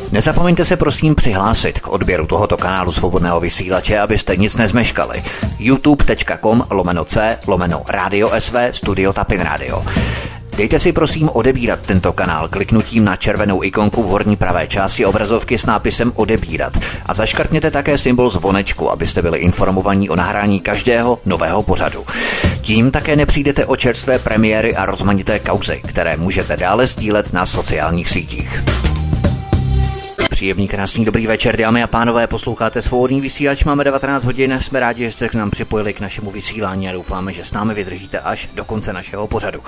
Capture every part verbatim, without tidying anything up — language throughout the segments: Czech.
Nezapomeňte se prosím přihlásit k odběru tohoto kanálu Svobodného vysílače, abyste nic nezmeškali. youtube.com lomeno c lomeno Radio S V Studio Tapin Radio. Dejte si prosím odebírat tento kanál kliknutím na červenou ikonku v horní pravé části obrazovky s nápisem odebírat a zaškrtněte také symbol zvonečku, abyste byli informovaní o nahrání každého nového pořadu. Tím také nepřijdete o čerstvé premiéry a rozmanité kauzy, které můžete dále sdílet na sociálních sítích. Příjemný, krásný, dobrý večer, dámy a pánové, posloucháte Svobodný vysílač, máme devatenáct hodin, jsme rádi, že jste k nám připojili k našemu vysílání a doufáme, že s námi vydržíte až do konce našeho pořadu.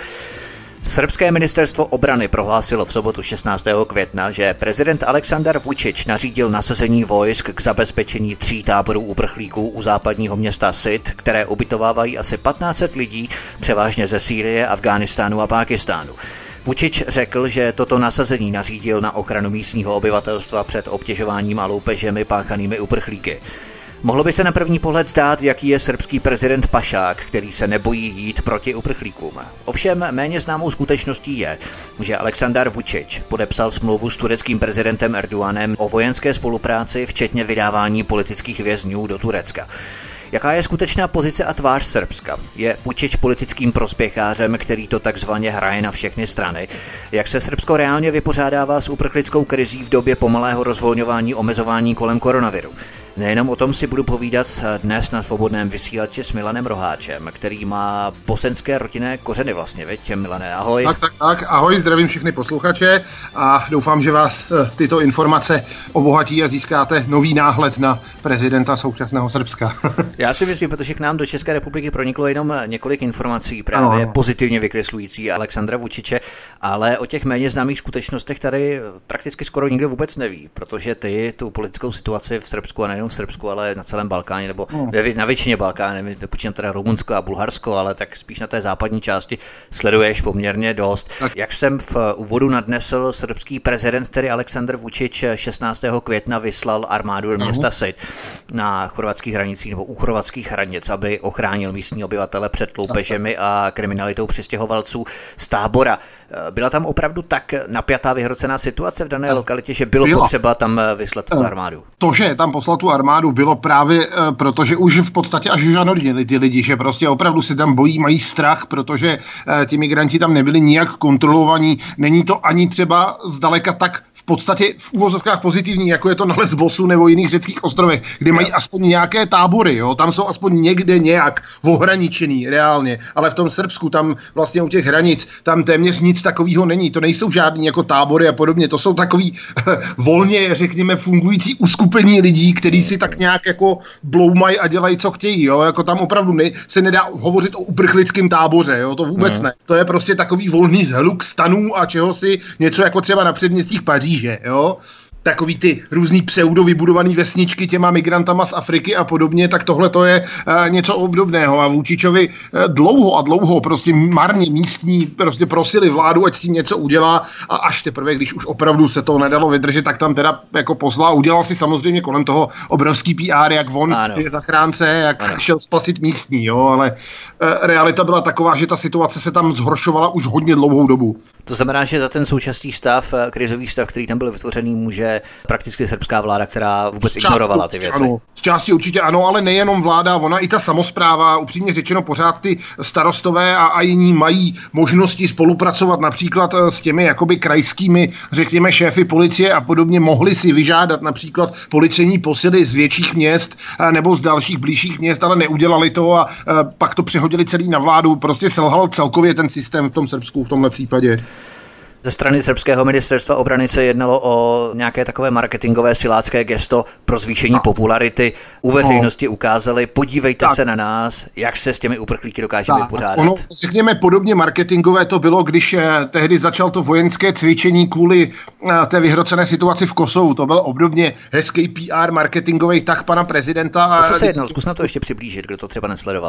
Srbské ministerstvo obrany prohlásilo v sobotu šestnáctého května, že prezident Aleksandar Vučić nařídil nasazení vojsk k zabezpečení tří táborů uprchlíků u západního města Sid, které ubytovávají asi patnáct set lidí, převážně ze Sýrie, Afghánistánu a Pákistánu. Vučić řekl, že toto nasazení nařídil na ochranu místního obyvatelstva před obtěžováním a loupežemi páchanými uprchlíky. Mohlo by se na první pohled zdát, jaký je srbský prezident pašák, který se nebojí jít proti uprchlíkům. Ovšem méně známou skutečností je, že Aleksandar Vučić podepsal smlouvu s tureckým prezidentem Erdoganem o vojenské spolupráci, včetně vydávání politických vězňů do Turecka. Jaká je skutečná pozice a tvář Srbska? Je Vučić politickým prospěchářem, který to takzvaně hraje na všechny strany? Jak se Srbsko reálně vypořádává s uprchlickou krizí v době pomalého rozvolňování omezování kolem koronaviru? Nejenom o tom si budu povídat dnes na Svobodném vysílači s Milanem Roháčem, který má bosenské rodinné kořeny vlastně, viď? Milané, ahoj. Tak, tak, tak, ahoj, zdravím všechny posluchače a doufám, že vás tyto informace obohatí a získáte nový náhled na prezidenta současného Srbska. Já si myslím, protože k nám do České republiky proniklo jenom několik informací právě ano. pozitivně vykreslující Alexandra Vučiče, ale o těch méně známých skutečnostech tady prakticky skoro nikdo vůbec neví, protože ty tu politickou situaci v Srbsku a nejenom v Srbsku, ale na celém Balkáně, nebo no. na většině Balkánu, nepočítám teda Rumunsko a Bulharsko, ale tak spíš na té západní části sleduješ poměrně dost. Tak. Jak jsem v úvodu nadnesl, srbský prezident, tedy Aleksandar Vučić, šestnáctého května vyslal armádu do města Sid na chorvatských hranicích nebo u chorvatských hranic, aby ochránil místní obyvatele před loupežemi a kriminalitou přistěhovalců z tábora. Byla tam opravdu tak napjatá, vyhrocená situace v dané lokalitě, že bylo Byla. potřeba tam vyslat tu armádu? To, že tam poslal tu armádu, bylo právě uh, proto, že už v podstatě až žanodnili ty lidi, že prostě opravdu se tam bojí, mají strach, protože uh, ti migranti tam nebyli nijak kontrolovaní. Není to ani třeba zdaleka tak v podstatě v uvozovkách pozitivní, jako je to na Lesbosu nebo jiných řeckých ostrovech, kde mají aspoň nějaké tábory, jo? Tam jsou aspoň někde nějak ohraničený reálně, ale v tom Srbsku, tam vlastně u těch hranic, tam téměř nic takového není. To nejsou žádný jako tábory a podobně, to jsou takový volně, řekněme, fungující uskupení lidí, který si tak nějak jako bloumají a dělají, co chtějí, jo, jako tam opravdu ne, se nedá hovořit o uprchlickém táboře, jo, to vůbec mm. ne. To je prostě takový volný zhluk stanů a čeho si, něco jako třeba na předměstích Paříže, jo. Takový ty různý pseudo vybudovaný vesničky těma migrantama z Afriky a podobně, tak tohle to je e, něco obdobného a Vučičovi e, dlouho a dlouho prostě marně místní prostě prosili vládu, ať s tím něco udělá a až teprve, když už opravdu se to nedalo vydržet, tak tam teda jako poslal, udělal si samozřejmě kolem toho obrovský P R, jak on ano. je zachránce, jak ano. šel spasit místní, jo, ale e, realita byla taková, že ta situace se tam zhoršovala už hodně dlouhou dobu. To znamená, že za ten současný stav, krizový stav, který tam byl vytvořený, může prakticky srbská vláda, která vůbec části, ignorovala ty věci. Ano, z části určitě ano, ale nejenom vláda, ona i ta samospráva, upřímně řečeno pořád ty starostové a, a jiní mají možnosti spolupracovat například s těmi jakoby krajskými, řekněme, šéfy policie a podobně, mohli si vyžádat například policejní posily z větších měst nebo z dalších blížších měst, ale neudělali to a, a pak to přehodili celý na vládu. Prostě selhal celkově ten systém v tom Srbsku v tomhle případě. Ze strany srbského ministerstva obrany se jednalo o nějaké takové marketingové silácké gesto pro zvýšení tak. popularity. U veřejnosti no. ukázali, podívejte tak. se na nás, jak se s těmi uprchlíky dokážeme vypořádat. Ono, řekněme, podobně marketingové to bylo, když eh, tehdy začal to vojenské cvičení kvůli eh, té vyhrocené situaci v Kosovu. To byl obdobně hezký P R marketingový tah pana prezidenta. O co se jednalo? Zkus na to ještě přiblížit, kdo to třeba nesledoval.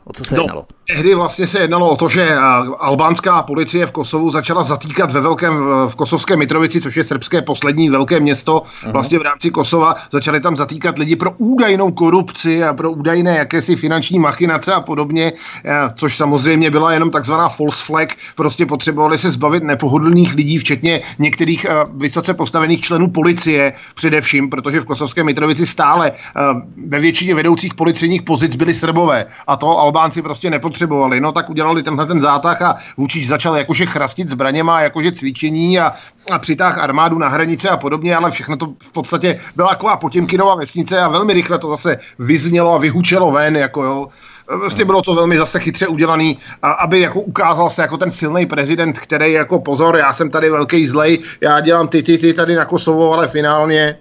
O co se no, jednalo? Tehdy vlastně se jednalo o to, že albánská policie v Kosovu začala zatýkat ve velkém, v kosovské Mitrovici, což je srbské poslední velké město, uh-huh. vlastně v rámci Kosova, začali tam zatýkat lidi pro údajnou korupci a pro údajné jakési finanční machinace a podobně, což samozřejmě byla jenom takzvaná false flag, prostě potřebovali se zbavit nepohodlných lidí, včetně některých vysoce postavených členů policie především, protože v kosovské Mitrovici stále ve většině vedoucích policejních pozic byli Srbové a to Albánci prostě nepotřebovali. No tak udělali tenhle ten zátah a Vučić začal jakože chrastit zbraněma, jakože cvičení a, a přitáhl armádu na hranice a podobně, ale všechno to v podstatě byla taková Potěmkinova vesnice a velmi rychle to zase vyznělo a vyhučelo ven, jako jo. Vlastně bylo to velmi zase chytře udělaný, aby jako ukázal se jako ten silný prezident, který jako pozor, já jsem tady velký zlej, já dělám ty, ty, ty tady na Kosovo, ale finálně...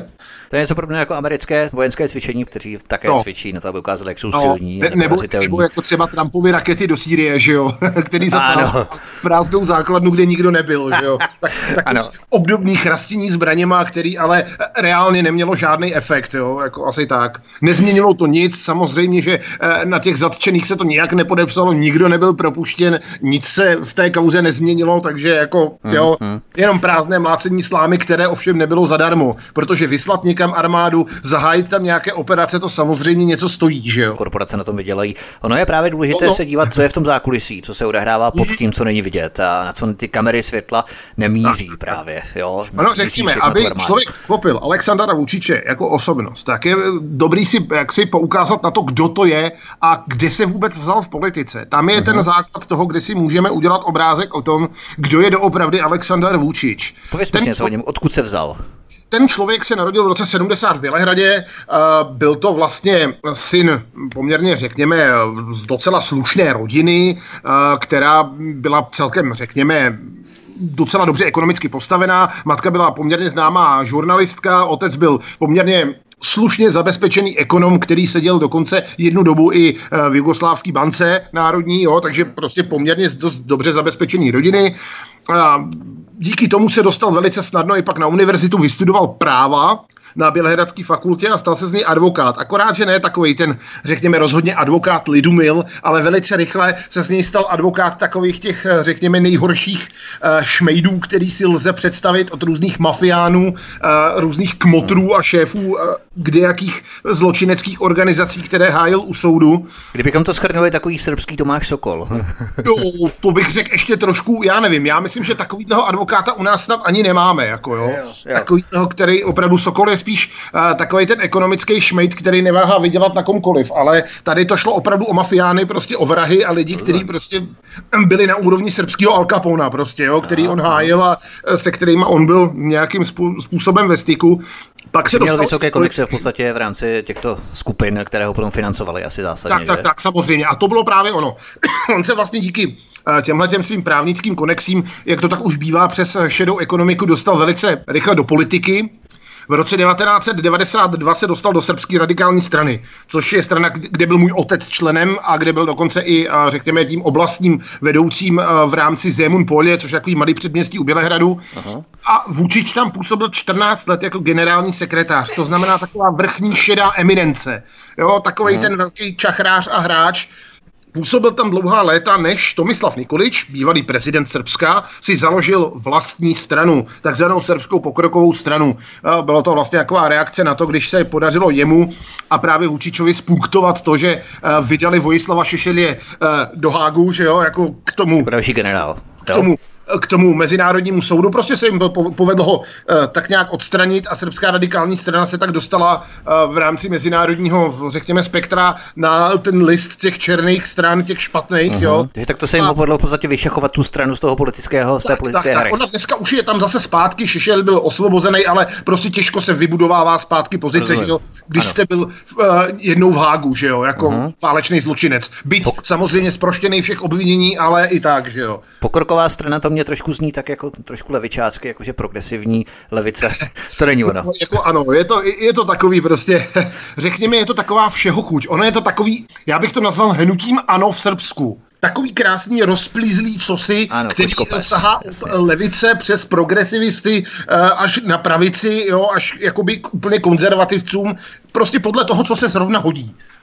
To je něco podobné jako americké vojenské cvičení, kteří také no. cvičí na to, aby ukázali, jak jsou no. silní ne, nebo, nebo jako třeba Trumpovy rakety do Sýrie, že jo, který zasáhl prázdnou základnu, kde nikdo nebyl, že jo. Tak, tak obdobný chrastění zbraněma, který ale reálně nemělo žádný efekt, jo, jako asi tak. Nezměnilo to nic, samozřejmě, že na těch zatčených se to nijak nepodepsalo, nikdo nebyl propuštěn, nic se v té kauze nezměnilo, takže jako, jo, mm, mm. jenom prázdné mlácení slámy, které ovšem nebylo zadarmo, protože vyslat někam armádu, zahájit tam nějaké operace, to samozřejmě něco stojí, že jo? Korporace na tom vydělají. Ono je právě důležité no, no. se dívat, co je v tom zákulisí, co se odehrává pod tím, co není vidět a na co ty kamery světla nemíří a, právě, jo? Ano, řekněme, aby člověk pochopil Alexandra Vučiče jako osobnost, tak je dobrý si, jak si poukázat na to, kdo to je a kde se vůbec vzal v politice. Tam je uh-huh. ten základ toho, kde si můžeme udělat obrázek o tom, kdo je doopravdy Aleksandar Vučić. Pověz mi něco o něm, odkud se vzal? Ten člověk se narodil v roce sedmdesát v Bělehradě, byl to vlastně syn poměrně, řekněme, z docela slušné rodiny, která byla celkem, řekněme, docela dobře ekonomicky postavená. Matka byla poměrně známá žurnalistka, otec byl poměrně slušně zabezpečený ekonom, který seděl dokonce jednu dobu i v Jugoslávské bance národní, jo, takže prostě poměrně dost dobře zabezpečený rodiny. Díky tomu se dostal velice snadno i pak na univerzitu, vystudoval práva na Bělehradské fakultě a stal se z něj advokát. Akorát, že ne takovej ten, řekněme, rozhodně advokát lidumil, ale velice rychle se z něj stal advokát takových těch, řekněme, nejhorších uh, šmejdů, který si lze představit od různých mafiánů, uh, různých kmotrů a šéfů uh, kdejakých zločineckých organizací, které hájil u soudu. Kdybychom to shrnuli, takový srbský Tomáš Sokol. No, to bych řekl ještě trošku, já nevím, já myslím, že takovýhle advokáta u nás snad ani nemáme, jako jo. jo, jo. Takovýhle, který opravdu Sokol je spíš uh, takový ten ekonomický šmejd, který neváhá vydělat na komkoliv, ale tady to šlo opravdu o mafiány, prostě o vrahy a lidi, kteří prostě byli na úrovni srbského Al Capona, prostě, jo, který on hájil a se kterými on byl nějakým způsobem ve styku. Pak se měl dostal... vysoké konexe v podstatě v rámci těchto skupin, které ho potom financovali asi zásadně. Tak, tak, tak, samozřejmě. A to bylo právě ono. On se vlastně díky těmhletěm svým právnickým konexím, jak to tak už bývá, přes šedou ekonomiku dostal velice rychle do politiky. V roce devatenáct set devadesát dva se dostal do srbské radikální strany, což je strana, kde byl můj otec členem a kde byl dokonce i, řekněme, tím oblastním vedoucím v rámci Zemun Polje, což je takový malý předměstí u Bělehradu. Aha. A Vučić tam působil čtrnáct let jako generální sekretář, to znamená taková vrchní šedá eminence. Jo, takovej Aha. ten velký čachrář a hráč. Působil tam dlouhá léta, než Tomislav Nikolić, bývalý prezident Srbska, si založil vlastní stranu, takzvanou srbskou pokrokovou stranu. Bylo to vlastně taková reakce na to, když se podařilo jemu a právě Vučićovi spunktovat to, že vydali Vojislava Šešelje do Hágu, že jo, jako k tomu... Další generál. K tomu k tomu mezinárodnímu soudu. Prostě se jim povedlo ho uh, tak nějak odstranit a srbská radikální strana se tak dostala uh, v rámci mezinárodního, řekněme, spektra na ten list těch černých stran, těch špatných, uh-huh. jo. Takže tak to se jim povedlo v podstatě vyšachovat tu stranu z toho politického, z té tak, politické tak, hry. Tak, ona dneska už je tam zase zpátky, Šešel byl osvobozený, ale prostě těžko se vybudovává zpátky pozice, jo, když ano. jste byl uh, jednou v Hágu, že jo, jako uh-huh. válečný zločinec. Byť Pok- samozřejmě zproštěný všech obvinění, ale i tak, že jo. Pokroková strana to mě trošku zní tak jako trošku levičácky, jakože progresivní levice. To není ono. No, jako ano, je to, je to takový prostě, řekněme, je to taková všeho chuť. Ono je to takový, já bych to nazval hnutím ANO v Srbsku. Takový krásný rozplízlý cosi, ano, který sahá od levice přes progresivisty až na pravici, jo, až jakoby úplně konzervativcům, prostě podle toho, co se zrovna hodí.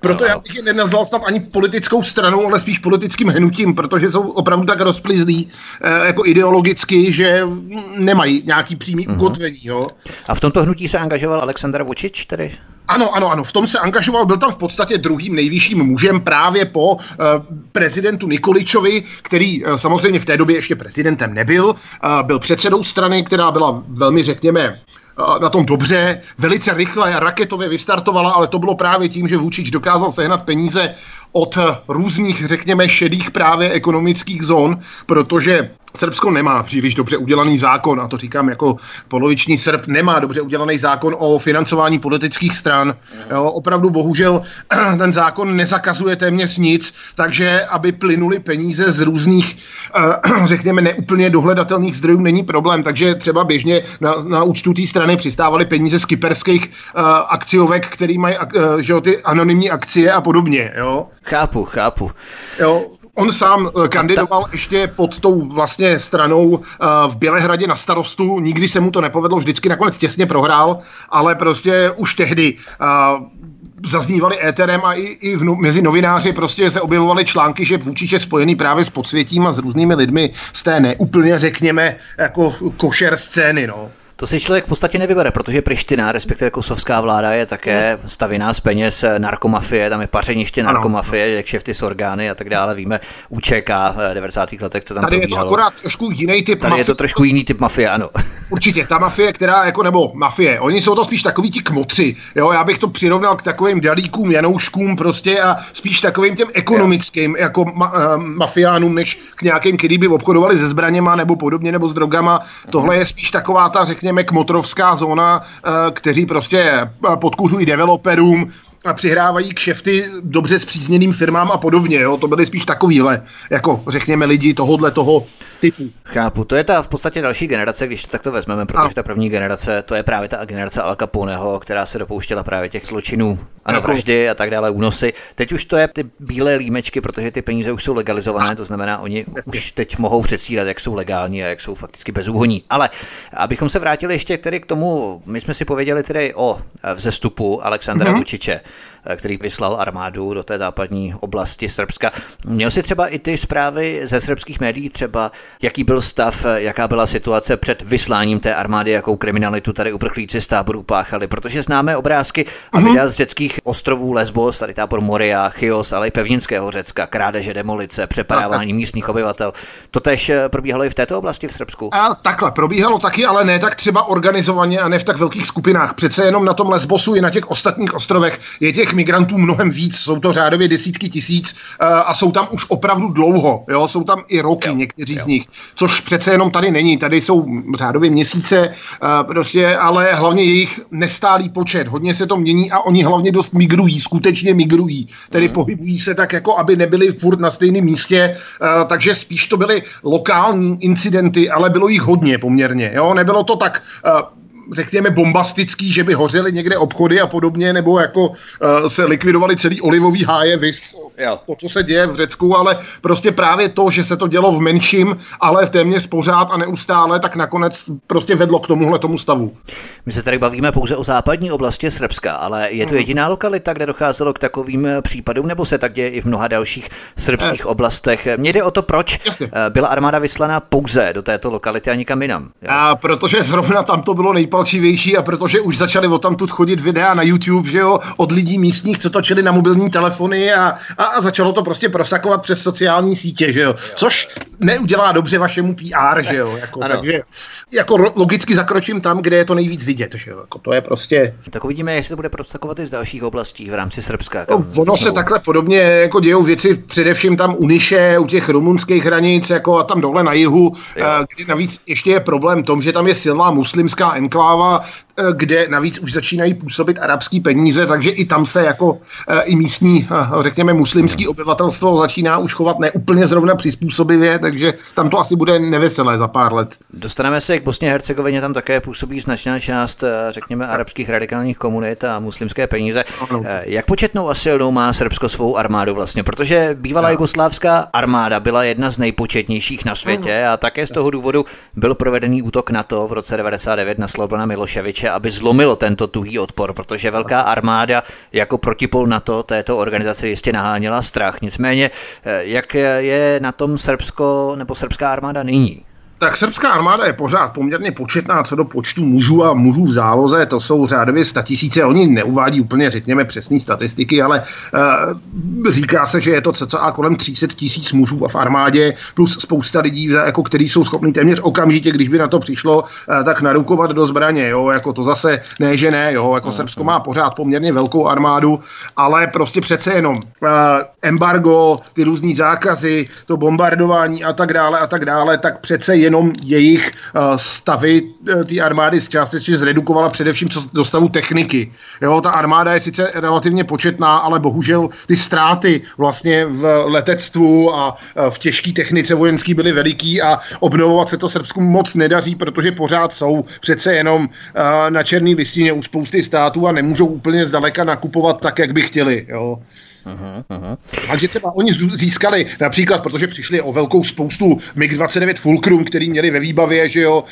Proto já bych je nenazval snad ani politickou stranou, ale spíš politickým hnutím, protože jsou opravdu tak rozplizlí eh, jako ideologicky, že nemají nějaký přímý uh-huh. ukotvení. Jo. A v tomto hnutí se angažoval Alexander Vučić tedy? Ano, ano, ano, v tom se angažoval, byl tam v podstatě druhým nejvyšším mužem právě po uh, prezidentu Nikoličovi, který uh, samozřejmě v té době ještě prezidentem nebyl, uh, byl předsedou strany, která byla velmi, řekněme, na tom dobře, velice rychle raketově vystartovala, ale to bylo právě tím, že Vučić dokázal sehnat peníze od různých, řekněme, šedých právě ekonomických zón, protože Srbsko nemá příliš dobře udělaný zákon, a to říkám jako poloviční Srb, nemá dobře udělaný zákon o financování politických stran. Jo, opravdu bohužel ten zákon nezakazuje téměř nic, takže aby plynuly peníze z různých, řekněme, neúplně dohledatelných zdrojů není problém, takže třeba běžně na, na účtu té strany přistávaly peníze z kyperských uh, akciovek, který mají uh, že jo, ty anonymní akcie a podobně. Jo. Chápu, chápu. Jo. On sám kandidoval ještě pod tou vlastně stranou uh, v Bělehradě na starostu, nikdy se mu to nepovedlo, vždycky nakonec těsně prohrál, ale prostě už tehdy uh, zaznívali éterem a i, i v, mezi novináři prostě se objevovaly články, že Vučić je spojený právě s podsvětím a s různými lidmi z té neúplně, řekněme, jako košer scény, no. To si člověk v podstatě nevybere, protože Priština, respektive kosovská vláda, je také stavěná z peněz narkomafie, tam je pařeniště narkomafie, jak kšefty s orgány a tak dále, víme, U Č K v devadesátých letech, co tam tady probíhalo. Tady je to akorát trošku jiný typ Tady mafie. je to trošku jiný typ mafie, ano. Určitě, ta mafie, která jako, nebo mafie, oni jsou to spíš takový ti kmotři, jo, já bych to přirovnal k takovým dalíkům, janouškům prostě a spíš takovým těm ekonomickým jo. jako ma, uh, mafiánům, než k nějakým, který by obchodovali se zbraněma nebo podobně, nebo s drogama. Uh-huh. Tohle je spíš taková ta, řekněme, kmotrovská zóna, uh, kteří prostě podkuřují developerům a přihrávají kšefty dobře spřízněným firmám a podobně, jo, to byly spíš takovýhle, jako řekněme lidi tohodle toho typu. Chápu, to je ta v podstatě další generace, když to takto vezmeme, protože a. ta první generace, to je právě ta generace Al Caponeho, která se dopouštěla právě těch zločinů, ano, jako vraždy a tak dále, únosy. Teď už to je ty bílé límečky, protože ty peníze už jsou legalizované, to znamená, oni Jasně. už teď mohou předstírat, jak jsou legální a jak jsou fakticky bezúhonní. Ale abychom se vrátili ještě tedy k tomu, my jsme si pověděli tedy o vzestupu Alexandra mm-hmm. Vučiće, který vyslal armádu do té západní oblasti Srbska. Měl si třeba i ty zprávy ze srbských médií, třeba jaký byl stav, jaká byla situace před vysláním té armády, jakou kriminalitu tady uprchlíci z táborů páchali, protože známe obrázky a videa z řeckých ostrovů Lesbos, tady tábor Moria, Chios, ale i pevninského Řecka, krádeže, demolice, přepadávání místních obyvatel. To též probíhalo i v této oblasti v Srbsku? A takhle, probíhalo taky, ale ne tak třeba organizovaně a ne v tak velkých skupinách. Přece jenom na tom Lesbosu i na těch ostatních ostrovech je těch migrantů mnohem víc, jsou to řádově desítky tisíc uh, a jsou tam už opravdu dlouho, jo, jsou tam i roky jo, někteří jo. z nich, což přece jenom tady není, tady jsou řádově měsíce, uh, prostě, ale hlavně jejich nestálý počet, hodně se to mění a oni hlavně dost migrují, skutečně migrují, tedy mm. pohybují se tak, jako aby nebyli furt na stejném místě, uh, takže spíš to byly lokální incidenty, ale bylo jich hodně poměrně, jo, nebylo to tak uh, řekněme bombastický, že by hořely někde obchody a podobně, nebo jako uh, se likvidovali celý olivový háje, vys, to, co se děje v Řecku, ale prostě právě to, že se to dělo v menším, ale v téměř pořád a neustále, tak nakonec prostě vedlo k tomuhle tomu stavu. My se tady bavíme pouze o západní oblasti Srbska, ale je to jediná lokalita, kde docházelo k takovým případům, nebo se tak děje i v mnoha dalších srbských eh. oblastech? Mně jde o to, proč Jasně. byla armáda vyslaná pouze do této lokality a nikam jinam. A protože zrovna tam to bylo nejpalčivější a protože už začaly odtamtud chodit videa na YouTube, že jo, od lidí místních, co točili na mobilní telefony a, a, a začalo to prostě prosakovat přes sociální sítě, že jo, což neudělá dobře vašemu P R, že jo, jako, takže jako logicky zakročím tam, kde je to nejvíc vidět, že jo, jako to je prostě... Tak uvidíme, jestli to bude prosakovat i z dalších oblastí v rámci Srbska. No, ono se takhle podobně jako dějou věci, především tam u Niše, u těch rumunských hranic, jako a tam dole na jihu, jo. Kdy navíc ještě je problém v tom, že tam je silná muslimská enkláva, kde navíc už začínají působit arabský peníze, takže i tam se jako i místní, řekněme, muslimský obyvatelstvo začíná už chovat neúplně zrovna přizpůsobivě, takže tam to asi bude neveselé za pár let. Dostaneme se k Bosně a Hercegovině, tam také působí značná část, řekněme, arabských radikálních komunit a muslimské peníze. Ano. Jak početnou a silnou má Srbsko svou armádu vlastně? Protože bývalá ano. jugoslávská armáda byla jedna z nejpočetnějších na světě ano. a také z toho důvodu byl provedený útok NATO v roce devadesát devět na Slobodana Miloševiče aby zlomilo tento tuhý odpor, protože velká armáda jako protipol NATO této organizace jistě naháněla strach. Nicméně, jak je na tom Srbsko nebo srbská armáda nyní? Tak srbská armáda je pořád poměrně početná co do počtu mužů a mužů v záloze, to jsou řádově statisíce, oni neuvádí úplně, řekněme, přesné statistiky, ale uh, říká se, že je to cca kolem tři sta tisíc mužů v armádě, plus spousta lidí, jako který jsou schopní téměř okamžitě, když by na to přišlo, uh, tak narukovat do zbraně, jo, jako to zase ne, že ne, jo, jako Srbsko má pořád poměrně velkou armádu, ale prostě přece jenom uh, embargo, ty různý zákazy, to bombardování a tak dále a tak dále, tak přece jen jenom jejich uh, stavy uh, té armády z částečně zredukovala především co do stavu techniky. Jo, ta armáda je sice relativně početná, ale bohužel ty ztráty vlastně v letectvu a uh, v těžké technice vojenský byly veliký a obnovovat se to Srbsku moc nedaří, protože pořád jsou přece jenom uh, na černé listině u spousty států a nemůžou úplně zdaleka nakupovat tak, jak by chtěli. Jo. Uhum, uhum. Takže třeba oni získali například, protože přišli o velkou spoustu mig dvacet devět Fulcrum, který měli ve výbavě, že jo,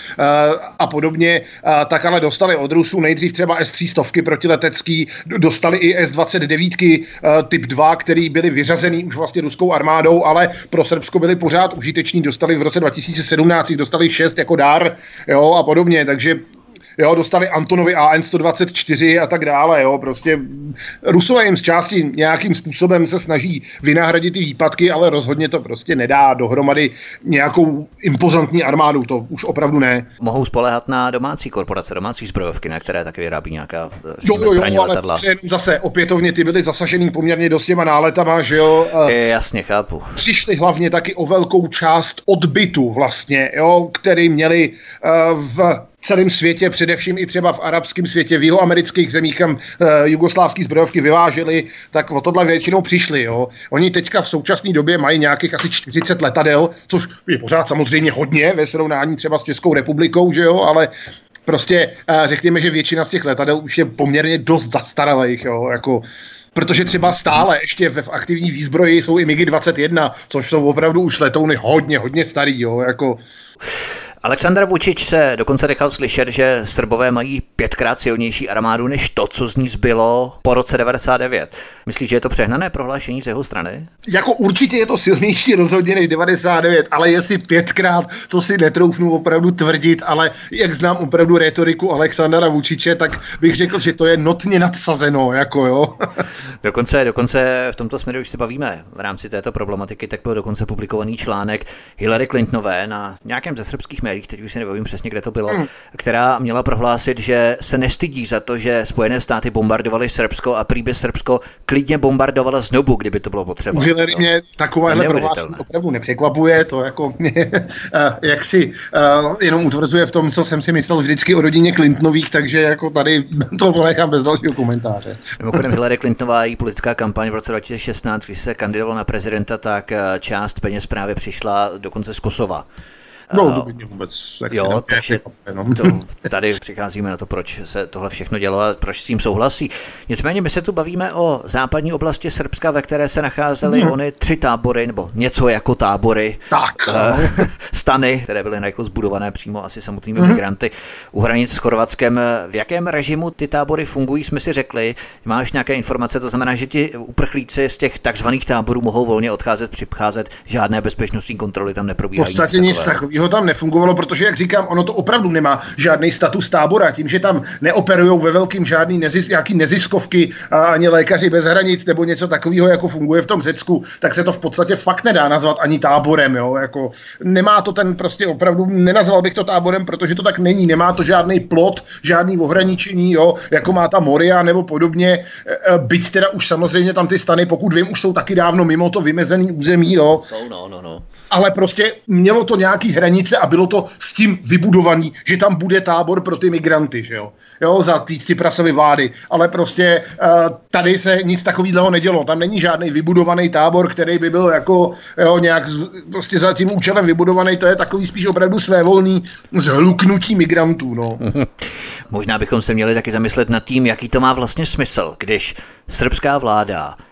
a podobně, tak ale dostali od Rusů nejdřív třeba es tři sta protiletecký, dostali i es dvacet devět typ dva, který byly vyřazený už vlastně ruskou armádou, ale pro Srbsko byli pořád užiteční, dostali v roce dva tisíce sedmnáct, dostali šest jako dar, jo, a podobně, takže jo, dostali Antonovy A N sto dvacet čtyři a tak dále, jo, prostě Rusové jim z části nějakým způsobem se snaží vynahradit ty výpadky, ale rozhodně to prostě nedá dohromady nějakou impozantní armádu, to už opravdu ne. Mohou spoléhat na domácí korporace, domácí zbrojovky, na které taky vyrábí nějaká jo, jo, jo, ale zase opětovně ty byly zasažený poměrně dost těma náletama, že jo. Je, jasně, chápu. Přišli hlavně taky o velkou část odbytu vlastně, jo, který měli uh, v celém světě, především i třeba v arabském světě, v jihoamerických zemích, kam uh, jugoslávský zbrojovky vyvážely, tak o tohle většinou přišli. Jo. Oni teďka v současné době mají nějakých asi čtyřicet letadel, což je pořád samozřejmě hodně ve srovnání třeba s Českou republikou, že jo, ale prostě uh, řekněme, že většina z těch letadel už je poměrně dost zastaralých, jo, jako protože třeba stále ještě v aktivní výzbroji jsou i mig dvacet jedna, což jsou opravdu už letouny hodně, hodně starý, jo, jako. Aleksandar Vučić se dokonce nechal slyšet, že Srbové mají pětkrát silnější armádu než to, co z ní zbylo po roce devadesát devět. Myslíš, že je to přehnané prohlášení z jeho strany? Jako určitě je to silnější rozhodně než devadesát devět, ale jestli pětkrát, to si netroufnu opravdu tvrdit, ale jak znám opravdu retoriku Aleksandra Vučiće, tak bych řekl, že to je notně nadsazeno, jako jo. dokonce, dokonce v tomto směru, když se bavíme v rámci této problematiky, tak byl dokonce publikovaný článek Hillary Clintonové na nějakém ze srbských médiích, teď už si nevím přesně, kde to bylo, hmm. která měla prohlásit, že se nestydí za to, že Spojené státy bombardovaly Srbsko a prý by Srbsko klidně bombardovala znovu, kdyby to bylo potřeba. U Hillary mě takovéhle prohlášení opravdu nepřekvapuje, to jako mě jak si uh, jenom utvrzuje v tom, co jsem si myslel vždycky o rodině Clintonových, takže jako tady to ponechám bez dalšího komentáře. Mimochodem Hillary Clintonová, její politická kampaň v roce dva tisíce šestnáct, když se kandidovala na prezidenta, tak část peněz právě přišla dokonce z Kosova. No, to by mě vůbec jo, takže to, tady přicházíme na to, proč se tohle všechno dělo a proč s tím souhlasí. Nicméně my se tu bavíme o západní oblasti Srbska, ve které se nacházely hmm. ony tři tábory, nebo něco jako tábory. Tak. Uh, stany, které byly jako zbudované přímo asi samotnými hmm. migranty u hranic s Chorvatskem. V jakém režimu ty tábory fungují, jsme si řekli. Máš nějaké informace, to znamená, že ti uprchlíci z těch takzvaných táborů mohou volně odcházet, přicházet, žádné bezpečnostní kontroly tam neprobíhají. V podstatě nic takového tam nefungovalo, protože, jak říkám, ono to opravdu nemá žádný status tábora, tím, že tam neoperujou ve velkým žádný nezis, nějaký neziskovky a ani lékaři bez hranic nebo něco takového, jako funguje v tom Řecku, tak se to v podstatě fakt nedá nazvat ani táborem, jo, jako nemá to ten prostě opravdu, nenazval bych to táborem, protože to tak není, nemá to žádný plot, žádný ohraničení, jo, jako má ta Moria nebo podobně, byť teda už samozřejmě tam ty stany, pokud vím, už jsou taky dávno mimo to vymezený území, jo. Jsou, no, no, no. Ale prostě mělo to nějaký hranice a bylo to s tím vybudovaný, že tam bude tábor pro ty migranty, že jo, jo, za ty Tsiprasovy vlády, ale prostě uh, tady se nic takového nedělo, tam není žádný vybudovaný tábor, který by byl jako, jo, nějak z, prostě za tím účelem vybudovaný, to je takový spíš opravdu svévolný zhluknutí migrantů, no. Možná bychom se měli taky zamyslet nad tím, jaký to má vlastně smysl, když srbská vláda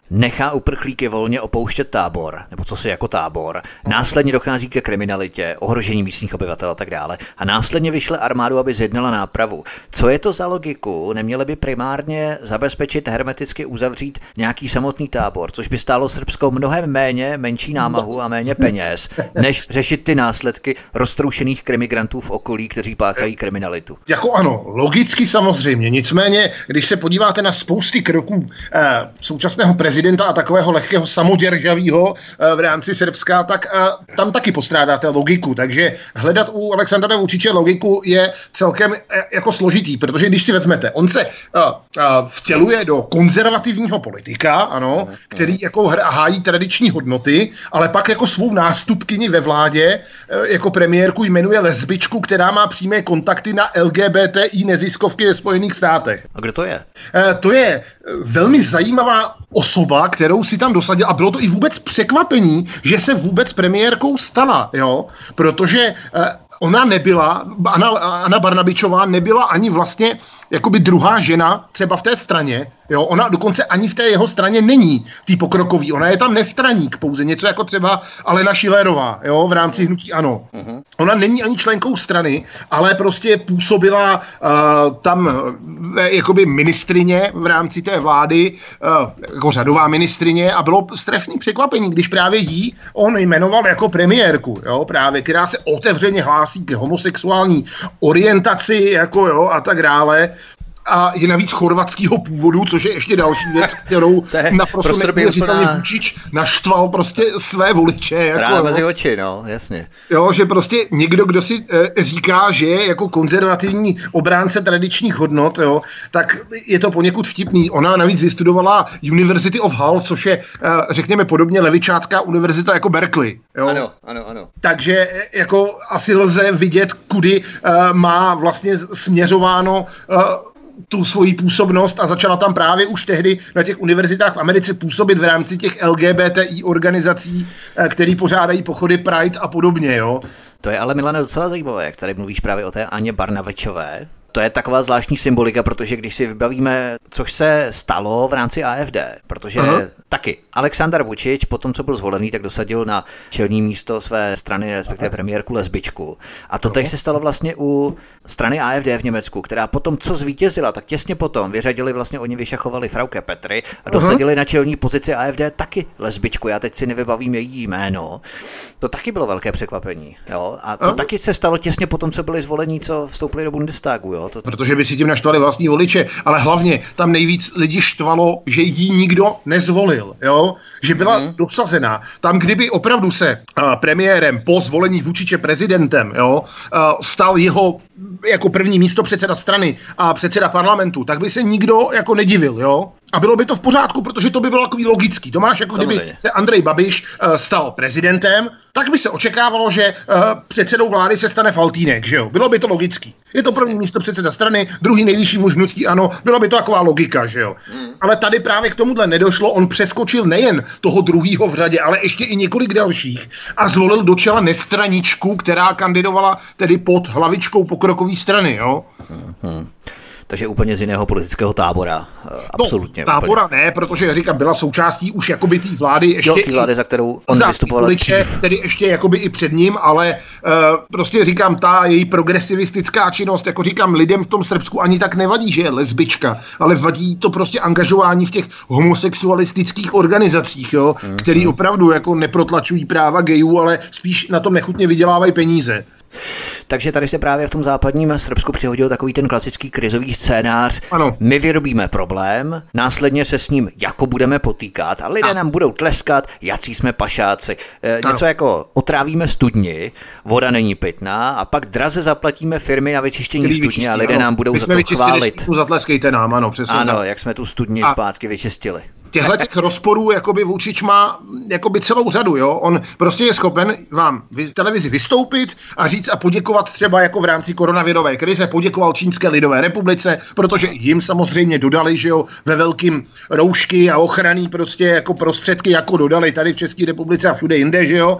nechá uprchlíky volně opouštět tábor, nebo co si jako tábor, následně dochází ke kriminalitě, ohrožení místních obyvatel a tak dále, a následně vyšle armádu, aby zjednala nápravu. Co je to za logiku? Neměli by primárně zabezpečit, hermeticky uzavřít nějaký samotný tábor, což by stálo Srbsko mnohem méně, menší námahu a méně peněz, než řešit ty následky roztroušených krimigrantů v okolí, kteří páchají kriminalitu. Jako ano, logicky samozřejmě. Nicméně, když se podíváte na spousty kroků eh, současného prezidenta a takového lehkého samoděržavýho eh, v rámci Srbska, tak eh, tam taky postrádáte logiku. Takže hledat u Alexandra Vučiče logiku je celkem eh, jako složitý, protože když si vezmete, on se eh, eh, vtěluje do konzervativního politika, ano, který jako hájí tradiční hodnoty, ale pak jako svou nástupkyni ve vládě eh, jako premiérku jmenuje lesbičku, která má přímé kontakty na L G B T I neziskovky ve Spojených státech. A kdo to je? E, to je velmi zajímavá osoba, kterou si tam dosadil, a bylo to i vůbec překvapení, že se vůbec premiérkou stala, jo, protože e, ona nebyla, Anna, Anna Barnabičová nebyla ani vlastně jakoby druhá žena třeba v té straně, jo, ona dokonce ani v té jeho straně není tý pokrokový, ona je tam nestraník pouze, něco jako třeba Alena Schillerová, jo, v rámci hnutí ANO. Uh-huh. Ona není ani členkou strany, ale prostě působila uh, tam uh, jakoby ministrině v rámci té vlády, uh, jako řadová ministrině, a bylo strašný překvapení, když právě jí on jmenoval jako premiérku, jo, právě, která se otevřeně hlásí k homosexuální orientaci, jako jo, a tak dále. A je navíc chorvatského původu, což je ještě další věc, kterou naprosto neuvěřitelně úplná... Vučič naštval prostě své voliče. Jako, Ráda mezi oči, no, jasně. Jo, že prostě někdo, kdo si e, říká, že je jako konzervativní obránce tradičních hodnot, jo, tak je to poněkud vtipný. Ona navíc vystudovala University of Hull, což je, e, řekněme, podobně levičácká univerzita jako Berkeley. Jo. Ano, ano, ano. Takže jako asi lze vidět, kudy e, má vlastně směřováno e, tu svoji působnost, a začala tam právě už tehdy na těch univerzitách v Americe působit v rámci těch L G B T I organizací, který pořádají pochody Pride a podobně, jo. To je ale, Milane, docela zajímavé, jak tady mluvíš právě o té Aně Barnabičové. To je taková zvláštní symbolika, protože když si vybavíme, což se stalo v rámci A F D, protože Aha. taky Aleksandar Vučič, po tom, co byl zvolený, tak dosadil na čelní místo své strany, respektive premiérku lesbičku. A to teď se stalo vlastně u strany A F D v Německu, která potom, co zvítězila, tak těsně potom vyřadili, vlastně oni vyšachovali Frauke Petry a dosadili Aha. na čelní pozici A F D taky lesbičku. Já teď si nevybavím její jméno. To taky bylo velké překvapení. Jo? A to Aha. taky se stalo těsně potom, co byli zvolení, co vstoupili do Bundestagu. Jo? To... Protože by si tím naštvali vlastní voliče, ale hlavně tam nejvíc lidí štvalo, že jí nikdo nezvolil, jo? Že byla mm. dosazená. Tam, kdyby opravdu se uh, premiérem po zvolení Vučiče prezidentem, jo, uh, stal jeho jako první místopředseda strany a předseda parlamentu, tak by se nikdo jako nedivil, jo? A bylo by to v pořádku, protože to by bylo takový logický. To máš, jako Samozřejmě. Kdyby se Andrej Babiš uh, stal prezidentem, tak by se očekávalo, že uh, předsedou vlády se stane Faltýnek, že jo? Bylo by to logický. Je to první místopředseda strany, druhý nejvyšší muž hnutí ANO, byla by to taková logika, že jo? Hmm. Ale tady právě k tomuhle nedošlo, on přeskočil nejen toho druhýho v řadě, ale ještě i několik dalších a zvolil do čela nestraničku, která kandidovala tedy pod hlavičkou pokrokový strany, jo? Hmm. Takže úplně z jiného politického tábora. Absolutně. No, tábora úplně. Ne, protože říkám, byla součástí už jakoby té vlády ještě. Jo, té vlády, za kterou on vystupoval dřív. Tedy ještě jakoby i před ním, ale uh, prostě říkám, ta její progresivistická činnost, jako říkám, lidem v tom Srbsku ani tak nevadí, že je lesbička, ale vadí to prostě angažování v těch homosexualistických organizacích, jo, mm-hmm. který opravdu jako neprotlačují práva gejů, ale spíš na tom nechutně vydělávají peníze. Takže tady se právě v tom západním Srbsku přihodil takový ten klasický krizový scénář. Ano. My vyrobíme problém, následně se s ním jako budeme potýkat a lidé a. nám budou tleskat, jací jsme pašáci. E, něco jako otrávíme studni, voda není pitná a pak draze zaplatíme firmy na vyčištění studně a lidé ano. nám budou My za to chválit. Zatleskejte nám, ano, přesně. Ano, tak. jak jsme tu studni a. zpátky vyčistili. Těchto těch rozporů jakoby Vučič má jakoby celou řadu, jo. On prostě je schopen vám v televizi vystoupit a říct a poděkovat třeba jako v rámci koronavirové krize, poděkoval Čínské lidové republice, protože jim samozřejmě dodali, že jo, ve velkým roušky a ochranný prostě jako prostředky, jako dodali tady v České republice a všude jinde, že jo.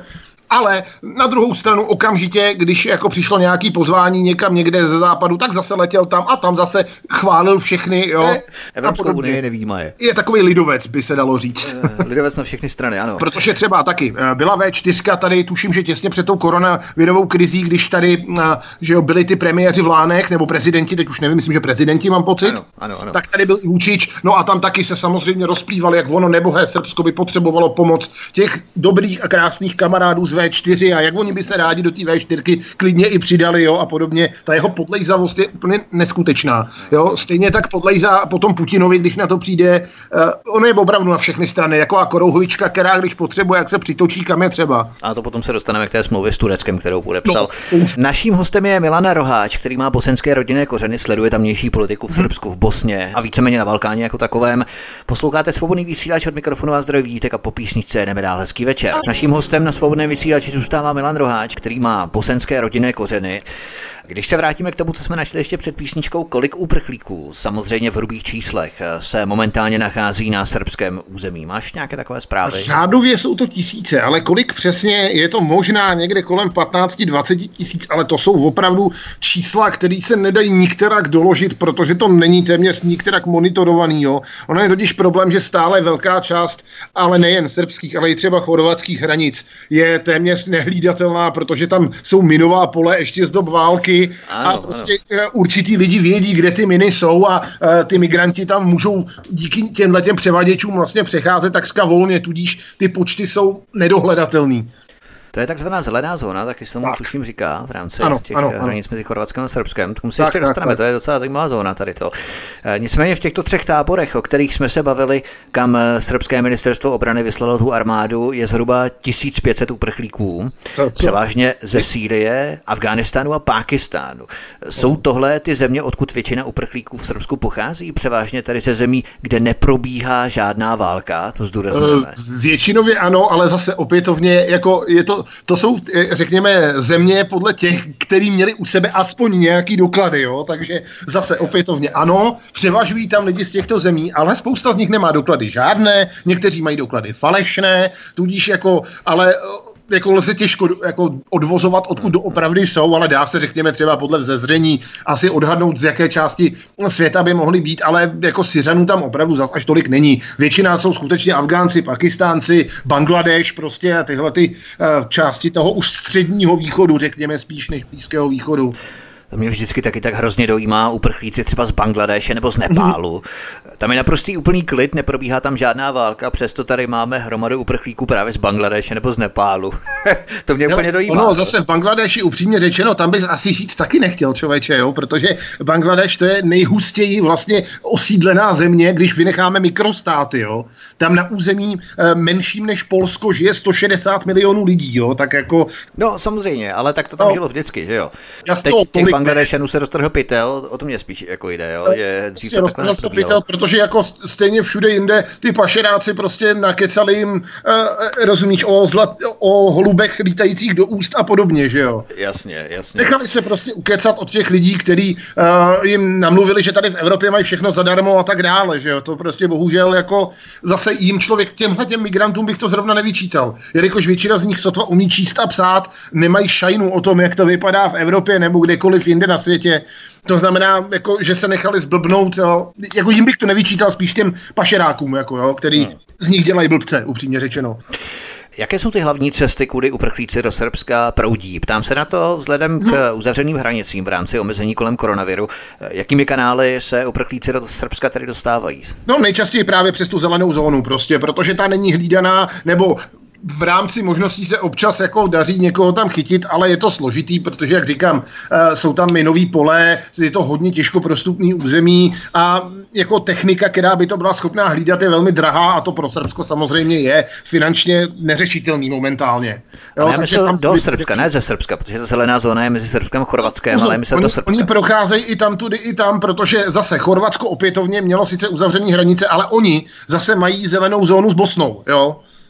Ale na druhou stranu okamžitě, když jako přišlo nějaký pozvání někam někde ze západu, tak zase letěl tam a tam zase chválil všechny, jo. Ne, Evropskou unii nevímaje. Je takový lidovec, by se dalo říct. Lidovec na všechny strany, ano. Protože třeba taky byla vé čtyři tady, tuším, že těsně před tou koronavirovou krizí, když tady, že jo, byli ty premiéři v Lánech, nebo prezidenti, teď už nevím, myslím, že prezidenti mám pocit, ano, ano, ano. Tak tady byl i Vučić, no a tam taky se samozřejmě rozplývali, jak ono nebohé Srbsko by potřebovalo pomoc těch dobrých a krásných kamarádů z vé čtyři a jak oni by se rádi do té vé čtyři klidně i přidali, jo, a podobně. Ta jeho podlejzavost je úplně neskutečná, jo. Stejně tak podlejzá potom Putinovi, když na to přijde, uh, ono je opravdu na všechny strany, jako a Korouhovička, která když potřebuje, jak se přitočí, kam je třeba. A to potom se dostaneme k té smlouvě s Tureckem, kterou podepsal. No, naším hostem je Milan Roháč, který má bosenské rodinné kořeny, sleduje tamnější politiku v Srbsku, v Bosně a víceméně na Balkáně jako takovém. Posloucháte Svobodný vysílač, od mikrofonu a zdraví Vítek a po písničce jdeme dál. Hezký večer. Naším hostem na Svobodném vysílači zůstává Milan Roháč, který má bosenské rodinné kořeny. Když se vrátíme k tomu, co jsme našli ještě před písničkou, kolik uprchlíků, samozřejmě v hrubých číslech, se momentálně nachází na srbském území? Máš nějaké takové zprávy? Řádově jsou to tisíce, ale kolik přesně, je to možná někde kolem patnáct dvacet tisíc, ale to jsou opravdu čísla, které se nedají nikterak doložit, protože to není téměř nikterak monitorovaný. Jo. Ono je totiž problém, že stále velká část, ale nejen srbských, ale i třeba chorvatských hranic je téměř nehlídatelná, protože tam jsou minová pole ještě z dob války. Ano, a prostě ano. Určitý lidi vědí, kde ty miny jsou a uh, ty migranti tam můžou díky těmhletěm převaděčům vlastně přecházet takřka volně, tudíž ty počty jsou nedohledatelný. To je takzvaná zelená zóna, taky se tomu tak. tuším říká v rámci ano, těch ano, hranic ano. mezi Chorvatskem a Srbskem. K tomu se ještě dostaneme, tak. To je docela zajímavá zóna tady to. E, nicméně v těchto třech táborech, o kterých jsme se bavili, kam srbské ministerstvo obrany vyslalo tu armádu, je zhruba tisíc pět set uprchlíků, co, co? převážně ze Sýrie, Afghánistánu a Pákistánu. Jsou tohle ty země, odkud většina uprchlíků v Srbsku pochází? Převážně tady ze zemí, kde neprobíhá žádná válka, to zdůrazňujeme. E, většinově ano, ale zase opětovně jako je to To jsou, řekněme, země podle těch, který měli u sebe aspoň nějaký doklady, jo? Takže zase opětovně ano, převažují tam lidi z těchto zemí, ale spousta z nich nemá doklady žádné, někteří mají doklady falešné, tudíž jako, ale jako lze těžko jako odvozovat, odkud doopravdy jsou, ale dá se, řekněme, třeba podle vzezření asi odhadnout, z jaké části světa by mohly být, ale jako Syřanů tam opravdu zas až tolik není. Většina jsou skutečně Afgánci, Pakistánci, Bangladeš, prostě a tyhle ty uh, části toho už středního východu, řekněme, spíš než Blízkého východu. To mě vždycky taky tak hrozně dojímá uprchlíci třeba z Bangladeše nebo z Nepálu. Tam je naprostý úplný klid, neprobíhá tam žádná válka, přesto tady máme hromadu uprchlíků právě z Bangladeše nebo z Nepálu. To mě úplně dojímá. Ono zase v Bangladeši, upřímně řečeno, tam bys asi žít taky nechtěl, člověče, jo, protože Bangladeš to je nejhustěji vlastně osídlená země, když vynecháme mikrostáty, jo. Tam na území e, menším než Polsko žije sto šedesát milionů lidí, jo, tak jako... No samozřejmě, ale tak to tam no, žilo vždycky, že jo. Jasně, Teď Bangladešanů se roztrhl pytel, o tom mě spíš jako jde, jo. Je dřív to takhle pytel, protože jako stejně všude jinde ty pašeráci prostě nakecali jim, uh, rozumíš, o, zlat, o holubech lítajících do úst a podobně, že jo. Jasně, jasně. Nechali se prostě ukecat od těch lidí, kteří uh, jim namluvili, že tady v Evropě mají všechno zadarmo a tak dále, že jo. To prostě bohužel jako zase jim člověk, těmhle těm migrantům bych to zrovna nevyčítal. Jelikož většina z nich sotva umí číst a psát, nemají šajnu o tom, jak to vypadá v Evropě nebo kdekoliv jinde na světě. To znamená, jako, že se nechali zblbnout, jo. Jako jim bych to nevyčítal, spíš těm pašerákům, jako, jo, který hmm. z nich dělají blbce, upřímně řečeno. Jaké jsou ty hlavní cesty, kudy uprchlíci do Srbska proudí? Ptám se na to vzhledem k uzavřeným hranicím v rámci omezení kolem koronaviru. Jakými kanály se uprchlíci do Srbska tedy dostávají? No nejčastěji právě přes tu zelenou zónu prostě, protože ta není hlídaná, nebo v rámci možností se občas jako daří někoho tam chytit, ale je to složitý, protože, jak říkám, jsou tam minový pole, je to hodně těžko prostupný území a jako technika, která by to byla schopná hlídat, je velmi drahá a to pro Srbsko samozřejmě je finančně neřešitelný momentálně. Jo, ale já myslím do Srbska, ne ze Srbska, protože ta zelená zóna je mezi Srbskem a Chorvatskem, ale myslím do Srbska. Oni procházejí i tam tudy, i tam, protože zase Chorvatsko opětovně mělo sice uzavřený hranice, ale oni zase mají zelenou zónu s Bosnou, jo.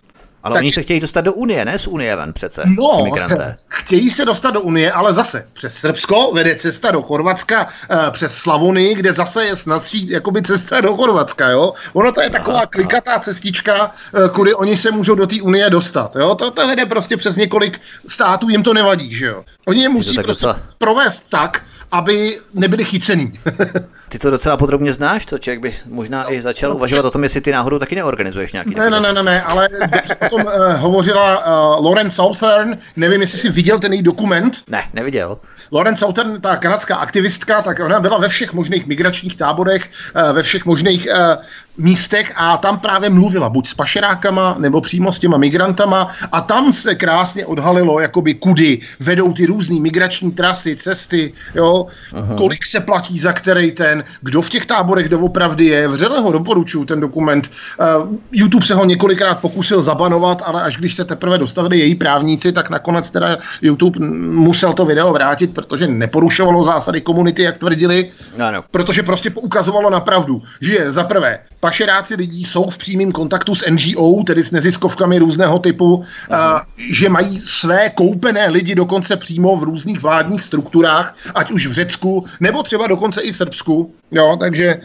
Ale tak... oni se chtějí dostat do Unie, ne z Unie ven přece. No, chtějí se dostat do Unie, ale zase přes Srbsko vede cesta do Chorvatska, přes Slavonii, kde zase je snazší jakoby cesta do Chorvatska, jo. Ono to je taková aha, klikatá aha. cestička, kudy oni se můžou do té Unie dostat, jo. To, to jde prostě přes několik států, jim to nevadí, že jo. Oni je musí prostě docela... provést tak, aby nebyli chycený. Ty to docela podrobně znáš, to člověk by možná no, i začal no, uvažovat o tom, jestli ty náhodou taky neorganizuješ nějaký. Ne, ne, ne, ne, ne, ale o tom uh, hovořila uh, Lauren Southern, nevím, jestli jsi viděl ten její dokument. Ne, neviděl. Lauren Southern, ta kanadská aktivistka, tak ona byla ve všech možných migračních táborech, uh, ve všech možných uh, místech a tam právě mluvila buď s pašerákama, nebo přímo s těma migrantama a tam se krásně odhalilo, jakoby kudy vedou ty různý migrační trasy, cesty, jo, aha. kolik se platí za který ten, kdo v těch táborech doopravdy je, vřele ho doporučuji ten dokument. Uh, YouTube se ho několikrát pokusil zabanovat, ale až když se teprve dostavili její právníci, tak nakonec teda YouTube musel to video vrátit, protože neporušovalo zásady komunity, jak tvrdili, ano. protože prostě poukazovalo na pravdu, že je za prvé pašeráci lidí jsou v přímém kontaktu s N G O, tedy s neziskovkami různého typu, uh, že mají své koupené lidi dokonce přímo v různých vládních strukturách, ať už v Řecku, nebo třeba dokonce i v Srbsku, jo, takže...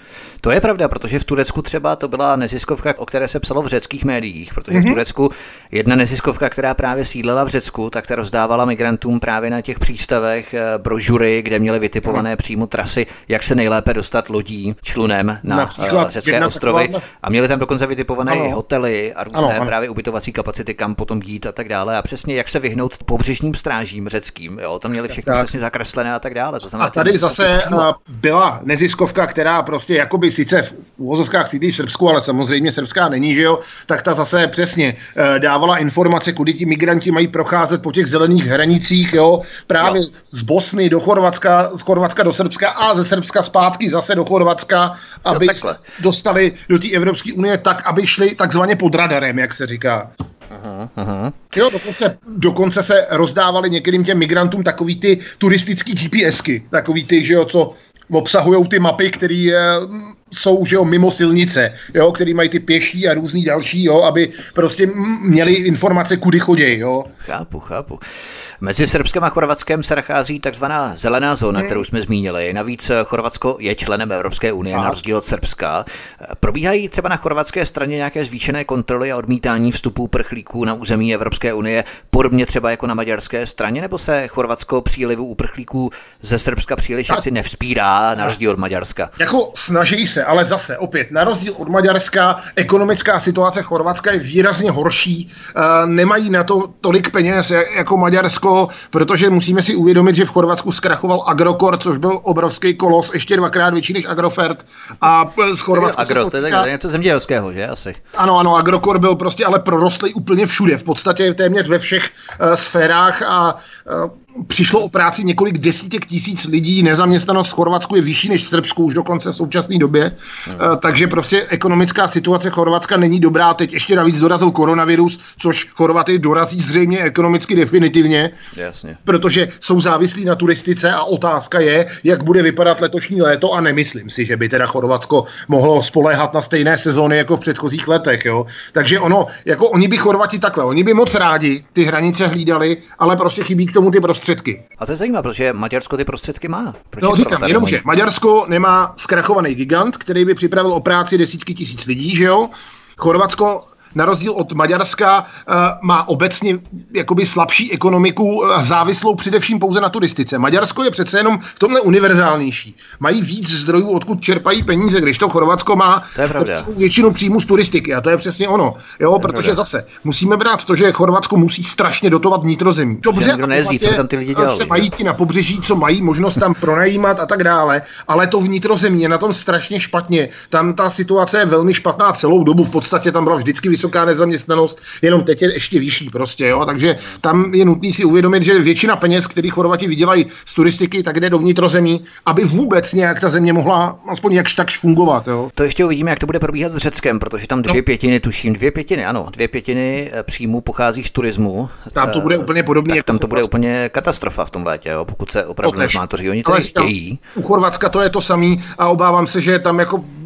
To je pravda, protože v Turecku třeba to byla neziskovka, o které se psalo v řeckých médiích, protože mm-hmm. v Turecku jedna neziskovka, která právě sídlela v Řecku, tak ta rozdávala migrantům právě na těch přístavech brožury, kde měli vytipované mm. přímo trasy, jak se nejlépe dostat lodí člunem na Například řecké ostrovy taková... a měli tam dokonce vytipované ano. hotely a různé ano, ano. právě ubytovací kapacity, kam potom jít a tak dále a přesně jak se vyhnout pobřežním strážím řeckým, jo, tam měli všechno přesně zakreslené a tak dále. To znamená, a tady zase byla neziskovka, která prostě jakoby sice v uvozovkách sídlí v Srbsku, ale samozřejmě srbská není, že jo, tak ta zase přesně e, dávala informace, kudy ti migranti mají procházet po těch zelených hranicích, jo, právě jo. z Bosny do Chorvatska, z Chorvatska do Srbska a ze Srbska zpátky zase do Chorvatska, aby jo, se dostali do té Evropské unie tak, aby šli takzvaně pod radarem, jak se říká. Aha, aha. Jo, dokonce, dokonce se rozdávali některým těm migrantům takový ty turistický GPSky, takový ty, že jo, co obsahujou ty mapy, které jsou, že jo, mimo silnice, jo, který mají ty pěší a různý další, jo, aby prostě měli informace, kudy chodí, jo. Chápu, chápu. Mezi Srbskem a Chorvatskem se nachází takzvaná zelená zóna, kterou jsme zmínili. Navíc Chorvatsko je členem Evropské unie, a. na rozdíl od Srbska. Probíhají třeba na chorvatské straně nějaké zvýšené kontroly a odmítání vstupů prchlíků na území Evropské unie, podobně třeba jako na maďarské straně, nebo se Chorvatsko přílivu uprchlíků ze Srbska příliš asi nevzpírá, na rozdíl od Maďarska? Jako snaží se, ale zase opět, na rozdíl od Maďarska, ekonomická situace Chorvatska je výrazně horší. Nemají na to tolik peněz jako Maďarsko, protože musíme si uvědomit, že v Chorvatsku zkrachoval Agrokor, což byl obrovský kolos, ještě dvakrát větší než Agrofert. A z Chorvatska Agro, to je tak něco zemědělského, že asi? Ano, ano, Agrokor byl prostě ale prorostlý úplně všude, v podstatě téměř ve všech uh, sférách a uh, přišlo o práci několik desítek tisíc lidí, nezaměstnanost v Chorvatsku je vyšší než v Srbsku už dokonce v současné době, hmm. uh, takže prostě ekonomická situace Chorvatska není dobrá, teď ještě navíc dorazil koronavirus, což Chorvaty dorazí zřejmě ekonomicky definitivně, jasně. protože jsou závislí na turistice a otázka je, jak bude vypadat letošní léto a nemyslím si, že by teda Chorvatsko mohlo spoléhat na stejné sezóny jako v předchozích letech, jo. Takže ono, jako oni by Chorvati takhle, oni by moc rádi ty hranice hlídali, ale prostě chybí k tomu ty prostředky. A to je zajímavé, protože Maďarsko ty prostředky má. Proč no říkám, jenomže Maďarsko nemá zkrachovaný gigant, který by připravil o práci desítky tisíc lidí, že jo? Chorvatsko na rozdíl od Maďarska uh, má obecně jakoby slabší ekonomiku, uh, závislou především pouze na turistice. Maďarsko je přece jenom v tomhle univerzálnější. Mají víc zdrojů, odkud čerpají peníze, když to Chorvatsko má většinu příjmu z turistiky. A to je přesně ono. Jo, protože pravda. Zase musíme brát to, že Chorvatsko musí strašně dotovat vnitrozemí. Dobře, nejezdí, co tam ty lidi dělali, se mají ti na pobřeží, co mají možnost tam pronajímat a tak dále, ale to vnitrozemí je na tom strašně špatně. Tam ta situace je velmi špatná celou dobu. V podstatě tam byla vždycky vysoká nezaměstnanost, jenom teď je ještě vyšší prostě, jo, takže tam je nutný si uvědomit, že většina peněz, který Chorvati vydělají z turistiky, tak jde do vnitrozemí, aby vůbec nějak ta země mohla aspoň jakž takž fungovat, jo. To ještě uvidíme, jak to bude probíhat s Řeckem, protože tam dvě no. pětiny, tuším, dvě pětiny, ano, dvě pětiny příjmů pochází z turismu. Tam to bude úplně podobně. Tak tam to bude úplně katastrofa v tom létě, jo, pokud se opravdu nezmátoří, oni to chtějí. U Chorvatska to je to samý a obávám se, že tam jako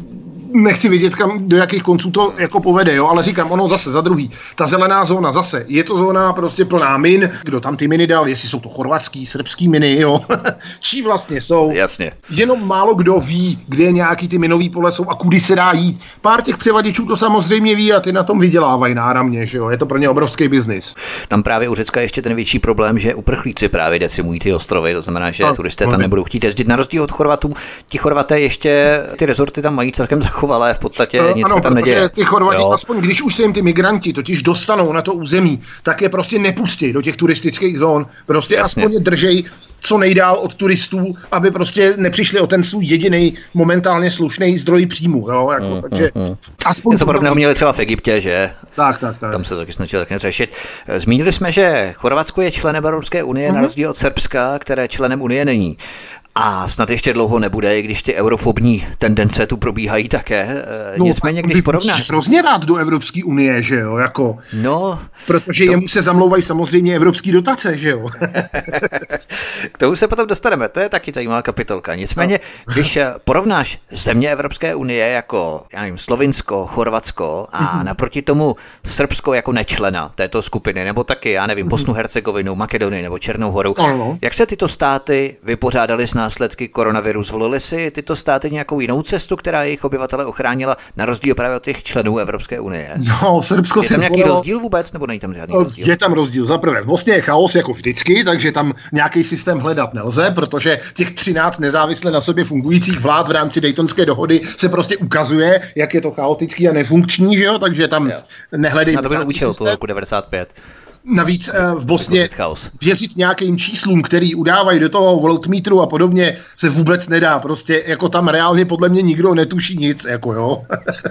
nechci vědět, kam, do jakých konců to jako povede, jo, ale říkám, ono zase za druhý, ta zelená zóna zase, je to zóna prostě plná min, kdo tam ty miny dal, jestli jsou to chorvatský, srbský miny, jo, čí vlastně jsou. Jasně. Jenom málo kdo ví, kde nějaký ty minový pole jsou a kudy se dá jít. Pár těch převaděčů to samozřejmě ví a ty na tom vydělávají náramně, že jo, je to pro ně obrovský biznis. Tam právě u Řecka ještě ten větší problém, že uprchlíci právě decimují ty ostrovy, to znamená, že a, turisté tam nebudou chtít jezdit. Na rozdíl od Chorvatů, ti Chorvaté ještě ty rezorty tam mají celkem zachovalé, v podstatě no, nic ano, se tam neděje. Ty Chorvati, aspoň když už se jim ty migranti totiž dostanou na to území, tak je prostě nepustí do těch turistických zón. Prostě Jasně. aspoň je držej co nejdál od turistů, aby prostě nepřišli o ten svůj jediný momentálně slušný zdroj příjmu. Jo? Jako, mm, takže mm, aspoň něco podobného měli třeba v Egyptě, že? Tak, tak, tak. Tam se to taky snažili tak řešit. Zmínili jsme, že Chorvatsko je členem Evropské unie mm-hmm. na rozdíl od Srbska, které členem unie není. A snad ještě dlouho nebude, i když ty eurofobní tendence tu probíhají také. No, nicméně, když porovnáš... hrozně rád do Evropské unie, že jo, jako... No... Protože to... jemu se zamlouvají samozřejmě evropský dotace, že jo. K tomu se potom dostaneme, to je taky zajímavá kapitolka. Nicméně, no. když porovnáš země Evropské unie jako, já nevím, Slovinsko, Chorvatsko a mm-hmm. naproti tomu Srbsko jako nečlena této skupiny, nebo taky, já nevím, Bosnu, Hercegovinu, Makedonii nebo Černou Horu, no. jak se tyto státy vypořádaly s následky koronaviru? Zvolili si tyto státy nějakou jinou cestu, která jejich obyvatele ochránila, na rozdíl právě od těch členů Evropské unie? No, Srbsko je tam si nějaký zvolilo... rozdíl vůbec, nebo není tam žádný rozdíl? Je tam rozdíl. Za prvé, v Bosně je chaos jako vždycky, takže tam nějaký systém hledat nelze, protože těch třináct nezávisle na sobě fungujících vlád v rámci Daytonské dohody se prostě ukazuje, jak je to chaotický a nefunkční, že jo, takže tam jo. nehledej. Na to byl účel toho roku devadesát pět. Navíc v Bosně věřit nějakým číslům, který udávají do toho Worldmeteru a podobně, se vůbec nedá. Prostě jako tam reálně podle mě nikdo netuší nic, jako jo.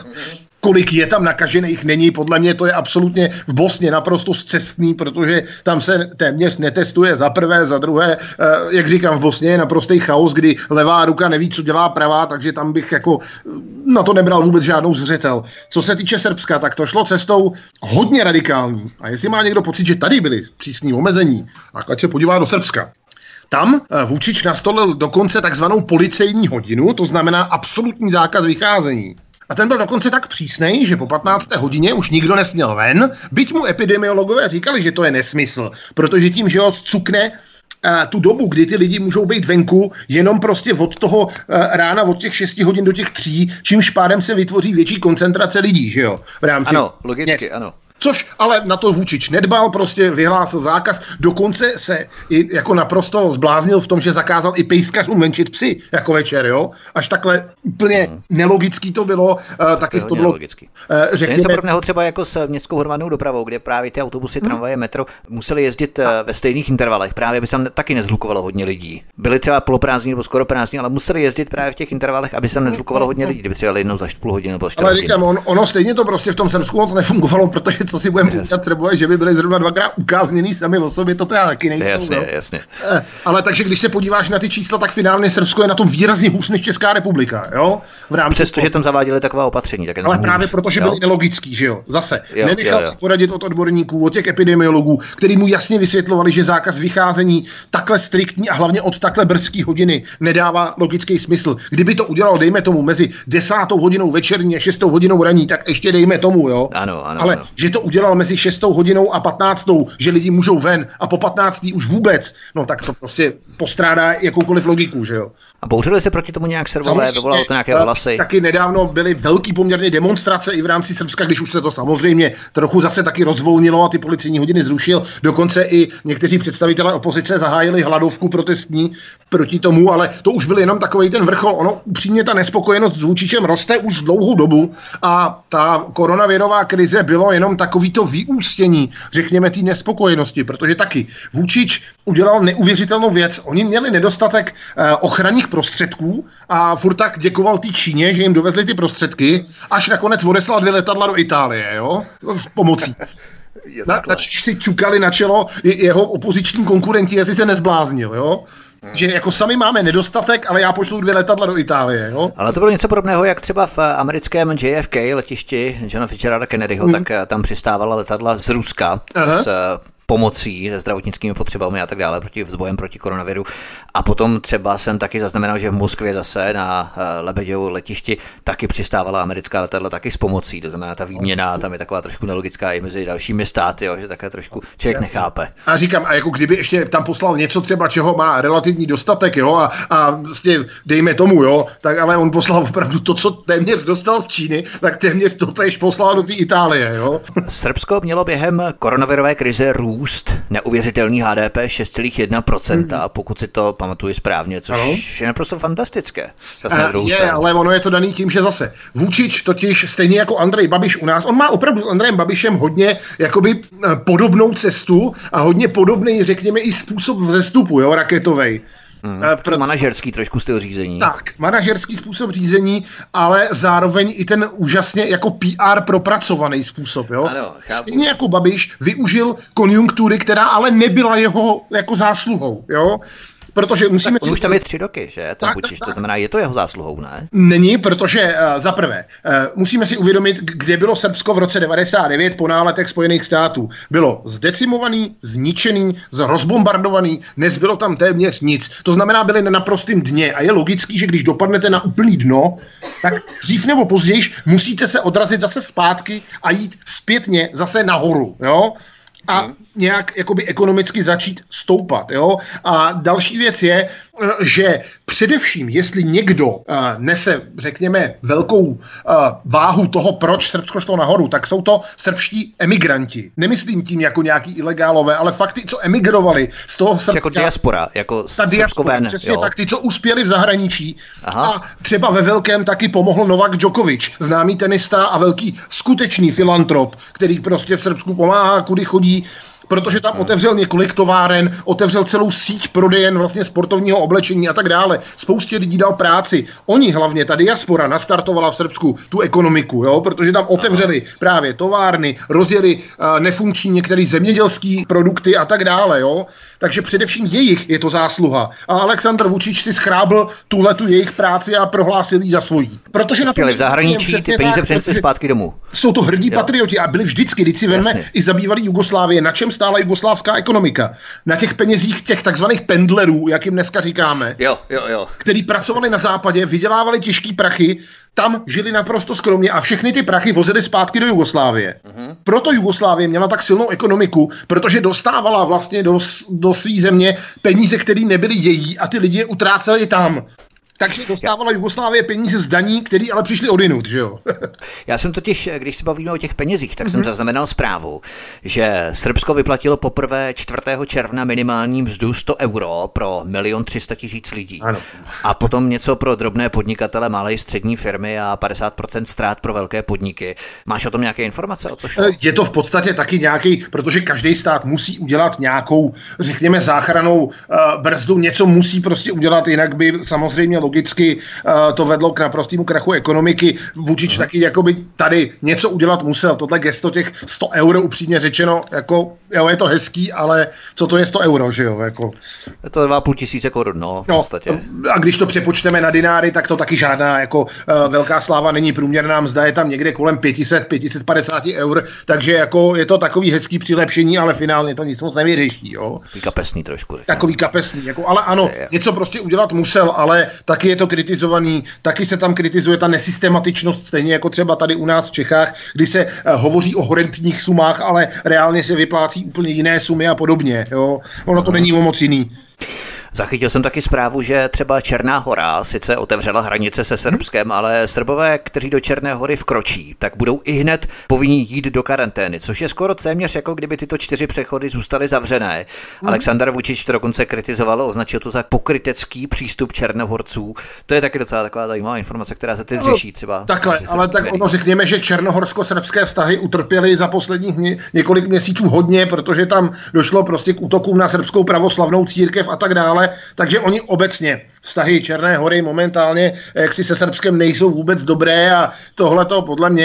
Kolik je tam nakažených, není, podle mě to je absolutně v Bosně naprosto scestný, protože tam se téměř netestuje za prvé, za druhé, jak říkám, v Bosně je naprostý chaos, kdy levá ruka neví, co dělá pravá, takže tam bych jako na to nebral vůbec žádnou zřetel. Co se týče Srbska, tak to šlo cestou hodně radikální. A jestli má někdo pocit, že tady byly přísný omezení, tak ať se podívá do Srbska. Tam Vučić nastolil dokonce takzvanou policejní hodinu, to znamená absolutní zákaz vycházení. A ten byl dokonce tak přísnej, že po patnácté hodině už nikdo nesměl ven, byť mu epidemiologové říkali, že to je nesmysl, protože tím, že ho zcukne uh, tu dobu, kdy ty lidi můžou být venku, jenom prostě od toho uh, rána, od těch šesti hodin do těch tří, čímž pádem se vytvoří větší koncentrace lidí, že jo? V rámci ano, logicky, měst. Ano. Což ale na to Vučić nedbal, prostě vyhlásil zákaz, dokonce se i jako naprosto zbláznil v tom, že zakázal i pejskařům venčit psy jako večer, jo? Až takhle úplně hmm. nelogický to bylo, uh, taky to bylo, uh, řekněme... Něco podobného třeba jako s městskou hromadnou dopravou, kde právě ty autobusy, hmm. tramvaje, metro museli jezdit uh, ve stejných intervalech, právě aby se tam taky nezhlukovalo hodně lidí. Byly třeba poloprázdní nebo skoro prázdní, ale museli jezdit právě v těch intervalech, aby se tam nezhlukovalo hodně lidí, kdyby třeba jednou za půl hodiny nebo čtyři hodiny. Ale říkám, on, ono stejně to prostě v tom Srbsku moc nefungovalo, protože co si budeme povídat Srbové, že by byli zrovna dvakrát ukázněný sami o sobě, to já taky nejsou. Jasně, no. jasně. Ale takže když se podíváš na ty čísla, tak finálně Srbsko je na tom výrazně hůř než Česká republika, jo? V rámci Přestože tam zaváděli taková opatření. Tak ale právě hůř, protože jo? byli nelogický, že jo? Zase, jo, nenechal jo, jo. si poradit od odborníků, od těch epidemiologů, kteří mu jasně vysvětlovali, že zákaz vycházení takhle striktní a hlavně od takhle brzké hodiny nedává logický smysl. Kdyby to udělal, dejme tomu, mezi desátou hodinou večerní a šestou hodinou raní, tak ještě dejme tomu, jo? Ano, ano, ale ano. Že to udělal mezi šestou hodinou a patnáctou, že lidi můžou ven a po patnáctý už vůbec, no tak to prostě postrádá jakoukoliv logiku, že jo. A bouřili se proti tomu nějak Srbové, vyvolalo to nějaké hlasy? Taky nedávno byly velký poměrně demonstrace i v rámci Srbska, když už se to samozřejmě trochu zase taky rozvolnilo a ty policejní hodiny zrušil. Dokonce i někteří představitelé opozice zahájili hladovku protestní proti tomu, ale to už byl jenom takovej ten vrchol. Ono upřímně ta nespokojenost s Vučićem roste už dlouhou dobu a ta koronavirová krize bylo jenom takovýto vyústění, řekněme, té nespokojenosti, protože taky Vučić udělal neuvěřitelnou věc. Oni měli nedostatek eh, ochranných prostředků a furt tak děkoval té Číně, že jim dovezli ty prostředky, až nakonec odeslal dvě letadla do Itálie, jo? S pomocí. Na, na si čukali na čelo jeho opoziční konkurenti, jestli se nezbláznil, jo? Hmm. Že jako sami máme nedostatek, ale já pošlu dvě letadla do Itálie, jo? Ale to bylo něco podobného, jak třeba v americkém J F K letišti Johna Fitzgeralda Kennedyho, hmm. tak tam přistávala letadla z Ruska, Aha. z pomocí, se zdravotnickými potřebami a tak dále, proti vzbojem proti koronaviru. A potom třeba jsem taky zaznamenal, že v Moskvě zase na Lebeděvu letišti taky přistávala americká letadla taky s pomocí. To znamená, ta výměna tam je taková trošku nelogická i mezi dalšími státy, jo, že také trošku člověk Jasně. nechápe. A říkám, a jako kdyby ještě tam poslal něco třeba, čeho má relativní dostatek, jo, a, a vlastně dejme tomu, jo, tak ale on poslal opravdu to, co téměř dostal z Číny, tak téměř to též poslal do té Itálie, jo. Srbsko mělo během koronavirové krize růst neuvěřitelný H D P šest celá jedna procenta, hmm. pokud si to pamatuju správně, což ano. je naprosto fantastické. Uh, je, ale ono je to daný tím, že zase Vučić totiž stejně jako Andrej Babiš u nás, on má opravdu s Andrejem Babišem hodně jakoby podobnou cestu a hodně podobný, řekněme, i způsob vzestupu, jo, raketovej. Hmm, Pro... manažerský trošku styl řízení. Tak, manažerský způsob řízení, ale zároveň i ten úžasně jako P R propracovaný způsob, jo. Ano, stejně jako Babiš využil konjunktury, která ale nebyla jeho jako zásluhou, jo. Protože musíme tak on si... už tam je tři roky, že? Tam tak, tak, to znamená, je to jeho zásluhou, ne? Není, protože uh, za prvé, uh, musíme si uvědomit, kde bylo Srbsko v roce devadesát devět po náletech Spojených států. Bylo zdecimovaný, zničený, rozbombardovaný, nezbylo tam téměř nic. To znamená, byli na naprostém dně a je logický, že když dopadnete na úplný dno, tak dřív nebo později musíte se odrazit zase zpátky a jít zpětně zase nahoru, jo? A nějak jakoby ekonomicky začít stoupat. Jo? A další věc je, že především, jestli někdo uh, nese, řekněme, velkou uh, váhu toho, proč Srbsko šlo nahoru, tak jsou to srbští emigranti. Nemyslím tím jako nějaký ilegálové, ale fakt ty, co emigrovali z toho Srbska. Jako diaspora, jako srbskoven. Přesně tak, ty, co uspěli v zahraničí. Aha. A třeba ve velkém taky pomohl Novak Djokovic, známý tenista a velký skutečný filantrop, který prostě v Srbsku pomáhá, kudy chodí, protože tam otevřel několik továren, otevřel celou síť prodejen vlastně sportovního oblečení a tak dále. Spoustě lidí dal práci. Oni hlavně, ta diaspora nastartovala v Srbsku tu ekonomiku, jo? Protože tam otevřeli právě továrny, rozjeli uh, nefunkční některé zemědělské produkty a tak dále. Jo? Takže především jejich je to zásluha. A Aleksandr Vučić si schrábl tuhletu jejich práci a prohlásil ji za svojí. Protože na v zahraničí ty peníze přinesli zpátky domů. Jsou to hrdí jo. patrioti a byli vždycky, když si veme i zabývalý Jugoslávie, na čem stála jugoslávská ekonomika. Na těch penězích těch takzvaných pendlerů, jak jim dneska říkáme, jo, jo, jo. který pracovali na západě, vydělávali těžký prachy, tam žili naprosto skromně a všechny ty prachy vozili zpátky do Jugoslávie. Uh-huh. Proto Jugoslávie měla tak silnou ekonomiku, protože dostávala vlastně do, do své země peníze, které nebyly její a ty lidi je utráceli tam. Takže dostávala Jugoslávie peníze z daní, které ale přišly odinut, že jo? Já jsem totiž, když se bavíme o těch penězích, tak mm-hmm. jsem zaznamenal zprávu, že Srbsko vyplatilo poprvé čtvrtého června minimální mzdu sto euro pro milion tři sta tisíc lidí. Ano. A potom něco pro drobné podnikatele, malé střední firmy a padesát procent ztrát pro velké podniky. Máš o tom nějaké informace? O co šlo? Je to v podstatě taky nějaký, protože každý stát musí udělat nějakou, řekněme, záchrannou uh, brzdu, něco musí prostě udělat, jinak by samozřejmě logicky uh, to vedlo k naprostému krachu ekonomiky. Vučić taky jakoby tady něco udělat musel. Tohle gesto těch sto euro, upřímně řečeno, jako jo, je to hezký, ale co to je sto euro, že jo? Jako. Je to dva a půl tisíce korun, no, v podstatě. No, a když to přepočteme na dináry, tak to taky žádná jako uh, velká sláva není. Průměrná mzda je tam někde kolem pět set, pět set padesát eur, takže jako je to takový hezký přilepšení, ale finálně to nic moc nevyřeší, jo? Takový kapesný trošku. Řekněme. Takový kapesný, jako, ale ano, je, je. něco prostě udělat musel, ale taky je to kritizovaný, taky se tam kritizuje ta nesystematičnost, stejně jako třeba tady u nás v Čechách, kdy se uh, hovoří o horentních sumách, ale reálně se vyplácí úplně jiné sumy a podobně, jo? Ono to není o moc jiný. Zachytil jsem taky zprávu, že třeba Černá Hora sice otevřela hranice se Srbskem, hmm. ale Srbové, kteří do Černé Hory vkročí, tak budou i hned povinni jít do karantény, což je skoro téměř jako kdyby tyto čtyři přechody zůstaly zavřené. Hmm. Aleksandr Vučić to dokonce kritizoval, označil to za pokrytecký přístup Černohorců. To je taky docela taková zajímavá informace, která se teď řeší třeba. Takhle, ale tak ono řekněme, že černohorsko-srbské vztahy utrpěly za posledních ně, několik měsíců hodně, protože tam došlo prostě k útokům na srbskou pravoslavnou církev a tak dále. Takže oni obecně vztahy Černé Hory momentálně jaksi se Srbskem nejsou vůbec dobré a tohleto podle mě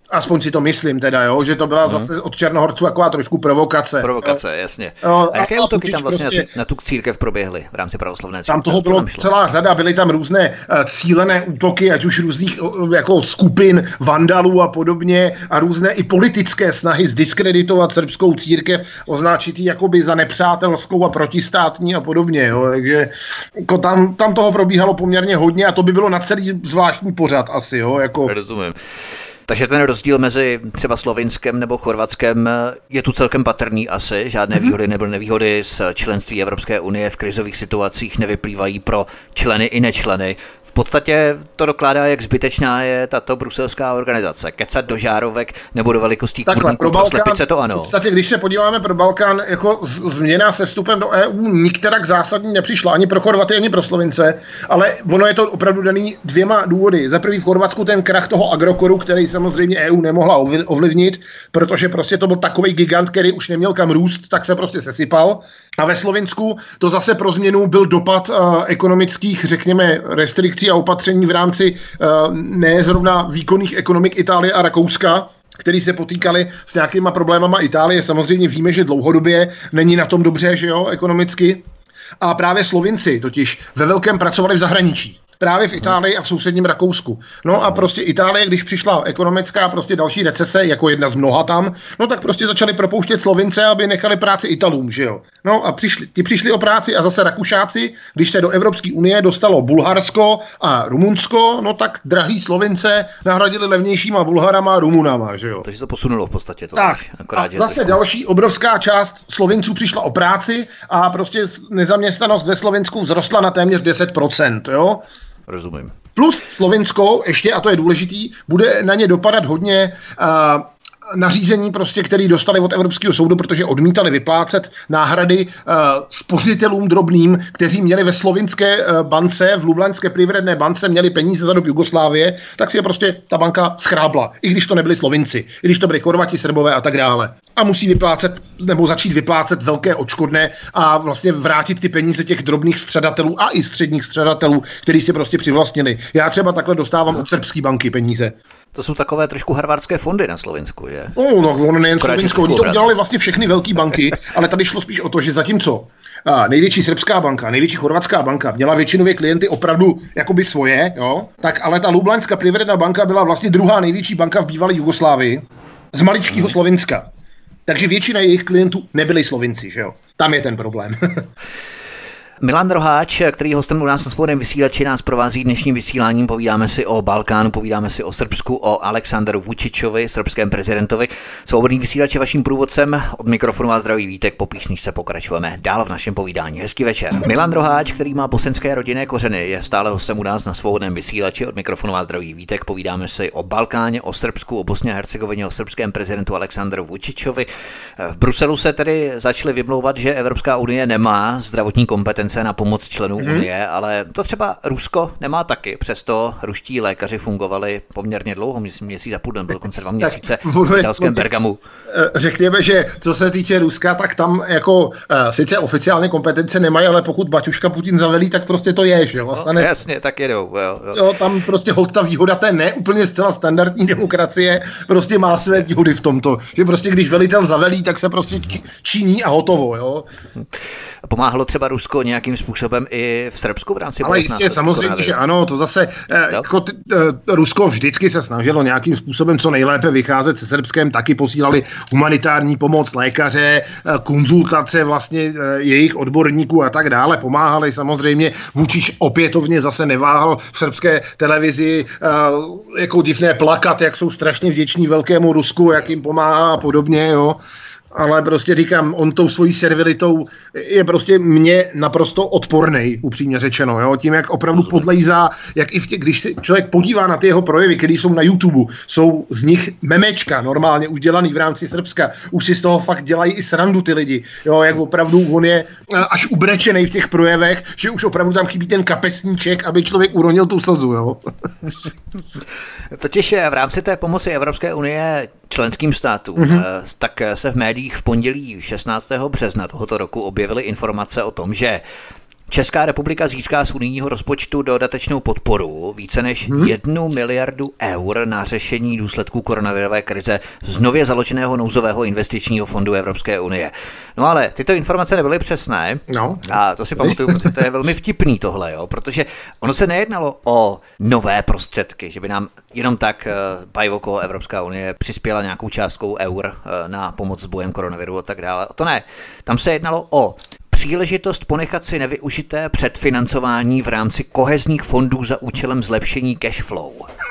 Aspoň si to myslím teda, jo, že to byla hmm. zase od Černohorců taková trošku provokace. Provokace, jo. Jasně. Jo, a jaké a útoky tam vlastně prostě, na, tu, na tu církev proběhly v rámci pravoslavné církve? Tam toho bylo tam celá řada, byly tam různé uh, cílené útoky, ať už různých uh, jako skupin vandalů a podobně a různé i politické snahy zdiskreditovat srbskou církev, označit ji jakoby za nepřátelskou a protistátní a podobně, jo, takže jako tam, tam toho probíhalo poměrně hodně a to by bylo na celý zvláštní pořad asi, jo, jako. Rozumím. Takže ten rozdíl mezi třeba Slovinskem nebo Chorvatskem je tu celkem patrný asi. Žádné mm-hmm. výhody nebo nevýhody z členství Evropské unie v krizových situacích nevyplývají pro členy i nečleny. V podstatě to dokládá, jak zbytečná je tato bruselská organizace. Kecat do žárovek nebo do velikostí kurníků pro slepice, to ano. V podstatě, když se podíváme pro Balkán, jako změna se vstupem do E U nikterak zásadní nepřišla ani pro Chorvaty, ani pro Slovince, ale ono je to opravdu daný dvěma důvody. Za prvý v Chorvatsku ten krach toho Agrokoru, který samozřejmě E U nemohla ovlivnit, protože prostě to byl takovej gigant, který už neměl kam růst, tak se prostě sesypal. A ve Slovinsku to zase pro změnu byl dopad uh, ekonomických, řekněme, restrikcí a opatření v rámci uh, ne zrovna výkonných ekonomik Itálie a Rakouska, který se potýkali s nějakýma problémama. Itálie samozřejmě víme, že dlouhodobě není na tom dobře, že jo, ekonomicky. A právě Slovinci totiž ve velkém pracovali v zahraničí. Právě v Itálii a v sousedním Rakousku. No a prostě Itálie, když přišla ekonomická prostě další recese, jako jedna z mnoha tam, no tak prostě začali propouštět Slovince, aby nechali práci Italům, že jo. No a přišli, ti přišli o práci a zase Rakušáci, když se do Evropské unie dostalo Bulharsko a Rumunsko, no tak drahý Slovince nahradili levnějšíma Bulharama a Rumunama, že jo. Takže to posunulo v podstatě. To tak akorát, a zase trošku... další obrovská část Slovinců přišla o práci a prostě nezaměstnanost ve Slovinsku vzrostla na téměř deset procent, jo. Rozumím. Plus Slovinsko ještě, a to je důležitý, bude na ně dopadat hodně uh, nařízení, prostě, který dostali od Evropského soudu, protože odmítali vyplácet náhrady uh, spořitelům drobným, kteří měli ve slovinské uh, bance, v Lublanské privredné bance, měli peníze za dob Jugoslávie, tak si je prostě ta banka schrábla, i když to nebyli Slovinci, i když to byli Chorvati, Srbové a tak dále. A musí vyplácet, nebo začít vyplácet velké odškodné a vlastně vrátit ty peníze těch drobných střadatelů a i středních střadatelů, kteří si prostě přivlastnili. Já třeba takhle dostávám od srbské banky peníze. To jsou takové trošku harvardské fondy na Slovensku, je? No, no ono nejen Slovensko, oni to udělali vlastně všechny velké banky, ale tady šlo spíš o to, že zatímco a největší srbská banka, největší chorvatská banka měla většinově klienty opravdu jakoby svoje, jo, tak ale ta Lublanská privredná banka byla vlastně druhá největší banka v bývalé Jugoslávii z maličkého Slovinska. Takže většina jejich klientů nebyli Slovinci, že jo? Tam je ten problém. Milan Roháč, který hostem u nás na Svobodném vysílači, nás provází dnešním vysíláním. Povídáme si o Balkánu, povídáme si o Srbsku, o Aleksandru Vučičovi, srbském prezidentovi. Svobodný vysílač je vaším průvodcem. Od mikrofonu vás zdraví Vítek, po písničce pokračujeme dál v našem povídání. Hezký večer. Milan Roháč, který má bosenské rodinné kořeny, je stále hostem u nás na Svobodném vysílači. Od mikrofonu vás zdraví Vítek. Povídáme si o Balkáně, o Srbsku, o Bosně a Hercegovině, o srbském prezidentu Aleksandru Vučičovi. V Bruselu se tedy začali vymlouvat, že Evropská unie nemá zdravotní kompetence na pomoc členů hmm. Unie, ale to třeba Rusko nemá taky. Přesto ruští lékaři fungovali poměrně dlouho, myslím měsíc a půl, byl dokonce dva měsíce v italském Bergamu. Řekněme, že co se týče Ruska, tak tam jako sice oficiálně kompetence nemají, ale pokud baťuška Putin zavelí, tak prostě to je, že jo. No, jasně, tak jedou. Jo, jo. Jo, tam prostě holt ta výhoda té ne úplně zcela standardní demokracie prostě má své výhody v tomto, že prostě když velitel zavelí, tak se prostě činí a hotovo, jo. Pomáhalo třeba Rusko nějakým způsobem i v Srbsku v rámci ale jistě, samozřejmě, že ano, to zase eh, jako t, eh, Rusko vždycky se snažilo nějakým způsobem co nejlépe vycházet se Srbskem, taky posílali humanitární pomoc, lékaře, eh, konzultace vlastně eh, jejich odborníků a tak dále, pomáhali samozřejmě. Vučič opětovně zase neváhal v srbské televizi eh, jako divné plakat, jak jsou strašně vděční velkému Rusku, jak jim pomáhá a podobně, jo. Ale prostě říkám, on tou svojí servilitou je prostě mně naprosto odpornej, upřímně řečeno. Jo? Tím, jak opravdu podlejzá, jak i v těch, když se člověk podívá na ty jeho projevy, které jsou na YouTube, jsou z nich memečka normálně udělaný v rámci Srbska. Už si z toho fakt dělají i srandu ty lidi. Jo? Jak opravdu on je až ubrečený v těch projevech, že už opravdu tam chybí ten kapesníček, aby člověk uronil tu slzu. Jo? Totiž v rámci té pomoci Evropské unie členským státům, mm-hmm. tak se v médiích v pondělí šestnáctého března tohoto roku objevily informace o tom, že Česká republika získá z unijního rozpočtu dodatečnou podporu více než hmm. jednu miliardu eur na řešení důsledků koronavirové krize z nově založeného nouzového investičního fondu Evropské unie. No ale tyto informace nebyly přesné. No. A to si pamatuju, protože to je velmi vtipný tohle, jo, protože ono se nejednalo o nové prostředky, že by nám jenom tak by oko Evropská unie přispěla nějakou částkou eur na pomoc s bojem koronaviru a tak dále. To ne. Tam se jednalo o příležitost ponechat si nevyužité předfinancování v rámci kohezních fondů za účelem zlepšení cash flow.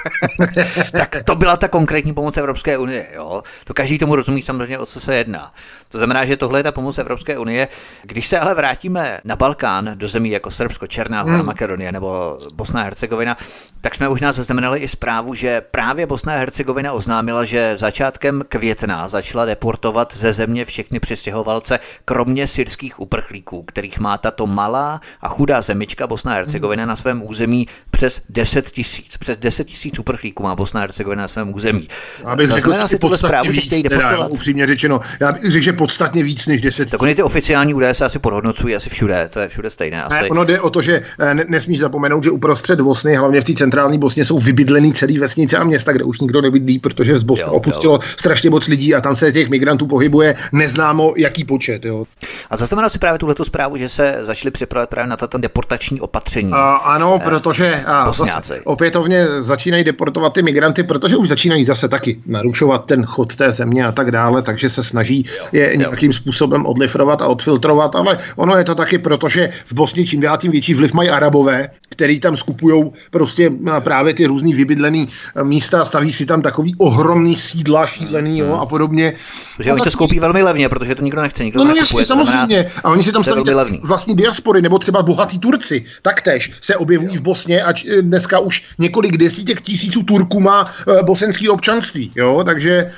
Tak to byla ta konkrétní pomoc Evropské unie. Jo? To každý tomu rozumí samozřejmě, o co se jedná. To znamená, že tohle je ta pomoc Evropské unie. Když se ale vrátíme na Balkán, do zemí jako Srbsko, Černá Hora, hmm. Makedonie nebo Bosna a Hercegovina, tak jsme už nás zaznamenali i zprávu, že právě Bosna a Hercegovina oznámila, že začátkem května začala deportovat ze země všechny přistěhovalce, kromě syrských uprchlíků, kterých má tato malá a chudá zemička Bosna a Hercegovina na svém území přes deset tisíc. Přes deset tisíc uprchlíků má Bosna a Hercegovina na svém území. Abych řekl si podstatně víc, teda, upřímně řečeno. Já bych řekl, že podstatně víc než deset tisíc. Tak oni ty oficiální údaje se asi podhodnocují asi všude, to je všude stejné. Asi. Ne, ono jde o to, že ne, nesmíš zapomenout, že uprostřed Bosny, hlavně v té centrální Bosně, jsou vybydlený celý vesnice a města, kde už nikdo nebydlí, protože z Bosny jo, opustilo jo. strašně moc lidí a tam se těch migrantů pohybuje neznámo jaký počet. Jo. A zaznamenal si právě tuhletu zprávu, že se začali připravovat právě na tato deportační opatření. A, ano, protože a, zase, opětovně začínají deportovat ty migranty, protože už začínají zase taky narušovat ten chod té země a tak dále, takže se snaží jo, je jo. nějakým způsobem odlifrovat a odfiltrovat, ale ono je to taky proto, že v Bosně čím dál tím větší vliv mají Arabové, který tam skupujou prostě právě ty různý vybydlený místa, staví si tam takový ohromný sídla šílený jo, a podobně. Protože oni to skoupí velmi levně, protože to nikdo nechce, nikdo no, nekupuje. No samozřejmě, a oni si tam staví vlastní diaspory, nebo třeba bohatý Turci, taktéž se objevují jo. v Bosně a dneska už několik desítek tisíců Turků má e, bosenský občanství, jo, takže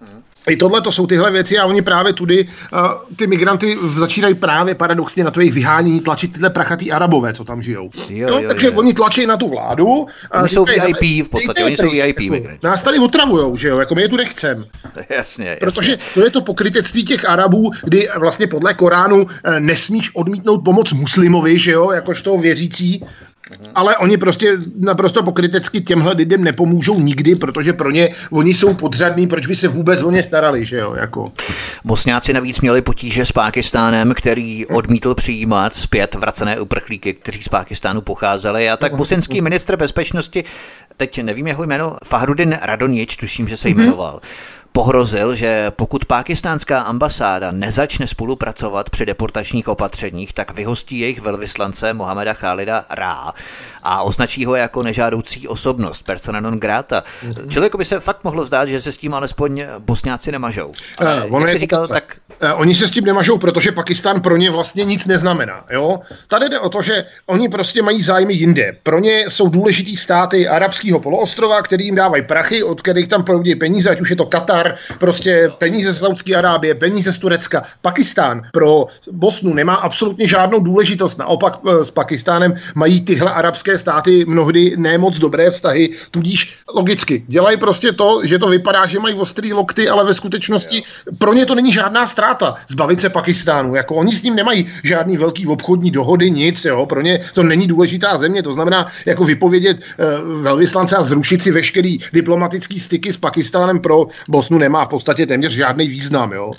i tohle to jsou tyhle věci a oni právě tudy uh, ty migranty začínají právě paradoxně na to jejich vyhánění tlačit tyhle prachatý Arabové, co tam žijou. Jo, jo, takže jo. oni tlačí na tu vládu. Oni jsou V I P v podstatě, oni jsou V I P jako, migranti. Nás tady otravujou, že jo, jako my je tu nechcem. Jasně, jasně. Protože to je to pokrytectví těch Arabů, kdy vlastně podle Koránu uh, nesmíš odmítnout pomoc muslimovi, že jo, jakožto věřící. Ale oni prostě naprosto pokrytecky těmhle lidem nepomůžou nikdy, protože pro ně oni jsou podřadní, proč by se vůbec o ně starali, že jo, jako. Bosňáci navíc měli potíže s Pákistánem, který odmítl přijímat zpět vracené uprchlíky, kteří z Pákistánu pocházeli, a tak bosenský ministr bezpečnosti, teď nevím jeho jméno, Fahrudin Radonjič, tuším, že se jmenoval, pohrozil, že pokud pákistánská ambasáda nezačne spolupracovat při deportačních opatřeních, tak vyhostí jejich velvyslance Mohameda Khalida Rá a označí ho jako nežádoucí osobnost, persona non grata. Mm-hmm. Člověku by se fakt mohlo zdát, že se s tím alespoň Bosňáci nemažou. Ale, uh, jak jsi říkal, tak... Uh, oni se s tím nemažou, protože Pakistán pro ně vlastně nic neznamená. Jo? Tady jde o to, že oni prostě mají zájmy jinde. Pro ně jsou důležitý státy arabského poloostrova, který jim dávají prachy, od kterých tam proudí peníze, ať už je to Katar, prostě peníze z Saúdské Arábie, peníze z Turecka. Pakistán pro Bosnu nemá absolutně žádnou důležitost. Naopak s Pakistánem mají tyhle arabské státy mnohdy nemoc dobré vztahy, tudíž logicky dělají prostě to, že to vypadá, že mají ostrý lokty, ale ve skutečnosti pro ně to není žádná ztráta zbavit se Pakistánu. Jako oni s ním nemají žádný velký obchodní dohody, nic, jo. Pro ně to není důležitá země, to znamená jako vypovědět uh, velvyslance a zrušit si veškerý diplomatický styky s Pakistánem pro Bosnu nemá v podstatě téměř žádný význam, jo.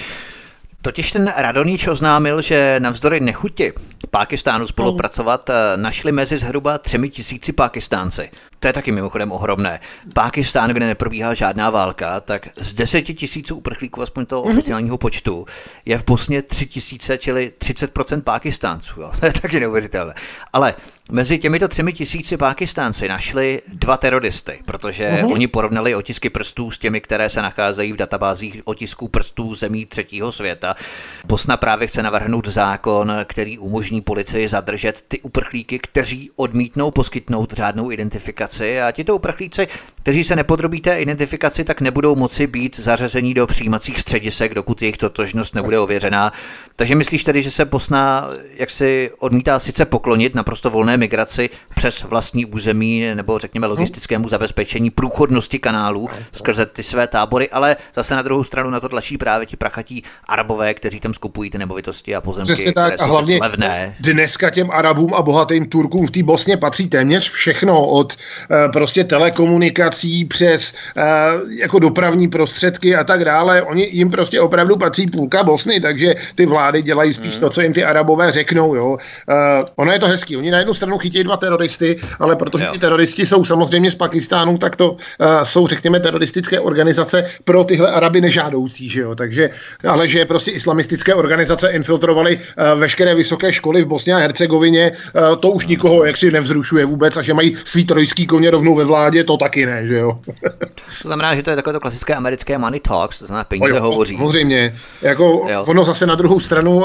Totiž ten Radonjič oznámil, že navzdory nechuti Pákistánu spolupracovat našli mezi zhruba třemi tisíci Pákistánci. To je taky mimochodem ohromné. Pákistán, kde neprobíhá žádná válka, tak z deseti tisíců uprchlíků, aspoň toho oficiálního počtu, je v Bosně tři tisíce, čili třicet procent Pákistánců. Jo. To je taky neuvěřitelné. Ale mezi těmito třemi tisíci Pákistánci našli dva teroristy, protože uh-huh. oni porovnali otisky prstů s těmi, které se nacházejí v databázích otisků prstů zemí třetího světa. Bosna právě chce navrhnout zákon, který umožní policii zadržet ty uprchlíky, kteří odmítnou poskytnout řádnou identifikaci, a tito uprchlíci, kteří se nepodrobí té identifikaci, tak nebudou moci být zařazení do přijímacích středisek, dokud jejich totožnost nebude ověřená. Takže myslíš tedy, že se Bosna jaksi odmítá sice poklonit naprosto volné možné migraci přes vlastní území nebo řekněme logistickému zabezpečení průchodnosti kanálů skrze ty své tábory, ale zase na druhou stranu na to tlačí právě ti prachatí Arabové, kteří tam skupují ty nemovitosti a pozemky, přesně které tak, jsou a hlavně levné. Dneska těm Arabům a bohatým Turkům v té Bosně patří téměř všechno od uh, prostě telekomunikací přes uh, jako dopravní prostředky a tak dále. Oni jim prostě opravdu patří půlka Bosny, takže ty vlády dělají spíš hmm. to, co jim ty Arabové řeknou. Jo. Uh, ono je to hezký. Oni na jednu stranu chytí dva teroristy, ale protože jo. ty teroristi jsou samozřejmě z Pakistánu, tak to uh, jsou, řekněme, teroristické organizace pro tyhle Araby nežádoucí, že jo. Takže, ale že prostě islamistické organizace infiltrovaly uh, veškeré vysoké školy v Bosně a Hercegovině, uh, to už nikoho jaksi nevzrušuje vůbec, a že mají svý trojský koně rovnou ve vládě, to taky ne, že jo. To znamená, že to je takové to klasické americké money talks, to znamená peníze jo, hovoří. Samozřejmě. Jako jo. ono zase na druhou stranu,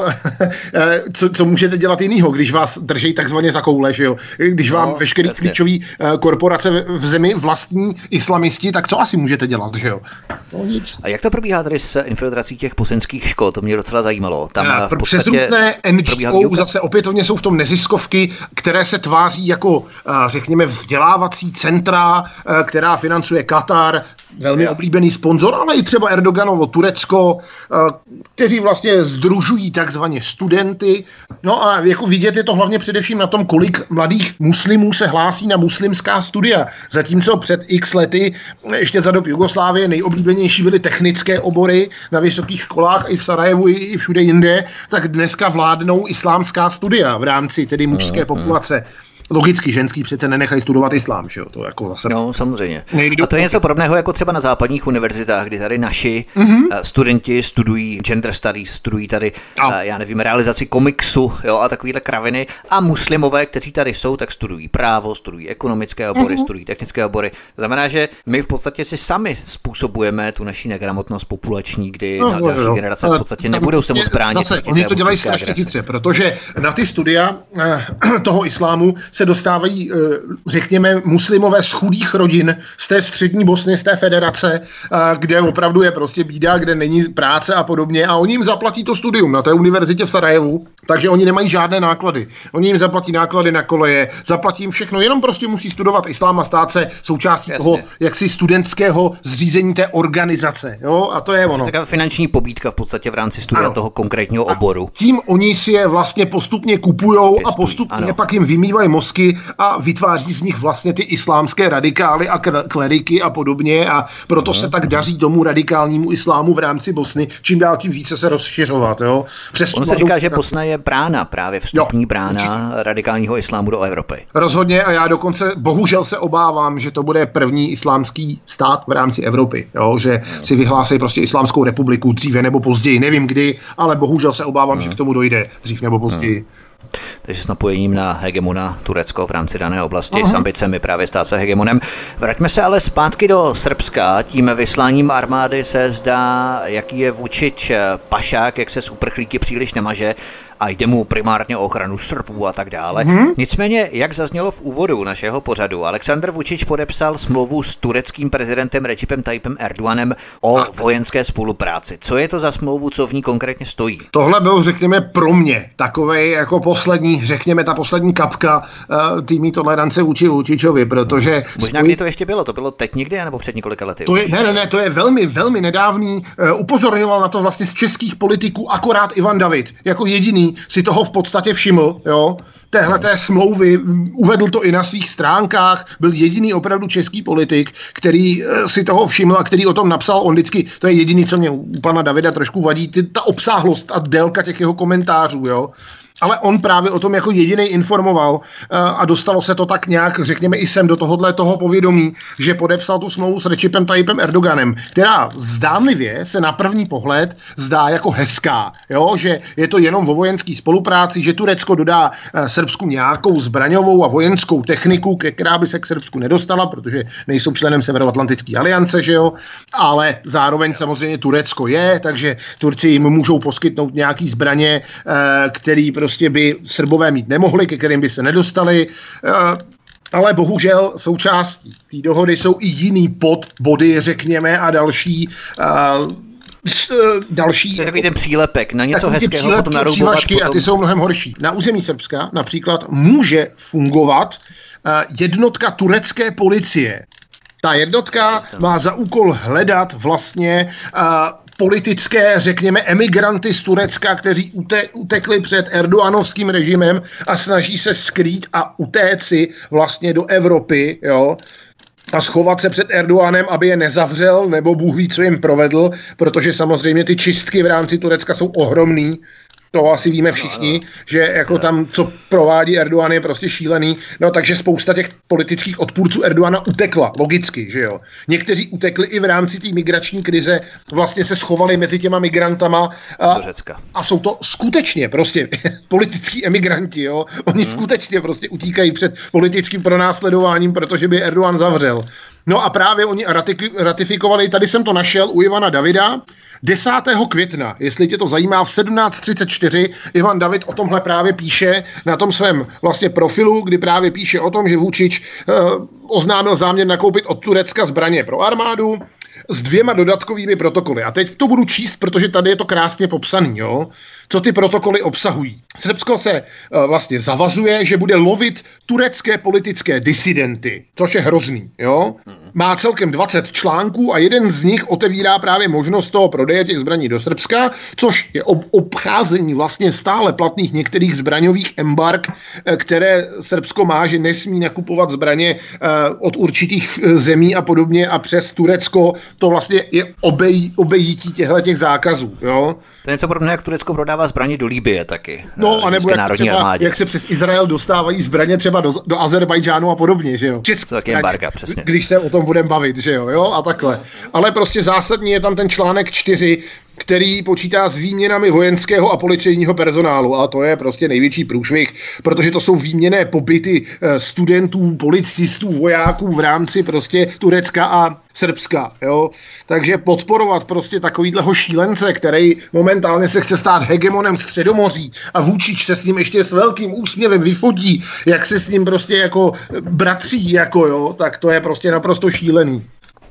co, co můžete dělat jinýho, když vás drží takzvaně za koule, že jo. Když vám no, veškerý jasně. klíčový uh, korporace v, v zemi vlastní islamisti, tak co asi můžete dělat, že jo. No nic. A jak to probíhá tady s infiltrací těch bosenských škol? To mě docela zajímalo. Tam uh, v Přesrůzné N G O zase opětovně jsou v tom neziskovky, které se tváří jako, uh, řekněme, vzdělávací centra, uh, která financuje Katar, velmi jo. oblíbený sponzor, ale i třeba Erdoganovo Turecko, kteří vlastně sdružují takzvaně studenty. No a jako vidět je to hlavně především na tom, kolik mladých muslimů se hlásí na muslimská studia. Zatímco před x lety, ještě za dob Jugoslávie, nejoblíbenější byly technické obory na vysokých školách i v Sarajevu, i všude jinde, tak dneska vládnou islámská studia v rámci tedy mužské populace. Logicky ženský přece nenechají studovat islám, že jo? To jako zase... No, samozřejmě. A to je něco podobného jako třeba na západních univerzitách, kdy tady naši mm-hmm. studenti studují gender studies, studují tady, no. já nevím, realizaci komiksu, jo, a takovýhle kraviny, a muslimové, kteří tady jsou, tak studují právo, studují ekonomické obory, mm-hmm. studují technické obory. To znamená, že my v podstatě si sami způsobujeme tu naší negramotnost populační, kdy no, na no, další no. generace v podstatě Ale nebudou se moc bránit. Zase, oni to dělají strašně chytře, protože na ty studia eh, toho islámu se dostávají, řekněme, muslimové z chudých rodin z té střední Bosny, z té federace, kde opravdu je prostě bída, kde není práce a podobně, a oni jim zaplatí to studium na té univerzitě v Sarajevu, takže oni nemají žádné náklady. Oni jim zaplatí náklady na koleje, zaplatí jim všechno, jenom prostě musí studovat islám a stát se součástí Jasně. toho jaksi studentského zřízení té organizace. Jo? A to je ono. Taková finanční pobídka v podstatě v rámci studia ano. toho konkrétního oboru. A tím oni si je vlastně postupně kupujou Pěstují. a postupně ano. pak jim vymývají mozky a vytváří z nich vlastně ty islámské radikály a kleriky a podobně, a proto se tak daří tomu radikálnímu islámu v rámci Bosny čím dál tím více se rozšiřovat. Jo? Přes On se říká, že Bosna je brána, právě vstupní jo, brána určitě. radikálního islámu do Evropy. Rozhodně, a já dokonce bohužel se obávám, že to bude první islámský stát v rámci Evropy, jo? že jo. si vyhlásí prostě islámskou republiku dříve nebo později, nevím kdy, ale bohužel se obávám, jo. že k tomu dojde dřív nebo později. Jo. Takže s napojením na hegemona Turecko v rámci dané oblasti Aha. s ambicemi právě stát se hegemonem. Vraťme se ale zpátky do Srbska. Tím vysláním armády se zdá, jaký je Vučić pašák, jak se s uprchlíky příliš nemaže a jde mu primárně o ochranu Srbů a tak dále. Hmm. Nicméně, jak zaznělo v úvodu našeho pořadu, Aleksandr Vučić podepsal smlouvu s tureckým prezidentem Recepem Tayyipem Erdoganem o tak. vojenské spolupráci. Co je to za smlouvu, co v ní konkrétně stojí? Tohle byl, řekněme, pro mě takovej jako poslední, řekněme, ta poslední kapka uh, týmí tolerance vůči Vučićovi, protože... Možná svůj... kdy to ještě bylo? To bylo teď někdy, nebo před několika lety? To je, ne, ne, ne, to je velmi, velmi nedávný. Uh, upozorňoval na to vlastně z českých politiků akorát Ivan David. Jako jediný si toho v podstatě všiml, jo, téhleté smlouvy, uvedl to i na svých stránkách, byl jediný opravdu český politik, který si toho všiml a který o tom napsal. On vždycky, to je jediný, co mě u pana Davida trošku vadí, ty, ta obsáhlost a délka těch jeho komentářů, jo. Ale on právě o tom jako jedinej informoval a dostalo se to tak nějak, řekněme, i sem do tohohle toho povědomí, že podepsal tu smlouvu s Recepem Tayyipem Erdoganem, která zdánlivě se na první pohled zdá jako hezká, jo? Že je to jenom o vojenské spolupráci, že Turecko dodá Srbsku nějakou zbraňovou a vojenskou techniku, která by se k Srbsku nedostala, protože nejsou členem Severoatlantické aliance, že jo, ale zároveň samozřejmě Turecko je, takže Turci jim můžou poskytnout nějaký zbraně, který prostě by Srbové mít nemohli, ke kterým by se nedostali, ale bohužel součástí té dohody jsou i jiný podbody, řekněme, a další další... To je takový ten přílepek na něco hezkého, přílepky, potom naroubovat. Potom... A ty jsou mnohem horší. Na území Srbska například může fungovat uh, jednotka turecké policie. Ta jednotka má za úkol hledat vlastně uh, politické, řekněme, emigranty z Turecka, kteří ute- utekli před Erdoganovským režimem a snaží se skrýt a utéci vlastně do Evropy, jo, a schovat se před Erdoganem, aby je nezavřel, nebo Bůh ví, co jim provedl, protože samozřejmě ty čistky v rámci Turecka jsou ohromný. To asi víme všichni, no, no. že jako tam, co provádí Erdogan, je prostě šílený. No takže spousta těch politických odpůrců Erdogana utekla, logicky, že jo. Někteří utekli i v rámci té migrační krize, vlastně se schovali mezi těma migrantama. A, a jsou to skutečně prostě politický emigranti, jo. Oni hmm. skutečně prostě utíkají před politickým pronásledováním, protože by Erdogan zavřel. No a právě oni ratifikovali, tady jsem to našel u Ivana Davida, desátého května, jestli tě to zajímá, v sedmnáct třicet čtyři Ivan David o tomhle právě píše na tom svém vlastně profilu, kdy právě píše o tom, že Vučić eh, oznámil záměr nakoupit od Turecka zbraně pro armádu s dvěma dodatkovými protokoly. A teď to budu číst, protože tady je to krásně popsaný, jo? Co ty protokoly obsahují. Srbsko se uh, vlastně zavazuje, že bude lovit turecké politické disidenty, což je hrozný, jo? Má celkem dvacet článků a jeden z nich otevírá právě možnost toho prodeje těch zbraní do Srbska, což je ob- obcházení vlastně stále platných některých zbraňových embarg, které Srbsko má, že nesmí nakupovat zbraně uh, od určitých zemí a podobně a přes Turecko to vlastně je obej, obejítí těchto těch zákazů, jo? To je něco podobné, jak Turecko prodává zbraně do Libye taky. No, anebo jak, třeba, jak se přes Izrael dostávají zbraně třeba do, do Azerbajdžánu a podobně, že jo? To taky embarga, přesně. Když se o tom budeme bavit, že jo, jo, a takhle. Ale prostě zásadní je tam ten článek čtyři, který počítá s výměnami vojenského a policejního personálu. A to je prostě největší průšvih, protože to jsou výměnné pobyty studentů, policistů, vojáků v rámci prostě Turecka a Srbska, jo. Takže podporovat prostě takovýhleho šílence, který momentálně se chce stát hegemonem Středomoří a Vučić se s ním ještě s velkým úsměvem vyfotí, jak se s ním prostě jako bratří, jako jo, tak to je prostě naprosto šílený.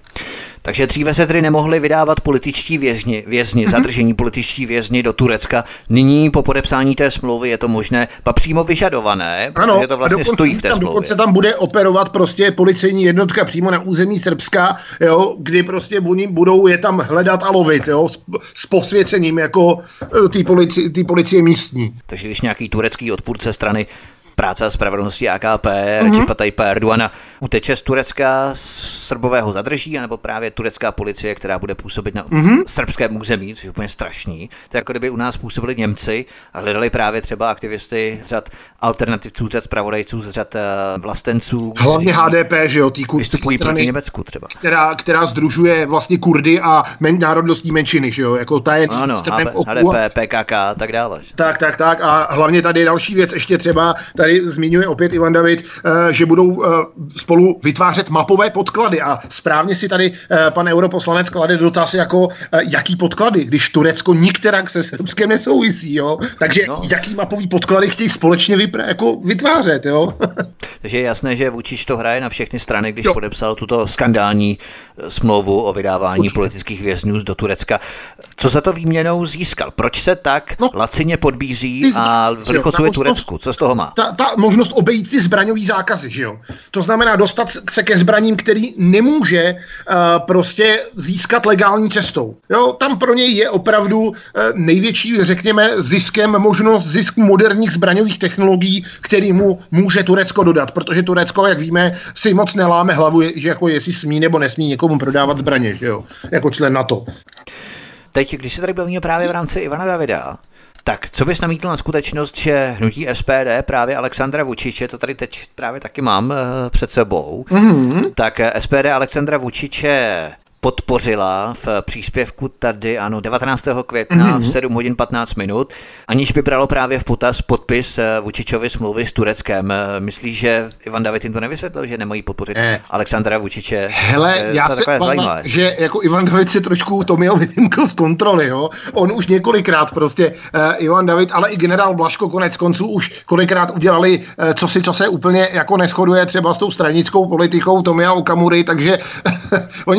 Takže dříve se tedy nemohli vydávat političtí vězni, vězni mm-hmm. zadržení političtí vězni do Turecka. Nyní po podepsání té smlouvy je to možné, pa přímo vyžadované, ano, protože to vlastně stojí v té tam, smlouvě. Dokonce tam bude operovat prostě policejní jednotka přímo na území Srbska, jo, kdy prostě oni budou je tam hledat a lovit, jo, s, s posvěcením jako ty policie, policie místní. Takže když nějaký turecký odpůrce strany Práce a spravedlnosti A K P, mm-hmm. Recipa Tayyipa Erdogana uteče z Turecka, srbového zadrží, anebo právě turecká policie, která bude působit na mm-hmm. srbském území, což je úplně strašný. To je jako kdyby u nás působili Němci a hledali právě třeba aktivisty z řad alternativců, z řad zpravodajců, z řad vlastenců. Hlavně H D P, že jo, tý kurdské strany, Německu třeba. Která, která sdružuje vlastně Kurdy a men, národnostní menšiny, že jo, jako ta je ano, H D P, P K K a tak dále. Tak, tak, tak a hlavně tady další věc, ještě třeba tady zmiňuje opět Ivan David, že budou spolu vytvářet mapové podklady a správně si tady pan europoslanec klade dotaz jako jaký podklady, když Turecko nikterak se Srbskem nesouvisí, jo? Takže no. jaký mapový podklady chtějí společně vypra- jako vytvářet, jo? Takže je jasné, že Vučić to hraje na všechny strany, když jo. podepsal tuto skandální smlouvu o vydávání Určitě. politických vězňů do Turecka. Co za to výměnou získal? Proč se tak no. lacině podbízí a velikozuje Turecku? Co z toho má? Ta, ta možnost obejít ty zbraňový zákazy, že jo? To znamená dostat se ke zbraním, který nemůže uh, prostě získat legální cestou. Jo, tam pro něj je opravdu uh, největší, řekněme, ziskem možnost zisku moderních zbraňových technologií, který mu může Turecko dodat, protože Turecko, jak víme, si moc neláme hlavu, že jako jestli smí nebo nesmí někomu prodávat zbraně, že jo? Jako člen NATO. Teď, když se tady bavíme právě v rámci Ivana Davida, tak co bys namítl na skutečnost, že hnutí S P D právě Alexandra Vučiće, to tady teď právě taky mám uh, před sebou, mm-hmm. tak S P D Alexandra Vučiće podpořila v příspěvku tady, ano, devatenáctého května mm-hmm. v sedm hodin patnáct minut, aniž by bralo právě v potaz podpis Vučićovy smlouvy s Tureckem. Myslíš, že Ivan David jim to nevysvětlil, že nemají podpořit eh. Alexandra Vučiće? Hele, já se bavím, že jako Ivan David si trošku Tomio vymkl z kontroly, jo. On už několikrát prostě uh, Ivan David, ale i generál Blažko konec konců už kolikrát udělali uh, co si, co se úplně jako neshoduje třeba s tou stranickou politikou Tomia Okamury, takže oni jsou takový dva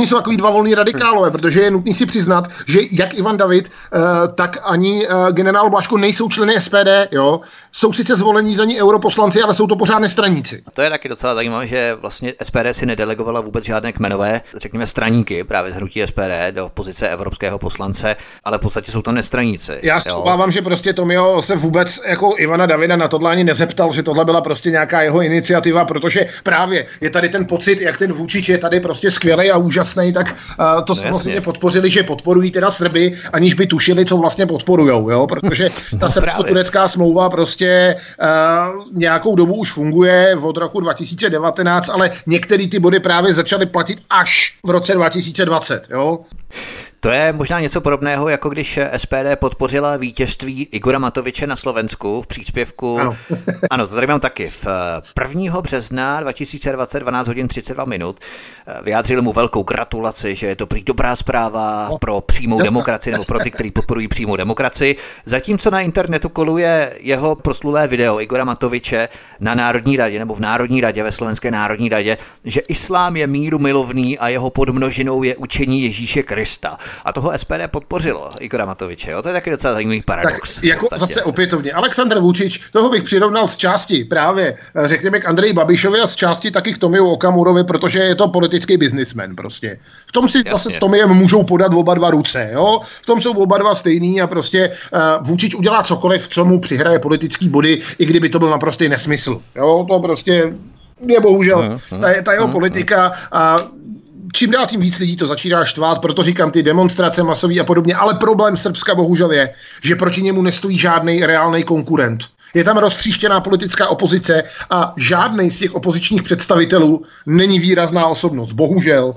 volní radikálové, protože je nutný si přiznat, že jak Ivan David, tak ani generál Blažko nejsou členy S P D, jo. Jsou sice zvolení za ní europoslanci, ale jsou to pořád nestraníci. A to je taky docela zajímavé, že vlastně S P D si nedelegovala vůbec žádné kmenové, řekněme straníky, právě z hnutí S P D do pozice evropského poslance, ale v podstatě jsou to nestraníci. Já se obávám, že prostě Tomio se vůbec jako Ivana Davida na tohle ani nezeptal, že tohle byla prostě nějaká jeho iniciativa, protože právě je tady ten pocit, jak ten Vučić je tady prostě skvělý a úžasný, tak uh, to no samozřejmě jasně. podpořili, že podporují teda Srby, aniž by tušili, co vlastně podporujou, jo, protože ta no srbsko-turecká smlouva prostě uh, nějakou dobu už funguje od roku dva tisíce devatenáct, ale některé ty body právě začaly platit až v roce dva tisíce dvacet, jo. To je možná něco podobného, jako když S P D podpořila vítězství Igora Matoviče na Slovensku v příspěvku. Ano, ano to tady mám taky. V prvního března dva tisíce dvacet, dvanáct hodin třicet dva minut, vyjádřil mu velkou gratulaci, že je to prý dobrá zpráva no, pro přímou jasná. demokracii nebo pro ty, kteří podporují přímou demokracii. Zatímco na internetu koluje jeho proslulé video Igora Matoviče na Národní radě nebo v Národní radě, ve Slovenské Národní radě, že islám je míru milovný a jeho podmnožinou je učení Ježíše Krista. A toho S P D podpořilo Igora Matoviče, jo? To je taky docela zajímavý paradox. Tak jako zase opětovně, Aleksandr Vučić, toho bych přirovnal z části právě, řekněme, k Andreji Babišovi a z části taky k Tomiu Okamurovi, protože je to politický businessman prostě. V tom si Jasně. zase s Tomiem můžou podat oba dva ruce, jo? V tom jsou oba dva stejný a prostě uh, Vučić udělá cokoliv, co mu přihraje politický body, i kdyby to byl naprostý nesmysl, jo? To prostě je bohužel no, no, ta, ta jeho no, politika a čím dál tím víc lidí to začíná štvát, proto říkám ty demonstrace masový a podobně, ale problém Srbska bohužel je, že proti němu nestojí žádný reálný konkurent. Je tam roztříštěná politická opozice a žádný z těch opozičních představitelů není výrazná osobnost, bohužel.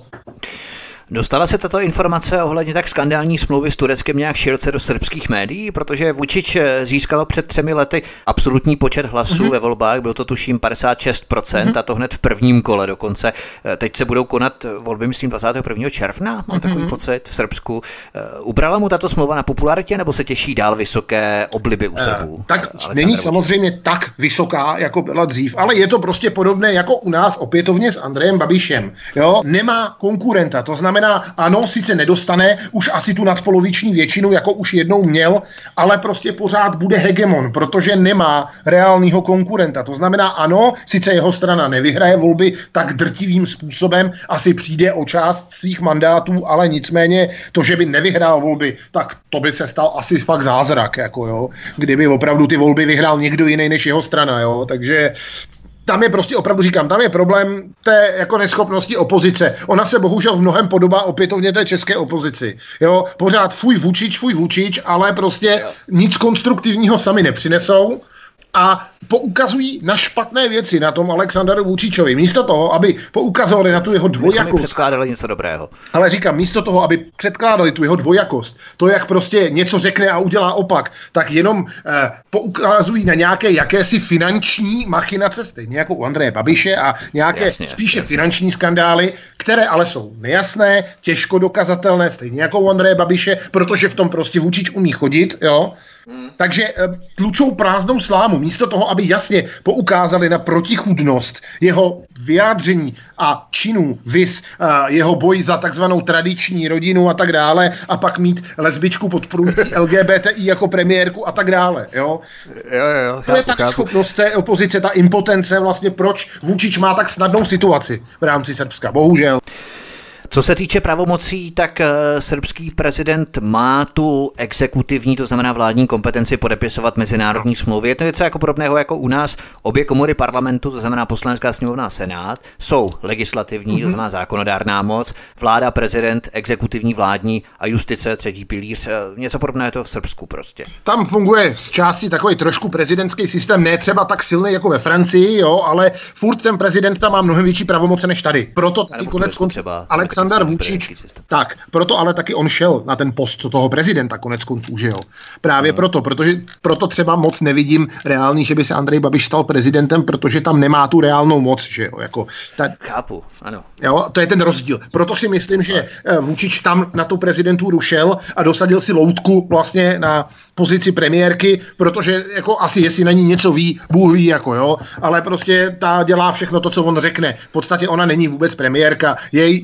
Dostala se tato informace ohledně tak skandální smlouvy s Tureckem nějak široce do srbských médií, protože Vučić získalo před třemi lety absolutní počet hlasů mm-hmm. ve volbách, bylo to tuším padesát šest procent mm-hmm. a to hned v prvním kole dokonce. Teď se budou konat volby, myslím, dvacátého prvního června, mám mm-hmm. takový pocit, v Srbsku. Ubrala mu tato smlouva na popularitě, nebo se těší dál vysoké obliby u Srbů? Uh, tak Aleksandr není Vučić samozřejmě tak vysoká, jako byla dřív, ale je to prostě podobné jako u nás opětovně s Andrejem Babišem. Jo? Nemá konkurenta, to znamená, ano, sice nedostane už asi tu nadpoloviční většinu, jako už jednou měl, ale prostě pořád bude hegemon, protože nemá reálného konkurenta. To znamená, ano, sice jeho strana nevyhraje volby tak drtivým způsobem, asi přijde o část svých mandátů, ale nicméně to, že by nevyhrál volby, tak to by se stal asi fakt zázrak, jako jo, kdyby opravdu ty volby vyhrál někdo jiný než jeho strana, jo, takže tam je prostě, opravdu říkám, tam je problém té jako neschopnosti opozice. Ona se bohužel v mnohem podobá opětovně té české opozici. Jo, pořád fuj Vučić, fuj Vučić, ale prostě nic konstruktivního sami nepřinesou a poukazují na špatné věci na tom Aleksandru Vučićovi. Místo toho, aby poukazovali na tu jeho dvojakost. Předkládali něco dobrého. Ale říkám, místo toho, aby předkládali tu jeho dvojakost, to, jak prostě něco řekne a udělá opak, tak jenom eh, poukazují na nějaké jakési finanční machinace, stejně jako u Andreje Babiše a nějaké jasně, spíše jasně. finanční skandály, které ale jsou nejasné, těžko dokazatelné, stejně jako u Andreje Babiše, protože v tom prostě Vučić umí chodit, jo. Hmm. Takže eh, tlučou prázdnou slámu. Místo toho, aby jasně poukázali na protichůdnost jeho vyjádření a činů, vis uh, jeho boj za takzvanou tradiční rodinu a tak dále, a pak mít lesbičku podporující L G B T I jako premiérku a tak dále. Jo? Jo, jo, jo, to je ta schopnost té opozice, ta impotence vlastně, proč Vučić má tak snadnou situaci v rámci Srbska. Bohužel. Co se týče pravomocí, tak uh, srbský prezident má tu exekutivní, to znamená vládní kompetenci podepisovat mezinárodní smlouvy. Je to něco jako podobného jako u nás. Obě komory parlamentu, to znamená Poslanecká sněmovna a Senát, jsou legislativní, mm-hmm. to znamená zákonodárná moc, vláda, prezident, exekutivní, vládní a justice, třetí pilíř. Něco podobného je to v Srbsku prostě. Tam funguje z části takový trošku prezidentský systém, ne třeba tak silný jako ve Francii, jo, ale furt ten prezident tam má mnohem větší pravomoce než tady. Proto taky konec konců Aleksandr Vučić, tak, proto ale taky on šel na ten post toho prezidenta konec konců, že jo. Právě no. proto, protože proto třeba moc nevidím reálný, že by se Andrej Babiš stal prezidentem, protože tam nemá tu reálnou moc, že jo. Jako, ta, Chápu, ano. Jo, to je ten rozdíl. Proto si myslím, že Vučić tam na tu prezidenturu šel a dosadil si loutku vlastně na pozici premiérky, protože jako asi jestli na ní něco ví, Bůh ví, jako jo, ale prostě ta dělá všechno to, co on řekne. V podstatě ona není vůbec premiérka, jej, její de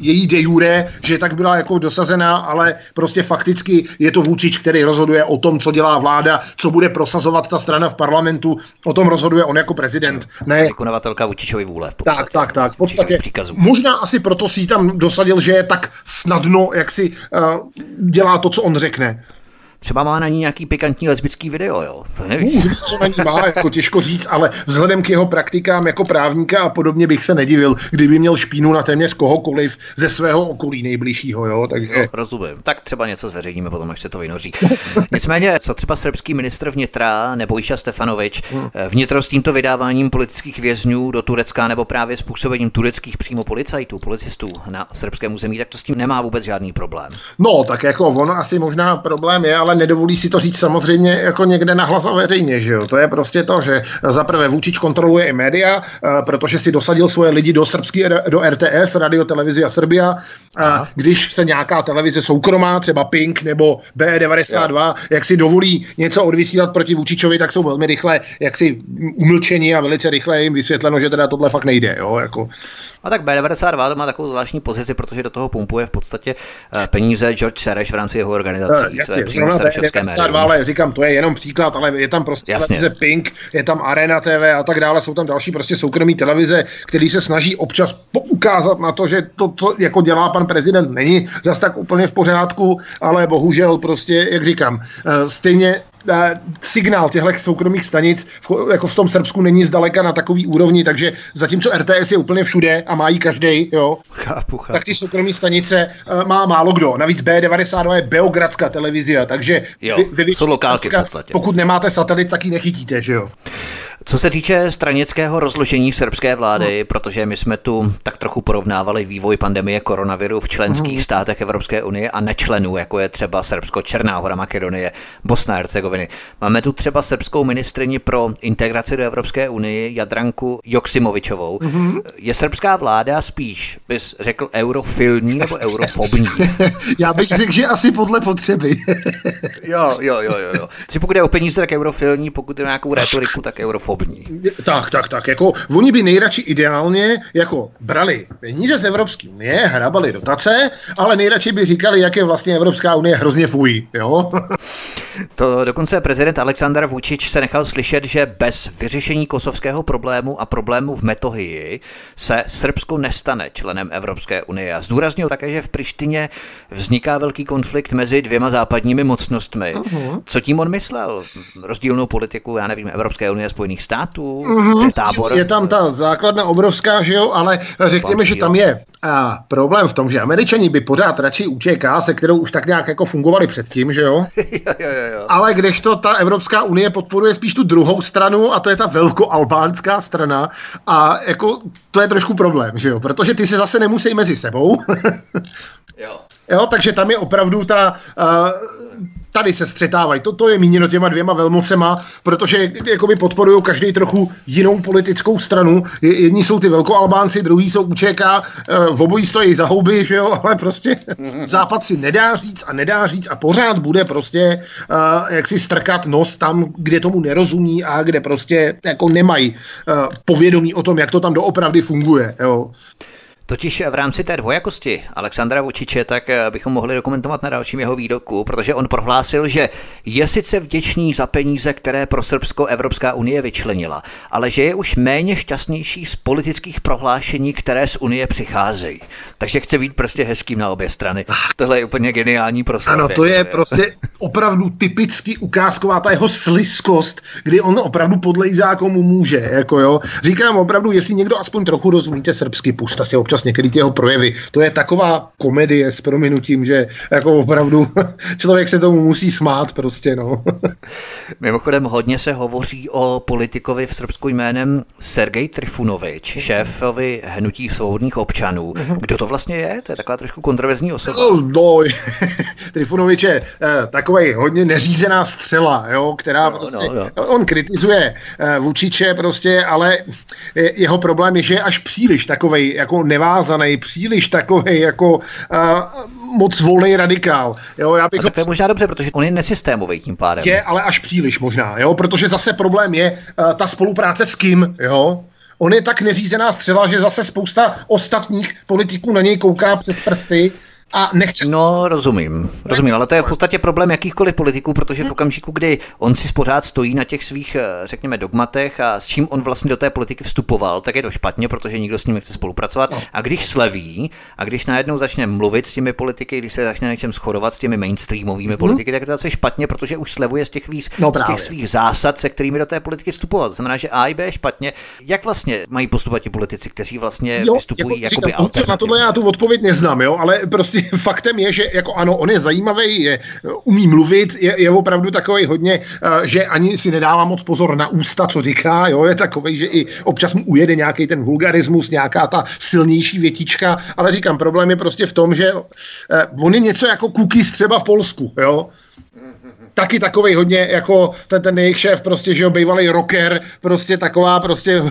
jure, že tak byla jako dosazená, ale prostě fakticky je to Vučić, který rozhoduje o tom, co dělá vláda, co bude prosazovat ta strana v parlamentu, o tom rozhoduje on jako prezident. Ne. Vykonavatelka Vučićovy vůle. V podstatě. Tak, tak, tak. V podstatě možná asi proto si tam dosadil, že je tak snadno, jak si uh, dělá to, co on řekne. Třeba má na ní nějaký pikantní lesbický video, jo? To nevím. Uh, co na ní má, jako těžko říct, ale vzhledem k jeho praktikám jako právníka a podobně bych se nedivil, kdyby měl špínu na téměř kohokoliv ze svého okolí nejbližšího, jo? Takže... No, rozumím. Tak třeba něco zveřejníme potom, až se to vynoří. Nicméně, co třeba srbský ministr vnitra Nebojša Stefanovič, vnitro s tímto vydáváním politických vězňů do Turecka nebo právě způsobením tureckých přímo policajtů, policistů na srbském území, tak to s tím nemá vůbec žádný problém. No, tak jako ono asi možná problém je, ale nedovolí si to říct samozřejmě jako někde nahlas a veřejně, že jo. To je prostě to, že zaprvé Vučić kontroluje i média, protože si dosadil svoje lidi do srbský, do R T S, Radio Televizia Srbia. A když se nějaká televize soukromá, třeba Pink nebo B devadesát dva, jo. jak si dovolí něco odvysílat proti Vučićovi, tak jsou velmi rychle, jak si umlčení a velice rychle jim vysvětleno, že teda tohle fakt nejde, jo, jako. A tak B devadesát dva to má takovou zvláštní pozici, protože do toho pumpuje v podstatě peníze George Soros v rámci jeho organizací. Uh, jasně, B devadesát dva, ale říkám, to je jenom příklad, ale je tam prostě jasně. televize Pink, je tam Arena T V a tak dále, jsou tam další prostě soukromí televize, který se snaží občas poukázat na to, že to, co jako dělá pan prezident, není zas tak úplně v pořádku, ale bohužel prostě, jak říkám, stejně signál těchto soukromých stanic jako v tom Srbsku není zdaleka na takový úrovni, takže zatímco R T S je úplně všude a má jí každej, jo, chápu, chápu. tak ty soukromí stanice uh, má málo kdo. Navíc B devadesát dva je beogradská televizia, takže jo, vy, vy jsou lokálky v podstatě. Pokud nemáte satelit, tak ji nechytíte, že jo. Co se týče stranického rozložení srbské vlády, no. protože my jsme tu tak trochu porovnávali vývoj pandemie koronaviru v členských mm. státech Evropské unie a nečlenů, jako je třeba Srbsko, Černá Hora, Makedonie, Bosna a Hercegoviny. Máme tu třeba srbskou ministryni pro integraci do Evropské unie Jadranku Joksimovičovou. Mm. Je srbská vláda spíš, bys řekl, eurofilní nebo eurofobní? Já bych řekl, že asi podle potřeby. jo, jo, jo, jo. jo. Takže pokud je o peníze, tak eurofilní, pokud je nějakou retoriku, tak eurofobní. Tak, tak, tak, jako oni by nejradši ideálně jako brali peníze z Evropské unie, hrabali dotace, ale nejradši by říkali, jak je vlastně Evropská unie hrozně fuj, jo? To dokonce prezident Aleksandar Vučić se nechal slyšet, že bez vyřešení kosovského problému a problému v Metohiji se Srbsko nestane členem Evropské unie. A zdůraznil také, že v Prištině vzniká velký konflikt mezi dvěma západními mocnostmi. Uh-huh. Co tím on myslel? Rozdílnou politiku, já nevím, Evropské unie, Spojených států? Uh-huh. Je, tábor? Je tam ta základna obrovská, že jo, ale řekněme, že tam je a problém v tom, že Američani by pořád radši U Č K, se kterou už tak nějak jako fungovali předtím, že jo? jo, jo, jo. Ale kdežto ta Evropská unie podporuje spíš tu druhou stranu a to je ta velkoalbánská strana a jako to je trošku problém, že jo? Protože ty se zase nemusí mezi sebou. jo. Jo, takže tam je opravdu ta... Uh, tady se střetávají. To, to je míněno těma dvěma velmocema, protože jakoby podporují každý trochu jinou politickou stranu. Jedni jsou ty velkoalbánci, druhý jsou U Č K, v obojí stojí za houby, že jo, ale prostě Západ si nedá říct a nedá říct a pořád bude prostě uh, jak si strkat nos tam, kde tomu nerozumí a kde prostě jako nemají uh, povědomí o tom, jak to tam doopravdy funguje, jo. Totiž v rámci té dvojakosti Aleksandra Vučiće, tak bychom mohli dokumentovat na dalším jeho výroku, protože on prohlásil, že je sice vděčný za peníze, které pro Srbsko Evropská unie vyčlenila, ale že je už méně šťastnější z politických prohlášení, které z unie přicházejí. Takže chce být prostě hezkým na obě strany. Tohle je úplně geniální proslov. Ano, to je prostě opravdu typicky ukázková ta jeho sliskost, kdy on opravdu podlejzá komu může. Jako jo. Říkám opravdu, jestli někdo aspoň trochu rozumíte srbsky, pusta si občas některé jeho projevy. To je taková komedie s prominutím, že jako opravdu člověk se tomu musí smát prostě, no. Mimochodem hodně se hovoří o politikovi v Srbsku jménem Sergej Trifunovič, šéfovi Hnutí svobodných občanů. Kdo to vlastně je? To je taková trošku kontroverzní osoba. No, no Trifunovič je eh, takovej hodně neřízená střela, jo, která no, prostě, no, no. On kritizuje eh, Vučiće prostě, ale jeho problém je, že je až příliš takovej jako nevázaný, příliš takovej jako uh, moc volný radikál. Jo, já bych tak to je možná dobře, protože on je nesystémový tím pádem. Je, ale až příliš možná, jo, protože zase problém je uh, ta spolupráce s kým, jo. on je tak neřízená střela, že zase spousta ostatních politiků na něj kouká přes prsty a nechce... No, rozumím, rozumím, ale to je v podstatě problém jakýchkoliv politiků, protože v okamžiku, kdy on si pořád stojí na těch svých, řekněme, dogmatech a s čím on vlastně do té politiky vstupoval, tak je to špatně, protože nikdo s ním nechce spolupracovat. A když sleví a když najednou začne mluvit s těmi politiky, když se začne něčem shodovat s těmi mainstreamovými politiky, tak to je zase špatně, protože už slevuje z těch, víc, no z těch svých zásad, se kterými do té politiky vstupovat. To znamená, že A i B je špatně. Jak vlastně mají postupovat ti politici, kteří vlastně jo, vystupují jako, jakoby říkám, na tohle já tu odpověď neznám, jo, ale prostě faktem je, že jako ano, on je zajímavý, je, umí mluvit, je, je opravdu takový hodně, že ani si nedává moc pozor na ústa, co říká, jo, je takovej, že i občas mu ujede nějaký ten vulgarismus, nějaká ta silnější větička, ale říkám, problém je prostě v tom, že eh, on je něco jako Cookies třeba v Polsku, jo. Taky takovej hodně, jako ten, ten jejich šéf, prostě, že jo, bývalý rocker, prostě taková, prostě,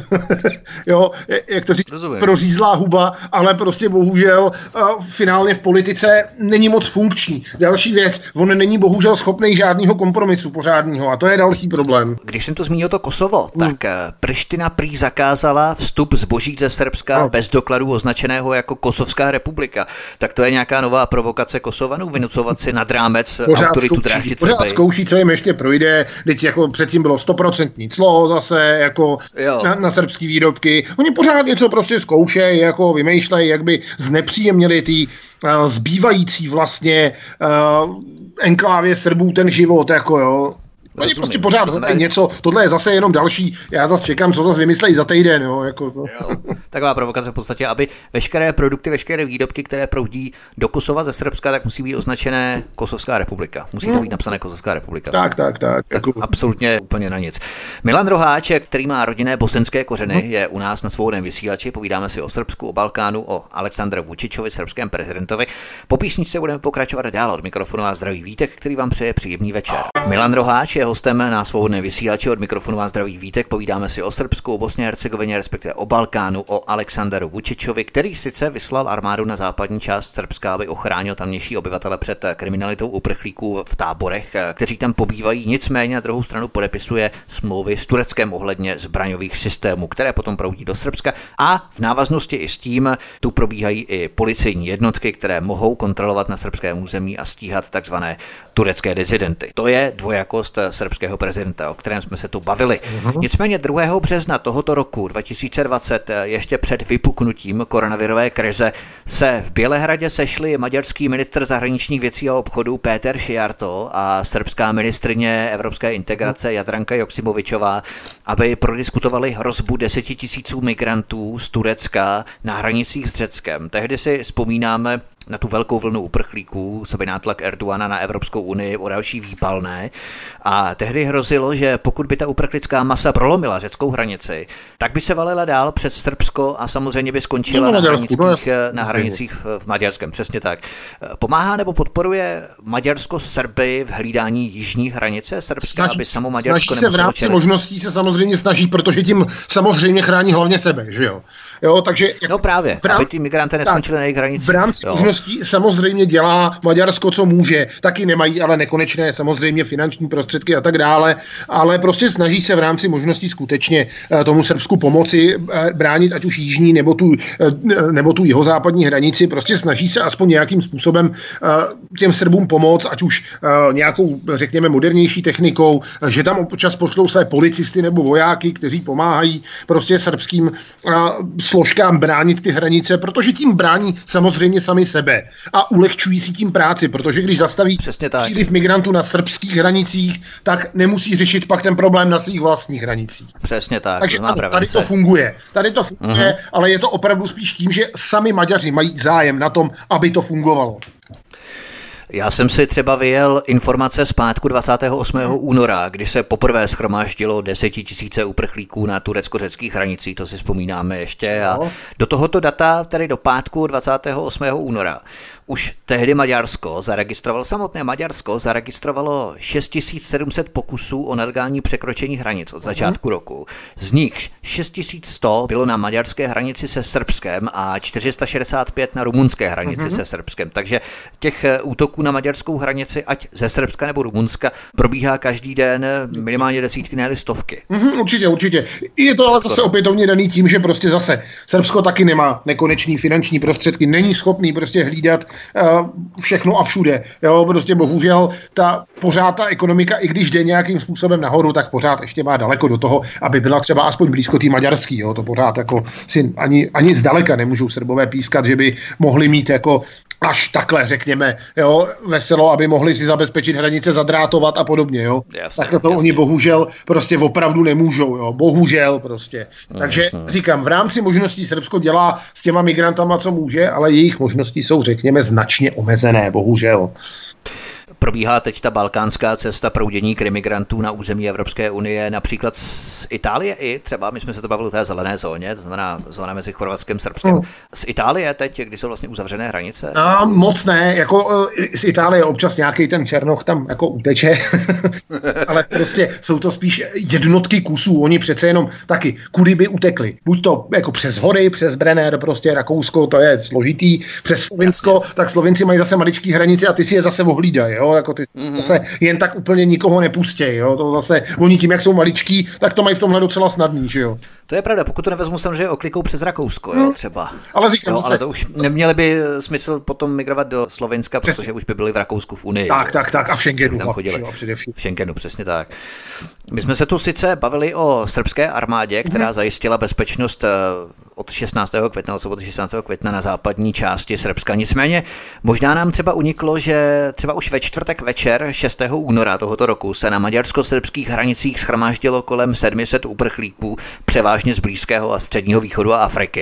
jo, jak to říct, Rozumím. prořízlá huba, ale prostě bohužel uh, finálně v politice není moc funkční. Další věc, on není bohužel schopný žádného kompromisu pořádného a to je další problém. Když jsem to zmínil to Kosovo, hmm. tak Priština prý zakázala vstup zboží ze Srbska no. bez dokladů označeného jako Kosovská republika. Tak to je nějaká nová provokace Kosovanů, vynucovat si nad rámec pořád autoritu dráždit Srby. Zkouší, co jim ještě projde, teď jako předtím bylo stoprocentní clo zase jako na, na srbský výrobky. Oni pořád něco prostě zkoušejí, jako vymýšlejí, jak by znepříjemnili ty uh, zbývající vlastně uh, enklávě Srbů ten život, jako jo. Oni prostě pořád hledají něco, tohle je zase jenom další, já zase čekám, co zase vymyslejí za týden, jo, jako to. Jo. Taková provokace v podstatě, aby veškeré produkty, veškeré výrobky, které proudí do Kosova ze Srbska, tak musí být označené Kosovská republika. Musí to být napsané Kosovská republika. Tak, tak, tak. tak jako... Absolutně úplně na nic. Milan Roháček, který má rodinné bosenské kořeny, hmm. je u nás na Svobodném vysílači. Povídáme si o Srbsku, o Balkánu, o Aleksandru Vučičovi, srbském prezidentovi. Po písničce budeme pokračovat dál. Od mikrofonu a zdraví Vítek, který vám přeje příjemný večer. Milan Roháč je hostem na Svobodné vysílači, od mikrofonu vás zdraví Vítek. Povídáme si o Srbsku, o Bosně a Hercegovině, respektive o Balkánu, o Alexandru Vučičovi, který sice vyslal armádu na západní část Srbska, aby ochránil tamnější obyvatele před kriminalitou uprchlíků v táborech, kteří tam pobývají. Nicméně na druhou stranu podepisuje smlouvy s Tureckem ohledně zbraňových systémů, které potom proudí do Srbska, a v návaznosti i s tím tu probíhají i policejní jednotky, které mohou kontrolovat na srbském území a stíhat takzvané turecké dizidenty. To je dvojakost srbského prezidenta, o kterém jsme se tu bavili. Uhum. Nicméně druhého března tohoto roku dva tisíce dvacet, ještě před vypuknutím koronavirové krize, se v Bělehradě sešli maďarský ministr zahraničních věcí a obchodu Péter Šijarto a srbská ministryně evropské integrace Jadranka Joksimovičová, aby prodiskutovali hrozbu deseti tisíců migrantů z Turecka na hranicích s Řeckem. Tehdy si vzpomínáme na tu velkou vlnu uprchlíků, sobě nátlak Erdogana na Evropskou unii o další výpalné. A tehdy hrozilo, že pokud by ta uprchlická masa prolomila řeckou hranici, tak by se valila dál přes Srbsko a samozřejmě by skončila no, na, hranicích, na hranicích v Maďarskem. Přesně tak. Pomáhá nebo podporuje Maďarsko Srby v hlídání jižní hranice Srbska, snaží, aby samo Maďarsko snaží se v rámci čelit? Možností se samozřejmě snaží, protože tím samozřejmě chrání hlavně sebe, že jo? Jo, takže jako no právě, rám... aby ty migranty neskončili na jejich hranicích. V rámci jo. možností samozřejmě dělá Maďarsko, co může. Taky nemají ale nekonečné samozřejmě finanční prostředky a tak dále, ale prostě snaží se v rámci možností skutečně tomu Srbsku pomoci bránit ať už jižní nebo tu, nebo tu jihozápadní hranici. Prostě snaží se aspoň nějakým způsobem těm Srbům pomoct, ať už nějakou, řekněme, modernější technikou, že tam občas pošlou své policisty nebo vojáky, kteří pomáhají prostě srbským složkám bránit ty hranice, protože tím brání samozřejmě sami sebe a ulehčují si tím práci, protože když zastaví příliv migrantů na srbských hranicích, tak nemusí řešit pak ten problém na svých vlastních hranicích. Přesně tak. Takže tady, tady to funguje. Tady to funguje, uh-huh. ale je to opravdu spíš tím, že sami Maďaři mají zájem na tom, aby to fungovalo. Já jsem si třeba vyjel informace z pátku dvacátého osmého února, kdy se poprvé shromáždilo desetitisíce uprchlíků na turecko-řeckých hranicích, to si vzpomínáme ještě. A do tohoto data, tedy do pátku dvacátého osmého února, už tehdy Maďarsko zaregistrovalo, samotné Maďarsko zaregistrovalo šest tisíc sedm set pokusů o nelegální překročení hranic od začátku uh-huh. roku. Z nich šest tisíc sto bylo na maďarské hranici se Srbskem a čtyři sta šedesát pět na rumunské hranici uh-huh. se Srbskem. Takže těch útoků útoků na maďarskou hranici, ať ze Srbska nebo Rumunska, probíhá každý den minimálně desítky, ne stovky. Mm, určitě, určitě. Je to ale zase opětovně daný tím, že prostě zase Srbsko taky nemá nekonečný finanční prostředky, není schopný prostě hlídat uh, všechno a všude. Jo, prostě bohužel ta pořád ta ekonomika, i když jde nějakým způsobem nahoru, tak pořád ještě má daleko do toho, aby byla třeba aspoň blízko tý maďarský. Jo, to pořád jako si ani, ani zdaleka nemůžou Srbové pískat, že by mohli mít jako až takhle, řekněme, jo, veselo, aby mohli si zabezpečit hranice, zadrátovat a podobně, jo. Jasně, takhle to jasně. Oni bohužel prostě opravdu nemůžou, jo. Bohužel prostě. Mm, Takže mm. říkám, v rámci možností Srbsko dělá s těma migrantama, co může, ale jejich možnosti jsou, řekněme, značně omezené, bohužel. Probíhá teď ta balkánská cesta proudění imigrantů na území Evropské unie, například z Itálie i třeba, my jsme se to bavili o té zelené zóně, to znamená zóna mezi Chorvatskem a Srbskem. Hmm. Z Itálie teď, kdy jsou vlastně uzavřené hranice? A moc ne, jako z Itálie občas nějaký ten černoch tam jako uteče, ale prostě jsou to spíš jednotky kusů, oni přece jenom taky, kudy by utekli. Buď to jako přes hory, přes Brenner, prostě Rakousko, to je složitý, přes Slovinsko, tak Slovinci mají zase maličký hranice a ty si je zase ohlídají, jo. Jako ty mm-hmm. zase jen tak úplně nikoho nepustějí, jo, to zase, oni tím, jak jsou maličký, tak to mají v tomhle docela snadný, že jo. To je pravda, pokud to nevezmu samozřejmě oklikou přes Rakousko, jo, třeba. Ale říkám jo, zase. Ale to už neměli by smysl potom migrovat do Slovenska, přesně. Protože už by byli v Rakousku v Unii. Tak, tak, tak a v Schengenu. Tam chodili. Jo, především. V Schengenu, přesně tak. My jsme se tu sice bavili o srbské armádě, která mm-hmm. zajistila bezpečnost od šestnáctého května, od soboty šestnáctého května na západní části Srbska. Nicméně možná nám třeba uniklo, že třeba už ve čtvrtek večer šestého února tohoto roku se na maďarsko-srbských hranicích shromáždilo kolem sedm set uprchlíků, převážně z Blízkého a Středního východu a Afriky.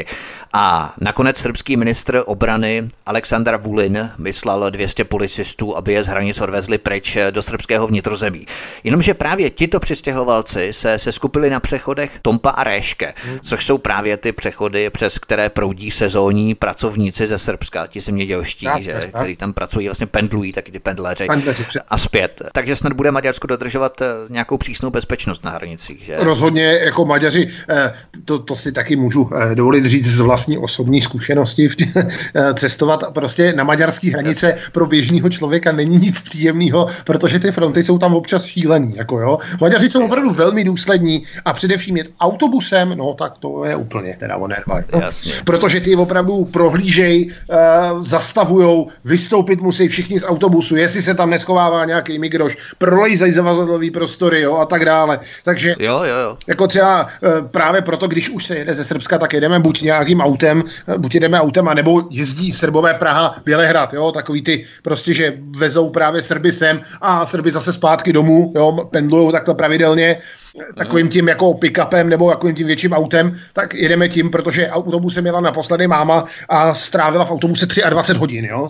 A nakonec srbský ministr obrany Aleksandar Vulin vyslal dvě stě policistů, aby je z hranic odvezli pryč do srbského vnitrozemí. Jenomže právě tito přistěhovalci se seskupili na přechodech Tompa a Réške, což jsou právě ty přechody, přes které proudí sezónní pracovníci ze Srbska, ti zemědělští, tak, že, tak, tak. Kteří tam pracují, vlastně pendlují, taky ty pendléři a zpět. Takže snad bude Maďarsko dodržovat nějakou přísnou bezpečnost na hranicích, že? Rozhodně jako Maďaři, to, to si taky můžu dovolit říct z vlastní osobní zkušenosti, cestovat prostě na maďarské hranice pro běžného člověka není nic příjemného, protože ty fronty jsou tam občas šílený, jako jo. Maďaři jsou opravdu velmi důslední a především jet autobusem, no tak to je úplně teda onerva. No? Protože ty opravdu prohlížej, uh, zastavujou, vystoupit musí všichni z autobusu, jestli se tam neschovává nějaký migroš, prolejzají zavazadlový prostory, jo, a tak dále. Takže jo, jo, jo. Jako třeba uh, právě proto, když už se jede ze Srbska, tak jedeme buď nějakým autem, buď jedeme autem, anebo jezdí Srbové Praha, Bělehrad, jo, takový ty prostě, že vezou právě Srby sem a Srby zase zpátky domů, jo, pendlujou takhle pravidelně, takovým tím jako pick-upem nebo takovým tím větším autem, tak jedeme tím, protože autobusem jela naposledy máma a strávila v autobuse dvacet tři hodin, jo.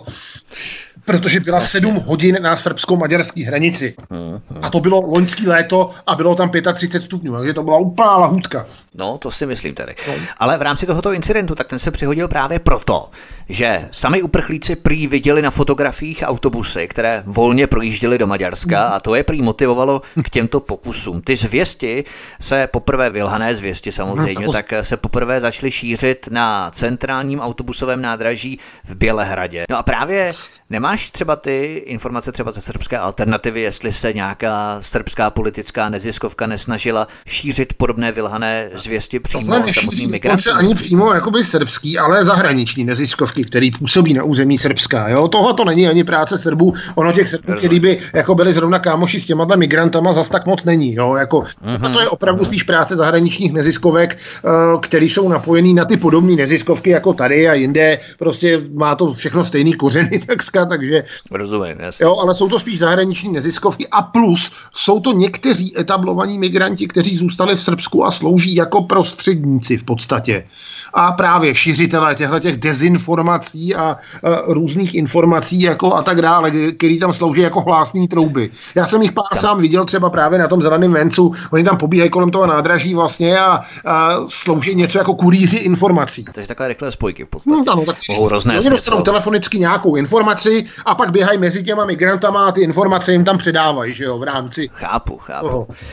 Protože byla Jasně. sedm hodin na srbsko-maďarské hranici. Hmm, hmm. A to bylo loňský léto a bylo tam třicet pět stupňů, takže to byla úplná lahůdka. No, to si myslím tedy. No. Ale v rámci tohoto incidentu, tak ten se přihodil právě proto, že sami uprchlíci prý viděli na fotografiích autobusy, které volně projížděly do Maďarska hmm. a to je prý motivovalo k těmto pokusům. Ty zvěsti se poprvé, vylhané zvěsti samozřejmě, no, tak se poprvé začaly šířit na centrálním autobusovém nádraží v Bělehradě. No a právě nemáš třeba ty informace třeba ze srbské alternativy, jestli se nějaká srbská politická neziskovka nesnažila šířit podobné vylhané zvěsti přímo samotným migrantům? Ani přímo jakoby srbský, ale zahraniční neziskovky, který působí na území Srbska. Jo? Tohle to není ani práce Srbů, ono těch Srbů, kteří by jako byli zrovna kámoši s těma migrantama, zas tak moc není. Jo? Jako, mm-hmm. To je opravdu spíš práce zahraničních neziskovek, který jsou napojený na ty podobné neziskovky jako tady a jinde. Prostě má to všechno stejný kořeny, takřka, takže rozumím, jasně. Jo, ale jsou to spíš zahraniční neziskovky a plus jsou to někteří etablovaní migranti, kteří zůstali v Srbsku a slouží jako prostředníci v podstatě. A právě šiřitelé těchto dezinformací a, a různých informací jako a tak dále, který tam slouží jako hlásný trouby. Já jsem jich pár tam. sám viděl třeba právě na tom zeleném vencu, oni tam pobíhají kolem toho nádraží vlastně a, a slouží něco jako kurýři informací. Takže takové rychlé spojky v podstatě. No, ano, tak mohou roznést oni dostanou telefonicky nějakou informaci a pak běhají mezi těma migrantama a ty informace jim tam předávají, že jo, v rámci Chápu, chápu. toho.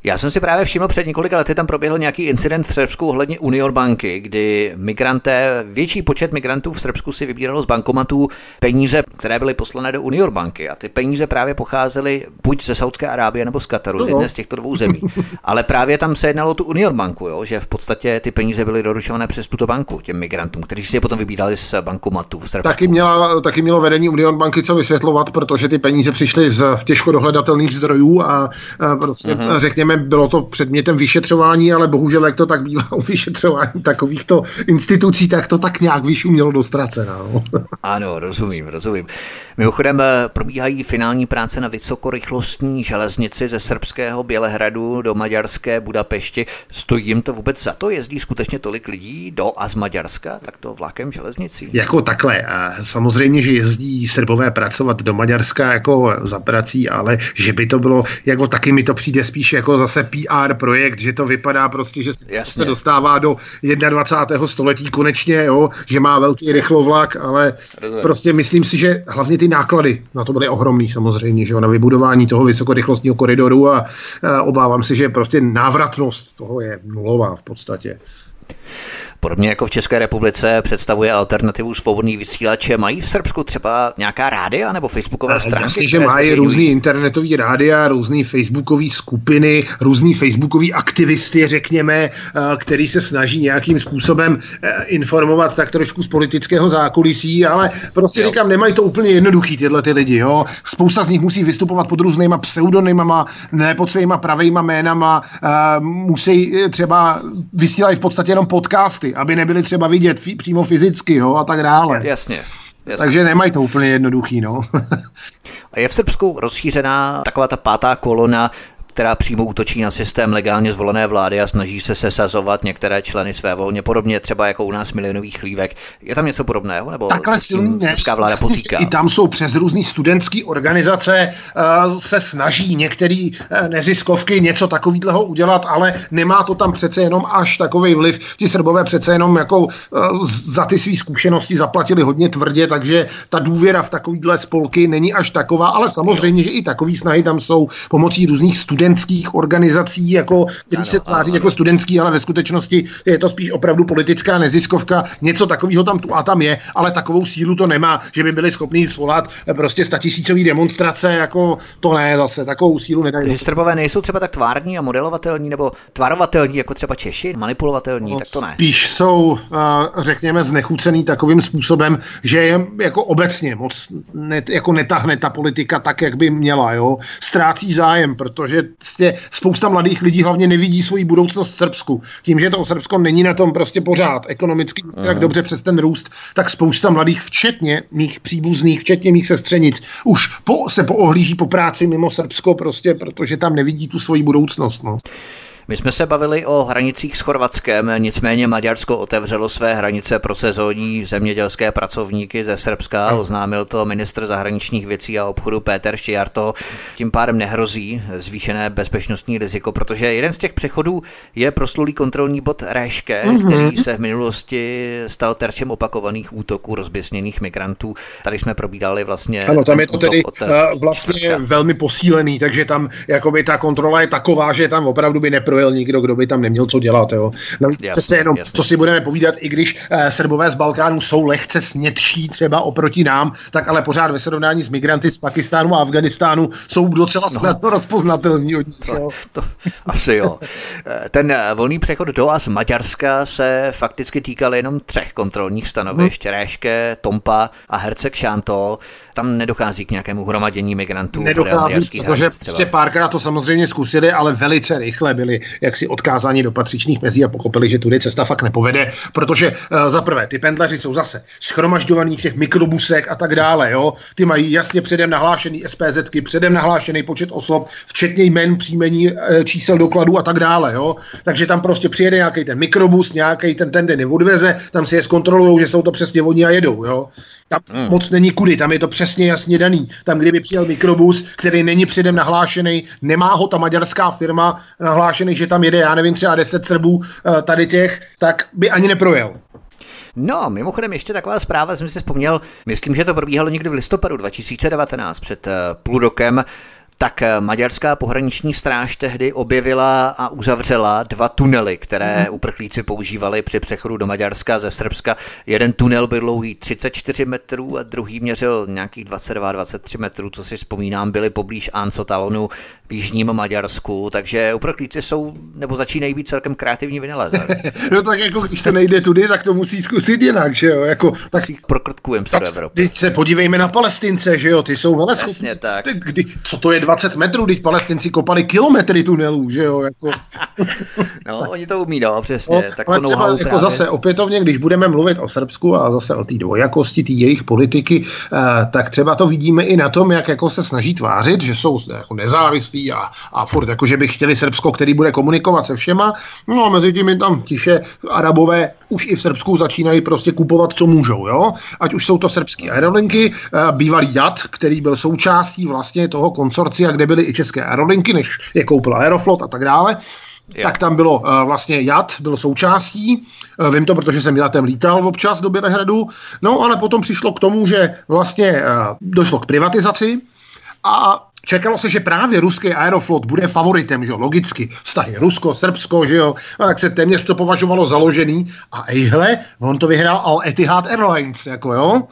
Já jsem si právě všiml, před několika lety tam proběhl nějaký incident v Srbsku ohledně Union banky, kdy migranté, větší počet migrantů v Srbsku si vybíralo z bankomatů peníze, které byly poslané do Union banky, a ty peníze právě pocházely buď ze Saúdské Arábie nebo z Kataru, no. z jedné z těchto dvou zemí. Ale právě tam se jednalo o tu Union banku, jo, že v podstatě ty peníze byly doručované přes tuto banku těm migrantům, kteří si je potom vybírali z bankomatů v Srbsku. Taky měla, taky mělo vedení Union banky co vysvětlovat, protože ty peníze přišly z těžko dohledatelných zdrojů a, a prostě uh-huh. řekněme, bylo to předmětem vyšetřování, ale bohužel, jak to tak bývá u vyšetřování takovýchto institucí, tak to tak nějak vyšumělo do ztracena. No. Ano, rozumím, rozumím. Mimochodem probíhají finální práce na vysokorychlostní železnici ze srbského Bělehradu do maďarské Budapešti. Stojí jim to vůbec za to? Jezdí skutečně tolik lidí do a z Maďarska takto vlakem železnicí? Jako takhle. A samozřejmě, že jezdí Srbové pracovat do Maďarska jako za prací, ale že by to bylo, jako taky mi to přijde spíš jako zase P R projekt, že to vypadá prostě, že Jasně. se dostává do dvacátého prvního století konečně, jo, že má velký rychlovlak, ale Rozumím. prostě myslím si, že hlavně ty náklady na to byly ohromný samozřejmě, že jo, na vybudování toho vysokorychlostního koridoru a, a obávám se, že prostě návratnost toho je nulová v podstatě. Podobně jako v České republice představuje alternativu svobodný vysílače. Mají v Srbsku třeba nějaká rádia nebo facebookové stránky? Jasně, že mají různý internetový rádia, různý facebookové skupiny, různý facebookový aktivisty, řekněme, který se snaží nějakým způsobem informovat tak trošku z politického zákulisí, ale prostě jo. říkám, nemají to úplně jednoduchý tyhle ty lidi. Jo. Spousta z nich musí vystupovat pod různýma pseudonymama, ne pod svýma pravejma jménama, musí třeba vysílají v podstatě jenom podcasty, aby nebyli třeba vidět f- přímo fyzicky, jo, a tak dále. Jasně. Jasně. Takže nemají to úplně jednoduchý, no. A je v Srbsku rozšířená taková ta pátá kolona, která přímo útočí na systém legálně zvolené vlády a snaží se sesazovat některé členy své volně, podobně třeba jako u nás milionových chlívek. Je tam něco podobného? Nebo takhle silný ne. Vláda potýká? I tam jsou přes různý studentské organizace, uh, se snaží některé uh, neziskovky něco takového udělat, ale nemá to tam přece jenom až takovej vliv. Ti Srbové přece jenom jako uh, za ty své zkušenosti zaplatili hodně tvrdě, takže ta důvěra v takovýhle spolky není až taková, ale samozřejmě, že i takový snahy tam jsou pomocí různých studentů studentských organizací, jako, který se tváří jako studentský, ale ve skutečnosti je to spíš opravdu politická neziskovka. Něco takového tam tu a tam je, ale takovou sílu to nemá, že by byli schopni svolat prostě statisícový demonstrace, jako to ne zase, takovou sílu nedají. Takže Srbové nejsou třeba tak tvární a modelovatelní nebo tvarovatelní, jako třeba Češi, manipulovatelní, no, tak to ne. Spíš jsou, řekněme, znechucený takovým způsobem, že je jako obecně moc ne, jako netahne ta politika tak, jak by měla, jo. Ztrácí zájem, protože spousta mladých lidí hlavně nevidí svoji budoucnost v Srbsku. Tím, že to Srbsko není na tom prostě pořád ekonomicky tak dobře přes ten růst, tak spousta mladých, včetně mých příbuzných, včetně mých sestřenic, už po, se poohlíží po práci mimo Srbsko prostě, protože tam nevidí tu svoji budoucnost. No. My jsme se bavili o hranicích s Chorvatskem, nicméně Maďarsko otevřelo své hranice pro sezónní zemědělské pracovníky ze Srbska. Oznámil to ministr zahraničních věcí a obchodu Péter Šijarto. Tím pádem nehrozí zvýšené bezpečnostní riziko, protože jeden z těch přechodů je proslulý kontrolní bod Réške, mm-hmm. který se v minulosti stal terčem opakovaných útoků rozběsněných migrantů. Tady jsme probídali vlastně... Ano, tam je to tedy od, vlastně čtvrtka. velmi posílený, takže tam jakoby ta kontrola je taková, že tam opravdu by neprojel nikdo, kdo by tam neměl co dělat. Jo. Jasně, jenom, jasně. Co si budeme povídat, i když eh, Srbové z Balkánu jsou lehce snědší třeba oproti nám, tak ale pořád ve srovnání s migranty z Pakistánu a Afganistánu jsou docela snadno no. rozpoznatelní od nich. To, to, asi jo. Ten volný přechod do a z Maďarska se fakticky týkal jenom třech kontrolních stanovišť. Hmm. Réške, Tompa a Herceg Šántol. Tam nedochází k nějakému hromadění migrantů. Nedochází, protože prostě párkrát to samozřejmě zkusili, ale velice rychle byli jaksi odkázáni do patřičných mezí a pochopili, že tudy cesta fakt nepovede, protože uh, za prvé ty pendleři jsou zase schromažďovaní v těch mikrobusech a tak dále, jo. Ty mají jasně předem nahlášený SPZky, předem nahlášený počet osob, včetně jmen, příjmení, uh, čísel dokladů a tak dále, jo. Takže tam prostě přijede nějaký ten mikrobus, nějaký ten ten den odveze, tam si je zkontrolujou, že jsou to přesně oni a jedou, jo. Tam hmm. moc není kudy, tam je to přesně jasně daný. Tam, kdyby přijel mikrobus, který není předem nahlášený, nemá ho ta maďarská firma nahlášený, že tam jede, já nevím, třeba deset Srbů tady těch, tak by ani neprojel. No, mimochodem ještě taková zpráva, jsem si vzpomněl, myslím, že to probíhalo někdy v listopadu dva tisíce devatenáct, před půl rokem. tak maďarská pohraniční stráž tehdy objevila a uzavřela dva tunely, které uprchlíci používali při přechodu do Maďarska ze Srbska. Jeden tunel byl dlouhý třicet čtyři metrů a druhý měřil nějakých dvacet dva dvacet tři metrů, co si vzpomínám, byli poblíž Ansotalonu v jižním Maďarsku, takže uprchlíci jsou, nebo začínají být celkem kreativní vynalezači. No tak jako když to nejde tudy, tak to musí zkusit jinak, že jo? Jako, tak prokrtkujem se do Evropy. Teď se podívejme na Palestince, že jo? Ty jsou veleschopní. Přesně tak. Kdy, co to je dvacet metrů, když Palestinci kopali kilometry tunelů, že jo? Jako. No, oni to umí, no, přesně. No, tak ale to třeba jako právě. Zase opětovně, když budeme mluvit o Srbsku a zase o té dvojakosti, té jejich politiky, eh, tak třeba to vidíme i na tom, jak jako se snaží tvářit, že jsou jako nezávislí a, a furt jako, že by chtěli Srbsko, který bude komunikovat se všema. No a mezi tím tam tiše Arabové už i v Srbsku začínají prostě kupovat, co můžou, jo? Ať už jsou to srbský aerolinky, eh, bývalý Jat, který byl součástí vlastně toho konsorcia, kde byly i české aerolinky, než je koupil Aeroflot a tak dále. Jo. Tak tam bylo uh, vlastně Jat, byl součástí, uh, vím to, protože jsem Jatem lítal občas do Bělehradu, no ale potom přišlo k tomu, že vlastně uh, došlo k privatizaci a čekalo se, že právě ruský Aeroflot bude favoritem, že jo, logicky, vztahy Rusko, Srbsko, že jo, a tak se téměř to považovalo založený a ejhle, on to vyhrál Al Etihad Airlines, jako jo,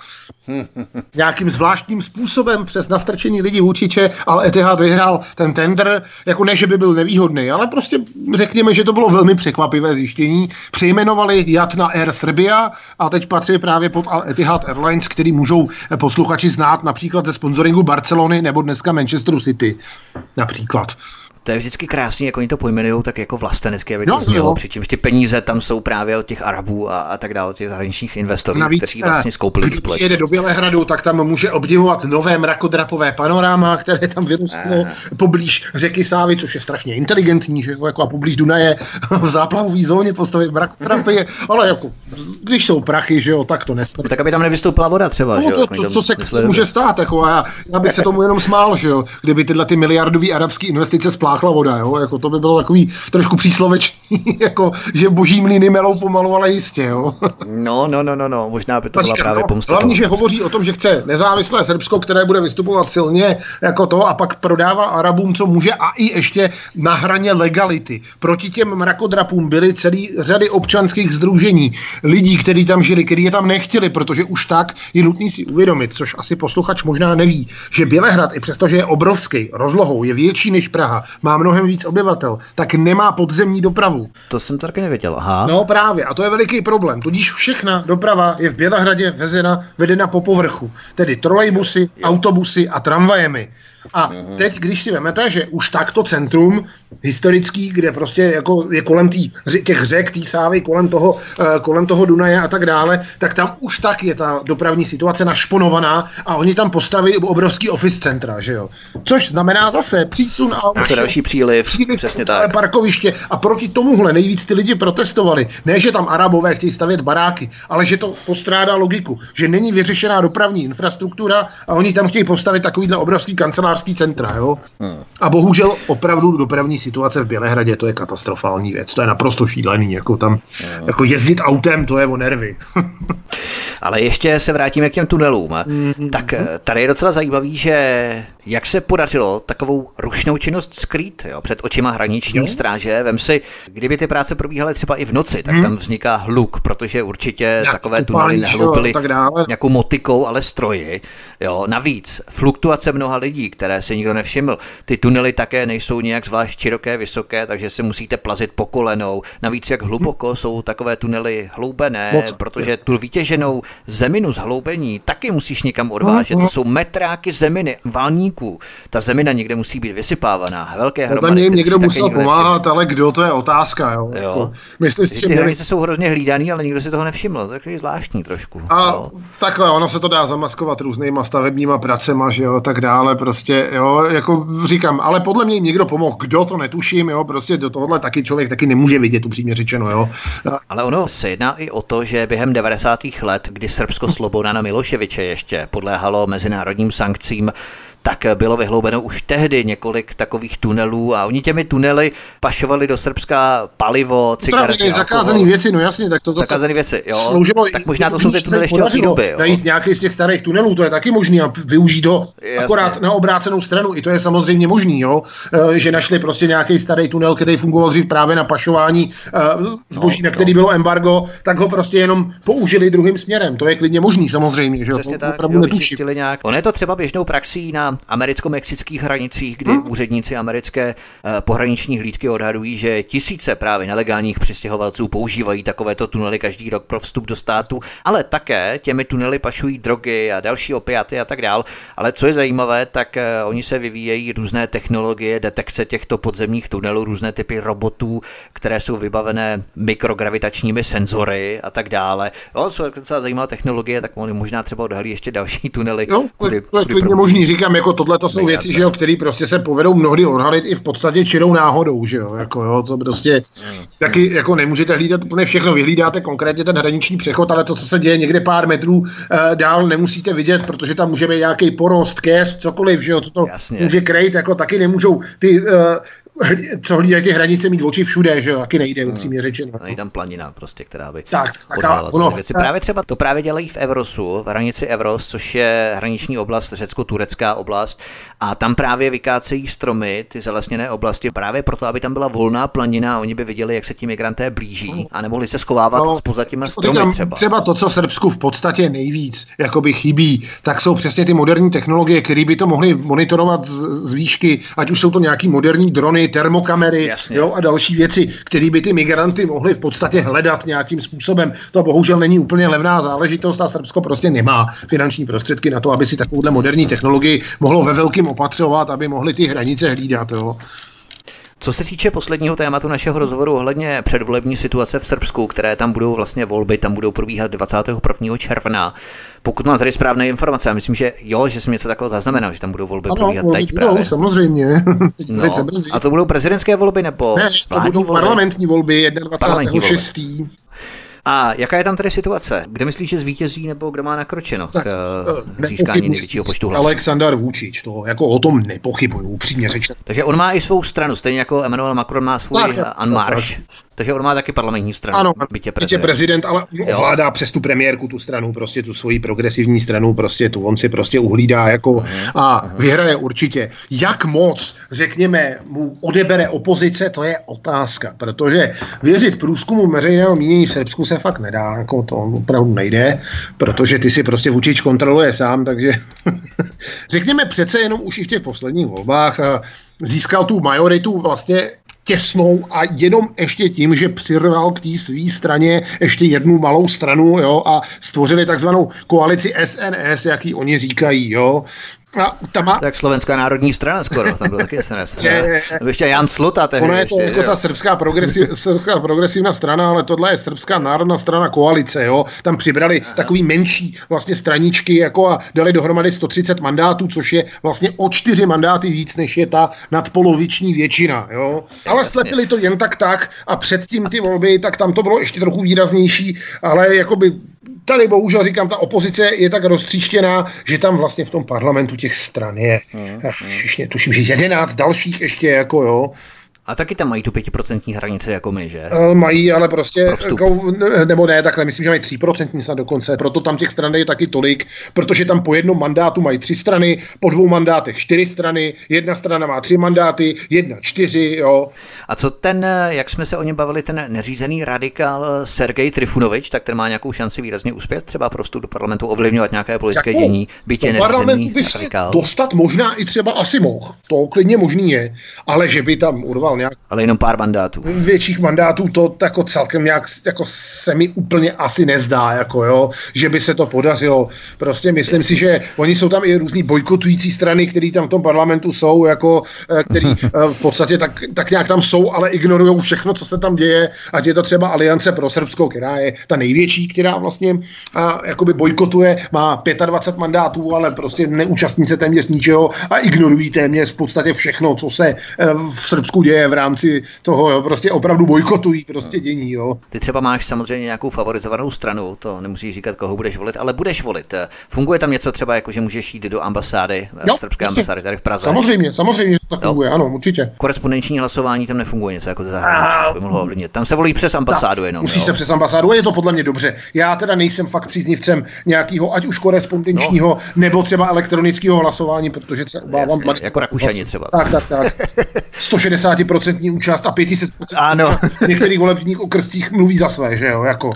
nějakým zvláštním způsobem přes nastrčení lidí vůčiče, ale Etihad vyhrál ten tender, jako ne, že by byl nevýhodný, ale prostě řekněme, že to bylo velmi překvapivé zjištění. Přejmenovali Jat na Air Serbia a teď patří právě pod Al Etihad Airlines, který můžou posluchači znát například ze sponsoringu Barcelony nebo dneska Manchesteru City například. To je vždycky krásný, jak oni to pojmenujou, tak jako vlastenecky, aby to no, znělo, přičemž ty peníze tam jsou právě od těch Arabů a, a tak dále, od těch zahraničních investorů, navíc, kteří vlastně skoupili tu společnost. Když jede do Bělehradu, tak tam může obdivovat nové mrakodrapové panoráma, které tam vyrostlo poblíž řeky Sávy, což je strašně inteligentní, že jako a poblíž Dunaje v záplavové zóně postavit mrakodrapy, ale jako když jsou prachy, že jo, tak to nesmí. Tak aby tam nevystoupila voda třeba, no, že jo? To, to, to se může stát, jako a já, já bych se tomu jenom smál, že jo, kdyby tyhle ty miliardové arabské investice spláchla voda, jo, jako to by bylo takový trošku příslovečný, jako že boží mlýny melou pomalu, ale jistě, jo. No, no, no, no, no, možná by to byla právě pomsta. Hlavně, že hovoří o tom, že chce nezávislé Srbsko, které bude vystupovat silně jako to a pak prodává Arabům, co může a i ještě na hraně legality. Proti těm mrakodrapům byly celý řady občanských sdružení, lidí, kteří tam žili, kteří je tam nechtěli, protože už tak je nutný si uvědomit, což asi posluchač možná neví, že Bělehrad, i přestože je obrovský, rozlohou, je větší než Praha, má mnohem víc obyvatel, tak nemá podzemní dopravu. To jsem to taky nevěděl, aha. No právě, a to je veliký problém. Tudíž všechna doprava je v Bělehradě vezena, vedena po povrchu. Tedy trolejbusy, autobusy a tramvajemi. A teď, když si vemete, že už takto centrum historický, kde prostě jako je kolem tý, těch řek, tý Sávy, kolem toho, kolem toho Dunaje a tak dále, tak tam už tak je ta dopravní situace našponovaná a oni tam postaví obrovský office centra, že jo. Což znamená zase přísun a zase další příliv, příliv přesně tak. Parkoviště a proti tomuhle nejvíc ty lidi protestovali. Ne, že tam Arabové chtějí stavět baráky, ale že to postrádá logiku, že není vyřešená dopravní infrastruktura a oni tam chtějí postavit takovýhle obrovský kancelářský centra, jo. Hmm. A bohužel opravdu dopravní situace v Bělehradě, to je katastrofální věc, to je naprosto šílený, jako tam hmm. jako jezdit autem, to je o nervy. Ale ještě se vrátíme k těm tunelům. Mm-hmm. Tak tady je docela zajímavý, že jak se podařilo takovou rušnou činnost skrýt, jo, před očima hraniční mm. stráže. Vem si, kdyby ty práce probíhaly třeba i v noci, tak mm. tam vzniká hluk, protože určitě jak takové tunely nehloupily nějakou motikou, ale stroji. Jo. Navíc fluktuace mnoha lidí, které si nikdo nevšiml. Ty tunely také nejsou nějak zvlášť široké, vysoké, takže se musíte plazit po kolenou. Navíc jak hluboko jsou takové tunely hloubené, Moc. protože tu vytěženou zeminu z hloubení taky musíš někam odvážet. To jsou metráky zeminy, valníků. Ta zemina někde musí být vysypávaná. Velké hromady. Tam jim někdo musel pomáhat, ale kdo, to je otázka. Jo. Jo. Myslím, že ty hranice jsou hrozně hlídaný, ale nikdo si toho nevšiml. To je takový zvláštní trošku. A jo. Takhle, ono se to dá zamaskovat různýma stavebníma pracema, že jo, tak dále, prostě, jo, jako říkám, ale podle mě jim někdo pomohl, kdo to netuším, jo, prostě do tohohle taky člověk taky nemůže vidět, upřímně řečeno, jo. Ale ono se jedná i o to, že během devadesátých let, kdy Srbsko Slobodana Miloševiče ještě podléhalo mezinárodním sankcím, tak bylo vyhloubeno už tehdy několik takových tunelů a oni těmi tunely pašovali do Srbska palivo, cigarety, zakázané věci, no jasně, tak to zase zakázané věci, jo. Sloužilo, tak možná to jsou ty tunely ještě od té doby, jo. Najít nějaký z těch starých tunelů, to je taky možný a využít ho jasně. Akorát na obrácenou stranu, i to je samozřejmě možný, jo, že našli prostě nějaký starý tunel, který fungoval dřív právě na pašování zboží, no, na který no. bylo embargo, tak ho prostě jenom použili druhým směrem. To je klidně možný samozřejmě, že jo. Přesně tak, jo, vyčistili nějak. On je to třeba běžnou praxí na americko-mexických hranicích, kdy hmm. úředníci americké uh, pohraniční hlídky odhadují, že tisíce právě nelegálních přistěhovalců používají takovéto tunely každý rok pro vstup do státu, ale také těmi tunely pašují drogy a další opiaty a tak dál. Ale co je zajímavé, tak uh, oni se vyvíjejí různé technologie detekce těchto podzemních tunelů, různé typy robotů, které jsou vybavené mikrogravitačními senzory a tak dále. Jo, co je docela zajímavá technologie, tak oni možná třeba odhalí ještě další tunely. Jo, kudy, to je klidně možný, říkám, jako tohle to jsou věci, že jo, které prostě se povedou mnohdy odhalit i v podstatě čirou náhodou, že jo, jako jo, to prostě hmm. taky jako nemůžete hlídat úplně všechno, vyhlídáte konkrétně ten hraniční přechod, ale to, co se děje někde pár metrů eh, dál, nemusíte vidět, protože tam může být nějaký porost, kést, cokoliv, že jo, co to Jasně. může krejt, jako taky nemůžou ty eh, co hlídají ty hranice mít oči všude, že jo, taky nejde, hmm. upřímně řečeno. Nejde tam planina prostě, která by tak, tak ono, věci. Právě třeba to právě dělají v Evrosu, v hranici Evros, což je hraniční oblast, řecko-turecká oblast, a tam právě vykácejí stromy, ty zalesněné oblasti, právě proto, aby tam byla volná planina a oni by viděli, jak se ti migranté blíží a nemohli se schovávat no, spoza těma stromy říkám, třeba. Třeba to, co v Srbsku v podstatě nejvíc jakoby chybí, tak jsou přesně ty moderní technologie, které by to mohly monitorovat z, z výšky, ať už jsou to nějaký moderní drony, termokamery, jo, a další věci, které by ty migranty mohly v podstatě hledat nějakým způsobem. To bohužel není úplně levná záležitost a Srbsko prostě nemá finanční prostředky na to, aby si takovouhle moderní technologii mohlo ve velkým opatřovat, aby mohli ty hranice hlídat. Jo. Co se týče posledního tématu našeho rozhovoru ohledně předvolební situace v Srbsku, které tam budou vlastně volby, tam budou probíhat dvacátého prvního června. Pokud mám tady správné informace, já myslím, že jo, že jsem něco takového zaznamenal, že tam budou volby ano, probíhat volby teď budou, právě. samozřejmě. No, a to budou prezidentské volby nebo ne, to budou volby? parlamentní volby dvacátého šestého A jaká je tam tady situace? Kde myslíš, že zvítězí nebo kdo má nakročeno tak, k získání největšího počtu hlasů? Aleksandar Vučić, to jako o tom nepochybuju, upřímně řečeno. Takže on má i svou stranu, stejně jako Emmanuel Macron má svůj En Marche. Takže on má taky parlamentní stranu. Ano, byť je prezident, prezident ale ovládá přes tu premiérku tu stranu, prostě tu svoji progresivní stranu, prostě tu on si prostě uhlídá jako uh-huh, a uh-huh. vyhraje určitě. Jak moc, řekněme, mu odebere opozice, to je otázka, protože věřit průzkumu veřejného mínění v Srbsku se fakt nedá, jako to opravdu nejde, protože ty si prostě Vučić kontroluje sám, takže řekněme přece jenom už i v těch posledních volbách získal tu majoritu vlastně těsnou a jenom ještě tím, že přirval k té své straně ještě jednu malou stranu, jo, a stvořili takzvanou koalici S N S, jaký oni říkají, jo. A ta má... Tak Slovenská národní strana skoro, tam byl taky S N S. Nebo ještě Jan Sluta tehdy. Ono je to ještě, jako ta srbská, progresiv, srbská progresivní strana, ale tohle je Srbská národná strana koalice, jo. Tam přibrali Aha. takový menší vlastně straničky, jako a dali dohromady sto třicet mandátů, což je vlastně o čtyři mandáty víc, než je ta nadpoloviční většina, jo. Ale Jasně. slepili to jen tak tak a předtím ty volby, tak tam to bylo ještě trochu výraznější, ale jakoby tady bohužel říkám, ta opozice je tak roztříštěná, že tam vlastně v tom parlamentu těch stran je. Hmm, hmm. Tuším, že jedenáct dalších ještě jako jo. A taky tam mají tu pětiprocentní hranici jako my, že? E, mají, ale prostě, jako, nebo ne, takhle, myslím, že mají tři procenta snad dokonce, proto tam těch stran je taky tolik, protože tam po jednom mandátu mají tři strany, po dvou mandátech čtyři strany, jedna strana má tři mandáty, jedna čtyři, jo. A co ten, jak jsme se o něm bavili, ten neřízený radikál Sergej Trifunovič, tak ten má nějakou šanci výrazně uspět, třeba pro vstup do parlamentu, ovlivňovat nějaké politické jako, dění, byť je neřízený radikál. Dostat možná i třeba asi mohl, to klidně možný je, ale že by tam urval nějak... Ale jenom pár mandátů. Větších mandátů to jako celkem nějak jako se mi úplně asi nezdá, jako jo, že by se to podařilo. Prostě myslím si, že oni jsou tam i různý bojkotující strany, které tam v tom parlamentu jsou, jako, který v podstatě tak, tak nějak tam jsou, ale ignorují všechno, co se tam děje, ať je to třeba Aliance pro Srbsko, která je ta největší, která vlastně a, jakoby bojkotuje, má dvacet pět mandátů, ale prostě neúčastní se téměř ničeho a ignorují téměř v podstatě všechno, co se v Srbsku děje v rámci toho, jo, prostě opravdu bojkotují prostě dění, jo. Ty třeba máš samozřejmě nějakou favorizovanou stranu, to nemusíš říkat, koho budeš volit, ale budeš volit. Funguje tam něco třeba, jako že můžeš jít do ambasády, jo, srbské prostě ambasády tady v Praze? Samozřejmě, samozřejmě, že to tak funguje, ano, určitě. Korespondenční hlasování tam nefunguje něco jako ze zahraničí, by mohlo ovlivnit. Tam se volí přes ambasádu jenom. Musí jo? se přes ambasádu a je to podle mě dobře. Já teda nejsem fakt příznivcem nějakého, ať už korespondenčního, no. nebo třeba elektronického hlasování, protože se obávám. Jasně, jako Rakušani třeba. Tak, tak, tak. sto šedesát procent účast a pět set procent účast v některých volebních okrscích mluví za své, že jo, jako.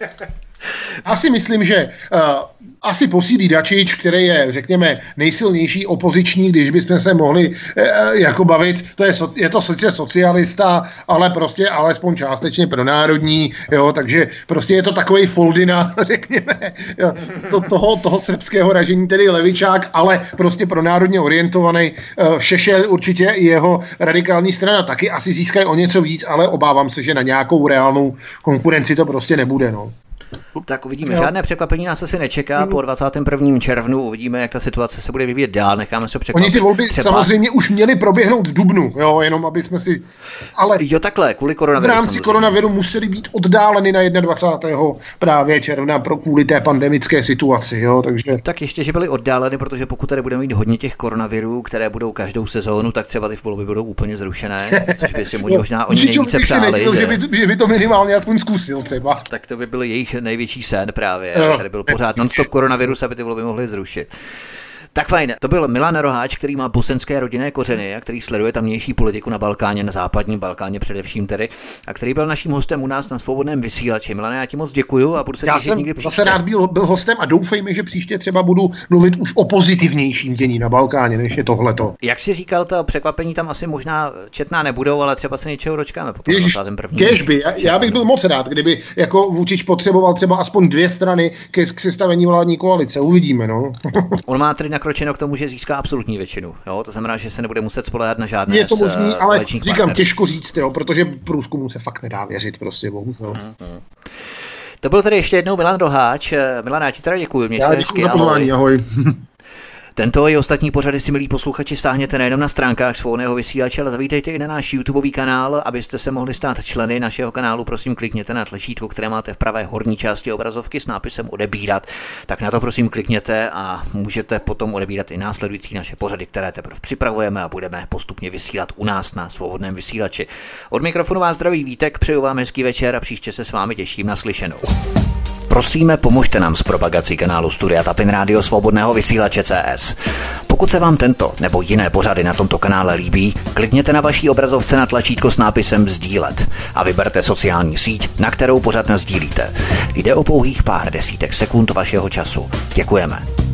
Já si myslím, že uh, asi posílí Dačič, který je, řekněme, nejsilnější opoziční, když bychom se mohli uh, jako bavit, to je, so, je to sice socialista, ale prostě alespoň částečně pronárodní, jo, takže prostě je to takovej Foldina, řekněme, jo, to, toho, toho srbského ražení, tedy levičák, ale prostě pronárodně orientovaný. Uh, Šešel určitě i jeho radikální strana taky asi získají o něco víc, ale obávám se, že na nějakou reálnou konkurenci to prostě nebude, no. Tak uvidíme. Žádné překvapení nás asi nečeká. Po dvacátém prvním červnu uvidíme, jak ta situace se bude vyvíjet dál. Necháme se překvapit. Oni ty volby třeba samozřejmě už měly proběhnout v dubnu, jo, jenom aby jsme si... Ale jo, takhle, kvůli koronaviru. V rámci samozřejmě. koronaviru museli být oddáleny na dvacátého prvního právě června pro kvůli té pandemické situaci, jo, takže... Tak ještě, že byly oddáleny, protože pokud tady budeme mít hodně těch koronavirů, které budou každou sezónu, tak třeba ty volby budou úplně zrušené, což by si no, možná oni nejvíce přáli. Neděl, že, by, že by to minimálně aspoň zkusil třeba. Tak to by byl jejich největší sen právě. Tady byl pořád non-stop koronavirus, aby ty volby mohly zrušit. Tak fajn, to byl Milan Roháč, který má bosenské rodinné kořeny a který sleduje tamnější politiku na Balkáně, na západním Balkáně především tedy, a který byl naším hostem u nás na Svobodném vysílači. Milane, já ti moc děkuju a budu se těšit někdy příště. Já jsem zase rád byl, byl hostem a doufejme, že příště třeba budu mluvit už o pozitivnějším dění na Balkáně, než je tohleto. Jak jsi říkal, ta překvapení tam asi možná četná nebudou, ale třeba se něčeho dočkáme potom. Ježiš, kežby, já, já bych byl moc rád, kdyby jako Vučić potřeboval třeba aspoň dvě strany ke k sestavení vládní koalice. Uvidíme, no. On má tedy nakročeno k tomu, že získá absolutní většinu. Jo? To znamená, že se nebude muset spoléhat na žádné. Je to možný, ale říkám partnerů. Těžko říct, jo, protože průzkumu se fakt nedá věřit, prostě bohužel. Mm-hmm. To byl tedy ještě jednou Milan Roháč. Milan, já ti teda děkuji. Mě já děkuji za pozvání, ahoj. Tento i ostatní pořady si, milí posluchači, stáhněte nejenom na stránkách Svobodného vysílače, ale zavítejte i na náš YouTubeový kanál, abyste se mohli stát členy našeho kanálu. Prosím, klikněte na tlačítko, které máte v pravé horní části obrazovky s nápisem odebírat. Tak na to prosím klikněte a můžete potom odebírat i následující naše pořady, které teprve připravujeme a budeme postupně vysílat u nás na Svobodném vysílači. Od mikrofonu vás zdraví Vítek, přeju vám hezký večer a příště se s vámi těším na slyšenou. Prosíme, pomožte nám s propagací kanálu Studia Tapin Rádio Svobodného vysílače C S. Pokud se vám tento nebo jiné pořady na tomto kanále líbí, klikněte na vaší obrazovce na tlačítko s nápisem sdílet a vyberte sociální síť, na kterou pořad nasdílíte. Jde o pouhých pár desítek sekund vašeho času. Děkujeme.